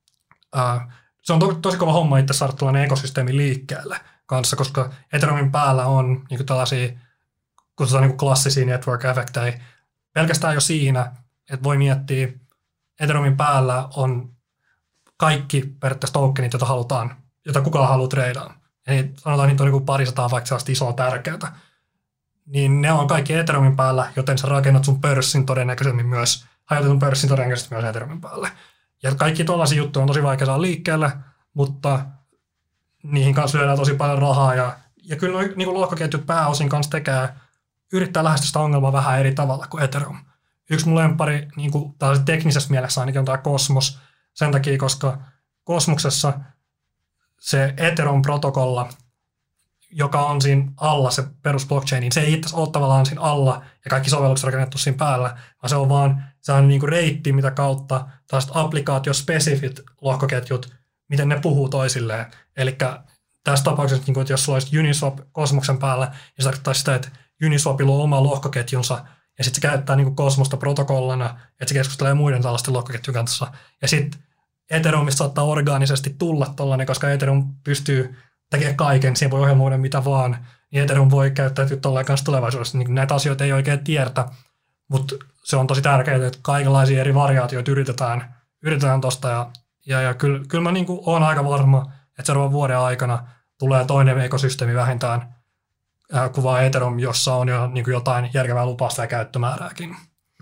se on tosi kova homma itse saada tällainen ekosysteemi liikkeelle kanssa, koska Ethereumin päällä on niin kuin tällaisia, kutsutaan niin kuin klassisia network-efektejä. Pelkästään jo siinä, että voi miettiä, Ethereumin päällä on kaikki periaatteessa tokenit, joita kukaan haluaa treidata. Eli sanotaan, niitä on niin kuin parisataa vaikka sellaista isoa tärkeää. Niin ne on kaikki Ethereumin päällä, joten sä rakennat sun pörssin todennäköisemmin myös, hajautetun pörssin todennäköisesti myös Ethereumin päälle. Ja kaikki tuollaisia juttuja on tosi vaikea saada liikkeelle, mutta niihin kanssa lyödään tosi paljon rahaa. Ja kyllä niin kuin lohkoketjut pääosin kanssa yrittää lähestyä sitä ongelmaa vähän eri tavalla kuin Ethereum. Yksi mun lemppari niin kuin teknisessä mielessä ainakin on tämä Cosmos, sen takia, koska Cosmoksessa se Ethereum-protokolla, joka on siinä alla, se perusblockchain, niin se ei itse ole tavallaan siinä alla ja kaikki sovellukset rakennettu siinä päällä, vaan se on vaan sellainen niin kuin reitti, mitä kautta tällaiset applikaatiospesifit lohkoketjut, miten ne puhuu toisilleen. Eli tässä tapauksessa, niin kuin, että jos sulla olisi Uniswap Cosmoksen päällä, niin se tarkoittaa sitä, että Uniswapilla on oma lohkoketjunsa, ja sitten se käyttää niin kuin Cosmosta protokollana, että se keskustelee muiden tällaisten lohkoketjun kanssa. Ja sitten Ethereumista saattaa orgaanisesti tulla tollainen, koska Ethereum pystyy tekemään kaiken, siihen voi ohjelmoida mitä vaan, niin Ethereum voi käyttäytyä tollainen kanssa tulevaisuudessa. Niin näitä asioita ei oikein tiedetä, mutta se on tosi tärkeää, että kaikenlaisia eri variaatioita yritetään tuosta. Ja kyllä mä niin kuin olen aika varma, että seuraavan vuoden aikana tulee toinen ekosysteemi vähintään kuvaa Ethereum, jossa on jo niin kuin jotain järkevää lupausta ja käyttömäärääkin.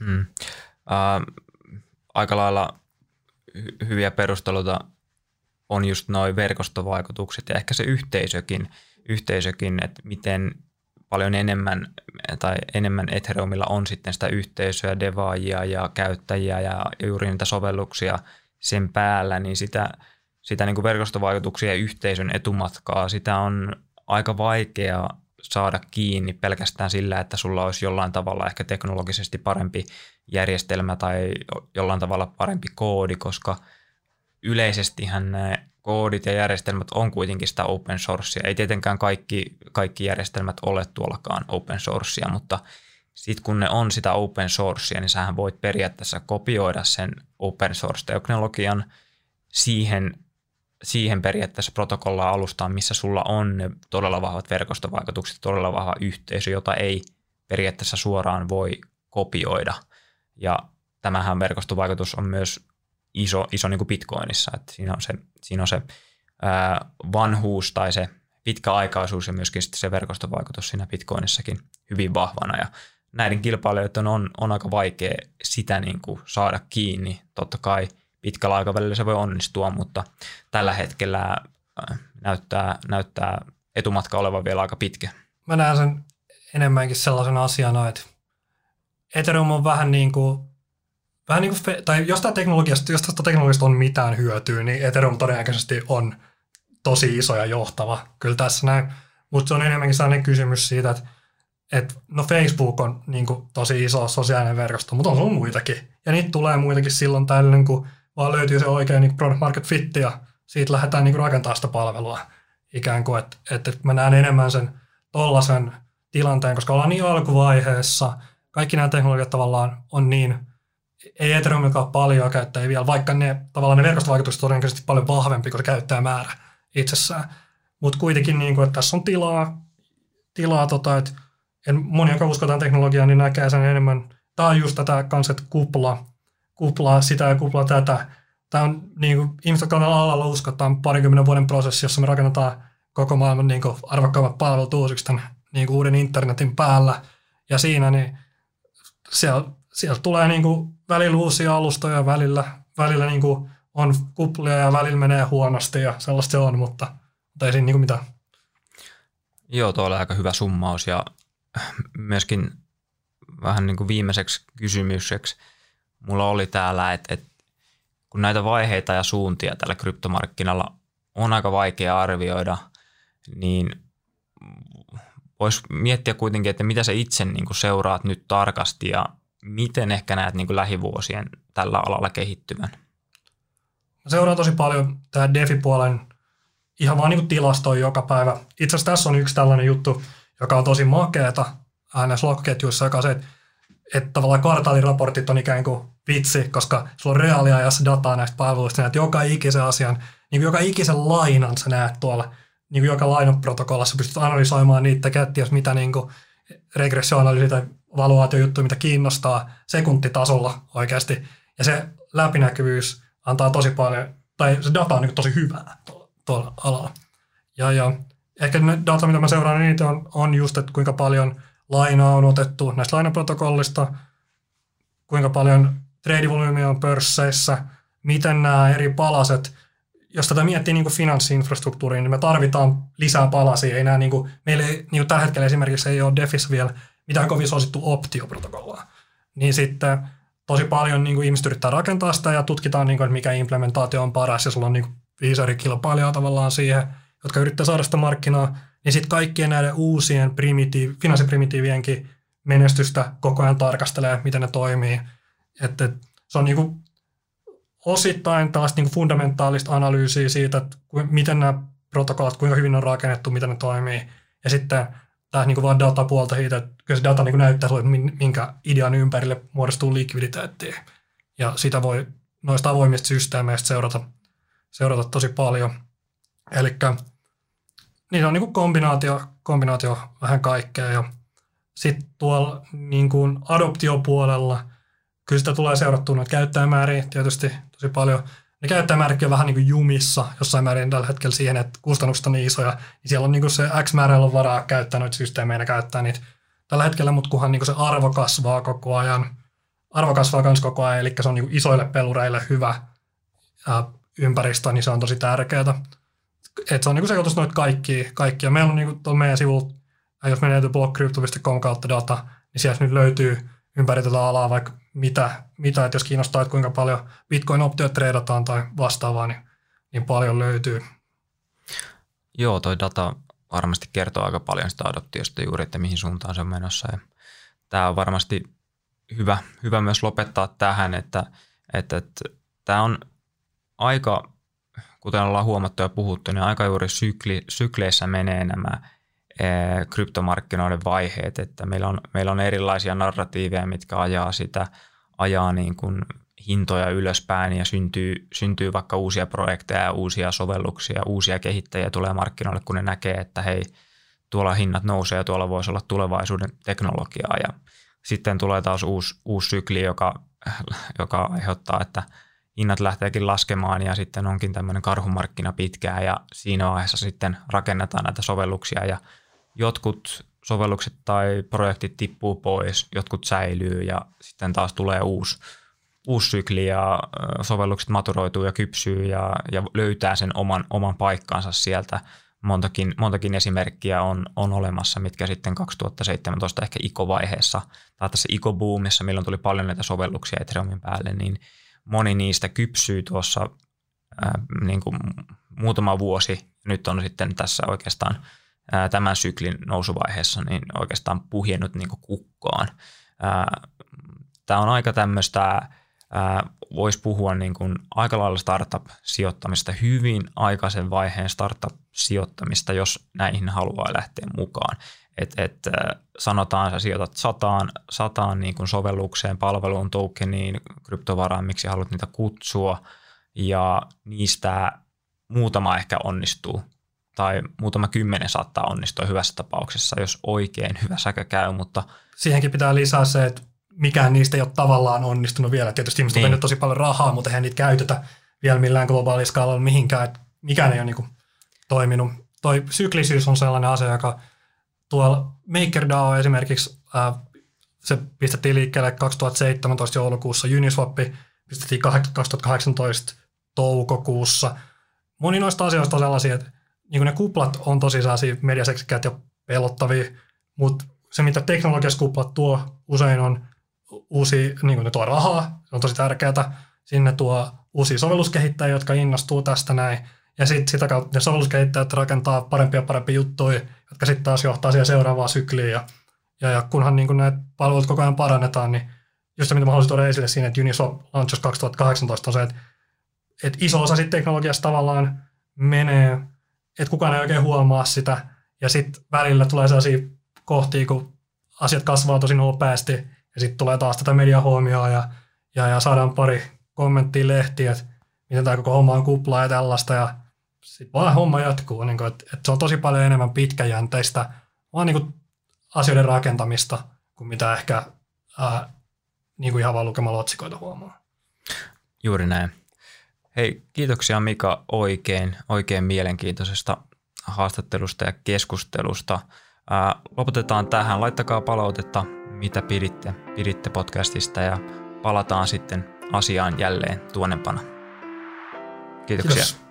Aika lailla hyviä perusteluita on just nuo verkostovaikutukset ja ehkä se yhteisökin, että miten paljon enemmän Ethereumilla on sitten sitä yhteisöä, devaajia ja käyttäjiä ja juuri niitä sovelluksia sen päällä, niin sitä niin kuin verkostovaikutuksia ja yhteisön etumatkaa, sitä on aika vaikea saada kiinni pelkästään sillä, että sulla olisi jollain tavalla ehkä teknologisesti parempi järjestelmä tai jollain tavalla parempi koodi, koska yleisestihän nämä koodit ja järjestelmät on kuitenkin sitä open sourcea. Ei tietenkään kaikki järjestelmät ole tuollakaan open sourcea, mutta sitten kun ne on sitä open sourcea, niin sähän voit periaatteessa kopioida sen open source-teknologian siihen periaatteessa protokollaan alustaan, missä sulla on ne todella vahvat verkostovaikutukset, todella vahva yhteisö, jota ei periaatteessa suoraan voi kopioida. Ja tämähän verkostovaikutus on myös iso niin kuin Bitcoinissa, että siinä on se vanhuus tai se pitkäaikaisuus ja myöskin sitten se verkostovaikutus siinä Bitcoinissakin hyvin vahvana. Ja näiden kilpailijoiden on aika vaikea sitä niin kuin saada kiinni. Totta kai pitkällä aikavälillä se voi onnistua, mutta tällä hetkellä näyttää etumatka olevan vielä aika pitkä. Mä näen sen enemmänkin sellaisena asiana, että Ethereum on vähän niin kuin tai jos tästä teknologiasta on mitään hyötyä, niin Ethereum todennäköisesti on tosi iso ja johtava. Kyllä tässä näin. Mutta se on enemmänkin sellainen kysymys siitä, että no Facebook on niin kuin tosi iso sosiaalinen verkosto, mutta on sun muitakin. Ja niitä tulee muitakin silloin tällöin, kun vaan löytyy se oikein niin product market fit ja siitä lähdetään niin kuin rakentamaan sitä palvelua. Ikään kuin, että mä näen enemmän sen tollaisen tilanteen, koska ollaan niin alkuvaiheessa. Kaikki nämä teknologiat tavallaan on niin, ei Ethereumillakaan paljon käyttäjiä vielä, vaikka ne verkostovaikutukset on todennäköisesti paljon vahvempi kuin se käyttäjämäärä itsessään. Mutta kuitenkin, niin kuin, että tässä on tilaa että moni, joka uskotaan teknologiaan, niin näkee sen enemmän. Tämä on just tätä kanssa, että kupla sitä ja kupla tätä. Tämä on niin kuin, ihmiset, jotka on alalla uskotaan 20 vuoden prosessi, jossa me rakennetaan koko maailman niin kuin arvokkaimmat palvelut uusiksi tämän niin kuin uuden internetin päällä. Ja siinä niin siellä tulee niin kuin välillä uusia alustoja, välillä niin kuin on kuplia ja välillä menee huonosti ja sellaista se on, mutta ei siinä niin kuin mitään. Joo, tuo oli aika hyvä summaus ja myöskin vähän niin kuin viimeiseksi kysymykseksi mulla oli täällä, että kun näitä vaiheita ja suuntia tällä kryptomarkkinalla on aika vaikea arvioida, niin voisi miettiä kuitenkin, että mitä sä itse niin kuin seuraat nyt tarkasti ja miten ehkä näet niin kuin lähivuosien tällä alalla kehittyvän? Mä seuraan tosi paljon tämä DeFi-puolen ihan vaan niin kuin tilastoja joka päivä. Itse asiassa tässä on yksi tällainen juttu, joka on tosi makeata näissä lohkoketjuissa, joka on se, että tavallaan kvartaaliraportit on ikään kuin vitsi, koska sulla on reaaliajassa dataa näistä palveluista, näet joka ikisen asian, niin kuin joka ikisen lainan sä näet tuolla, niin kuin joka lainaprotokollassa pystyt analysoimaan niitä, jos mitä niin kuin regressioanalyysi tai valuaatiojuttuja, mitä kiinnostaa sekuntitasolla oikeasti. Ja se läpinäkyvyys antaa tosi paljon, tai se data on niin tosi hyvää tuolla alalla. Ja ehkä ne data, mitä mä seuraan eniten, on just, että kuinka paljon lainaa on otettu näistä lainaprotokollista, kuinka paljon trade-volyymia on pörsseissä, miten nämä eri palaset, jos tätä miettii niin kuin finanssi-infrastruktuuriin, niin me tarvitaan lisää palasia. Ei nämä, niin kuin, meillä ei, niin kuin tällä hetkellä esimerkiksi ei ole DeFissä vielä mitään kovin suosittu optioprotokollaa. Niin sitten tosi paljon niin kuin ihmiset yrittää rakentaa sitä ja tutkitaan, niin kuin, että mikä implementaatio on paras. Ja sulla on niin kuin 5 eri kilpailijaa tavallaan siihen, jotka yrittää saada sitä markkinaa. Niin sitten kaikkien näiden uusien finanssiprimitiivienkin menestystä koko ajan tarkastelee, miten ne toimii. Että se on niin kuin osittain tällaista niin kuin fundamentaalista analyysiä siitä, että miten nämä protokollat, kuinka hyvin ne on rakennettu, miten ne toimii. Ja sitten tämä niin kuin vaan datapuolta siitä, että kyllä se data niin kuin näyttää sulle, minkä idean ympärille muodostuu likviditeettiä. Ja sitä voi noista avoimista systeemeistä seurata tosi paljon. Eli niin on niin kuin kombinaatio vähän kaikkea. Ja sitten tuolla niin kuin adoptiopuolella kyllä sitä tulee seurattua noita käyttäjämääriä tietysti tosi paljon. Ne käyttäjämäärätkin on vähän niin kuin jumissa jossain määrin tällä hetkellä siihen, että kustannukset on niin isoja. Niin siellä on niin kuin se X määrällä on varaa käyttää noita systeemejä ja käyttää niitä tällä hetkellä, mutta kunhan niin kuin se arvo kasvaa koko ajan. Arvo kasvaa myös koko ajan, eli se on niin kuin isoille pelureille hyvä ympäristö, niin se on tosi tärkeää. Että se on niin kuin sekoitus noita kaikkia. Meillä on niin kuin tuolla meidän sivulla, jos menee blockcrypto.com kautta data, niin sieltä nyt löytyy ympäri tätä alaa vaikka mitä että jos kiinnostaa, että kuinka paljon Bitcoin-optioita treidataan tai vastaavaa, niin paljon löytyy. Joo, toi data varmasti kertoo aika paljon sitä adoptiosta juuri, että mihin suuntaan se on menossa. Ja tämä on varmasti hyvä myös lopettaa tähän, että tämä on aika, kuten ollaan huomattu ja puhuttu, niin aika juuri sykleissä menee nämä kryptomarkkinoiden vaiheet, että meillä on erilaisia narratiiveja, mitkä ajaa niin kuin hintoja ylöspäin ja syntyy vaikka uusia projekteja, uusia sovelluksia, uusia kehittäjiä tulee markkinoille, kun ne näkee, että hei, tuolla hinnat nousee ja tuolla voisi olla tulevaisuuden teknologiaa ja Sitten tulee taas uusi sykli, joka aiheuttaa, että hinnat lähteekin laskemaan ja sitten onkin tämmöinen karhumarkkina pitkään ja siinä vaiheessa sitten rakennetaan näitä sovelluksia ja jotkut sovellukset tai projektit tippuu pois, jotkut säilyy ja sitten taas tulee uusi sykli ja sovellukset maturoituu ja kypsyy ja löytää sen oman paikkansa sieltä. Montakin esimerkkiä on olemassa, mitkä sitten 2017 ehkä ICO-vaiheessa tai tässä ICO-boomissa, milloin tuli paljon näitä sovelluksia Ethereumin päälle, niin moni niistä kypsyy tuossa niin kuin muutama vuosi. Nyt on sitten tässä oikeastaan tämän syklin nousuvaiheessa niin oikeastaan puhjennut niin kuin kukkaan. Tämä on aika tämmöistä, voisi puhua niin kuin aika lailla startup-sijoittamista, hyvin aikaisen vaiheen startup-sijoittamista, jos näihin haluaa lähteä mukaan. Sanotaan, sä sijoitat sataan niin kuin sovellukseen, palveluun, tokeniin, kryptovaraan, miksi haluat niitä kutsua, ja niistä muutama ehkä onnistuu, tai muutama 10 saattaa onnistua hyvässä tapauksessa, jos oikein hyvä säkä käy, mutta siihenkin pitää lisää se, että mikään niistä ei ole tavallaan onnistunut vielä. Tietysti ihmiset on tehnyt tosi paljon rahaa, mutta eihän niitä käytetä vielä millään globaalilla skaalalla mihinkään. Että mikään ei ole niin kuin toiminut. Toi syklisyys on sellainen asia, joka tuolla MakerDAO esimerkiksi, se pistettiin liikkeelle 2017 joulukuussa, Uniswap pistettiin 2018 toukokuussa. Moni noista asioista on sellaisia, että niin ne kuplat on tosi sellaisia mediaseksikkäät ja pelottavia, mutta se, mitä teknologiassa kuplat tuo, usein on uusia, niin kuin ne tuo rahaa, se on tosi tärkeää. Sinne tuo uusia sovelluskehittäjiä, jotka innostuu tästä näin. Ja sitten sitä kautta ne sovelluskehittäjät rakentaa parempia juttuja, jotka sitten taas johtaa siihen seuraavaan sykliin. Ja kunhan niin näitä palveluita koko ajan parannetaan, niin just se, mitä mä haluaisin tuoda esille siinä, että Uniswap launchos 2018 on se, että iso osa sitten teknologiasta tavallaan menee, että kukaan ei oikein huomaa sitä. Ja sitten välillä tulee sellaisia kohtia, kun asiat kasvaa tosi nopeasti, ja sitten tulee taas tätä mediahuomioon, ja saadaan pari kommenttia lehtiä, että miten tämä koko homma on kuplaa ja tällaista, ja sitten vaan homma jatkuu, niin että se on tosi paljon enemmän pitkäjänteistä, vaan niin asioiden rakentamista, kuin mitä ehkä niin ihan vaan lukemalla otsikoita huomaa. Juuri näin. Hei, kiitoksia Mika oikein mielenkiintoisesta haastattelusta ja keskustelusta. Lopetetaan tähän. Laittakaa palautetta, mitä piditte podcastista ja palataan sitten asiaan jälleen tuonnempana. Kiitoksia. Kiitos.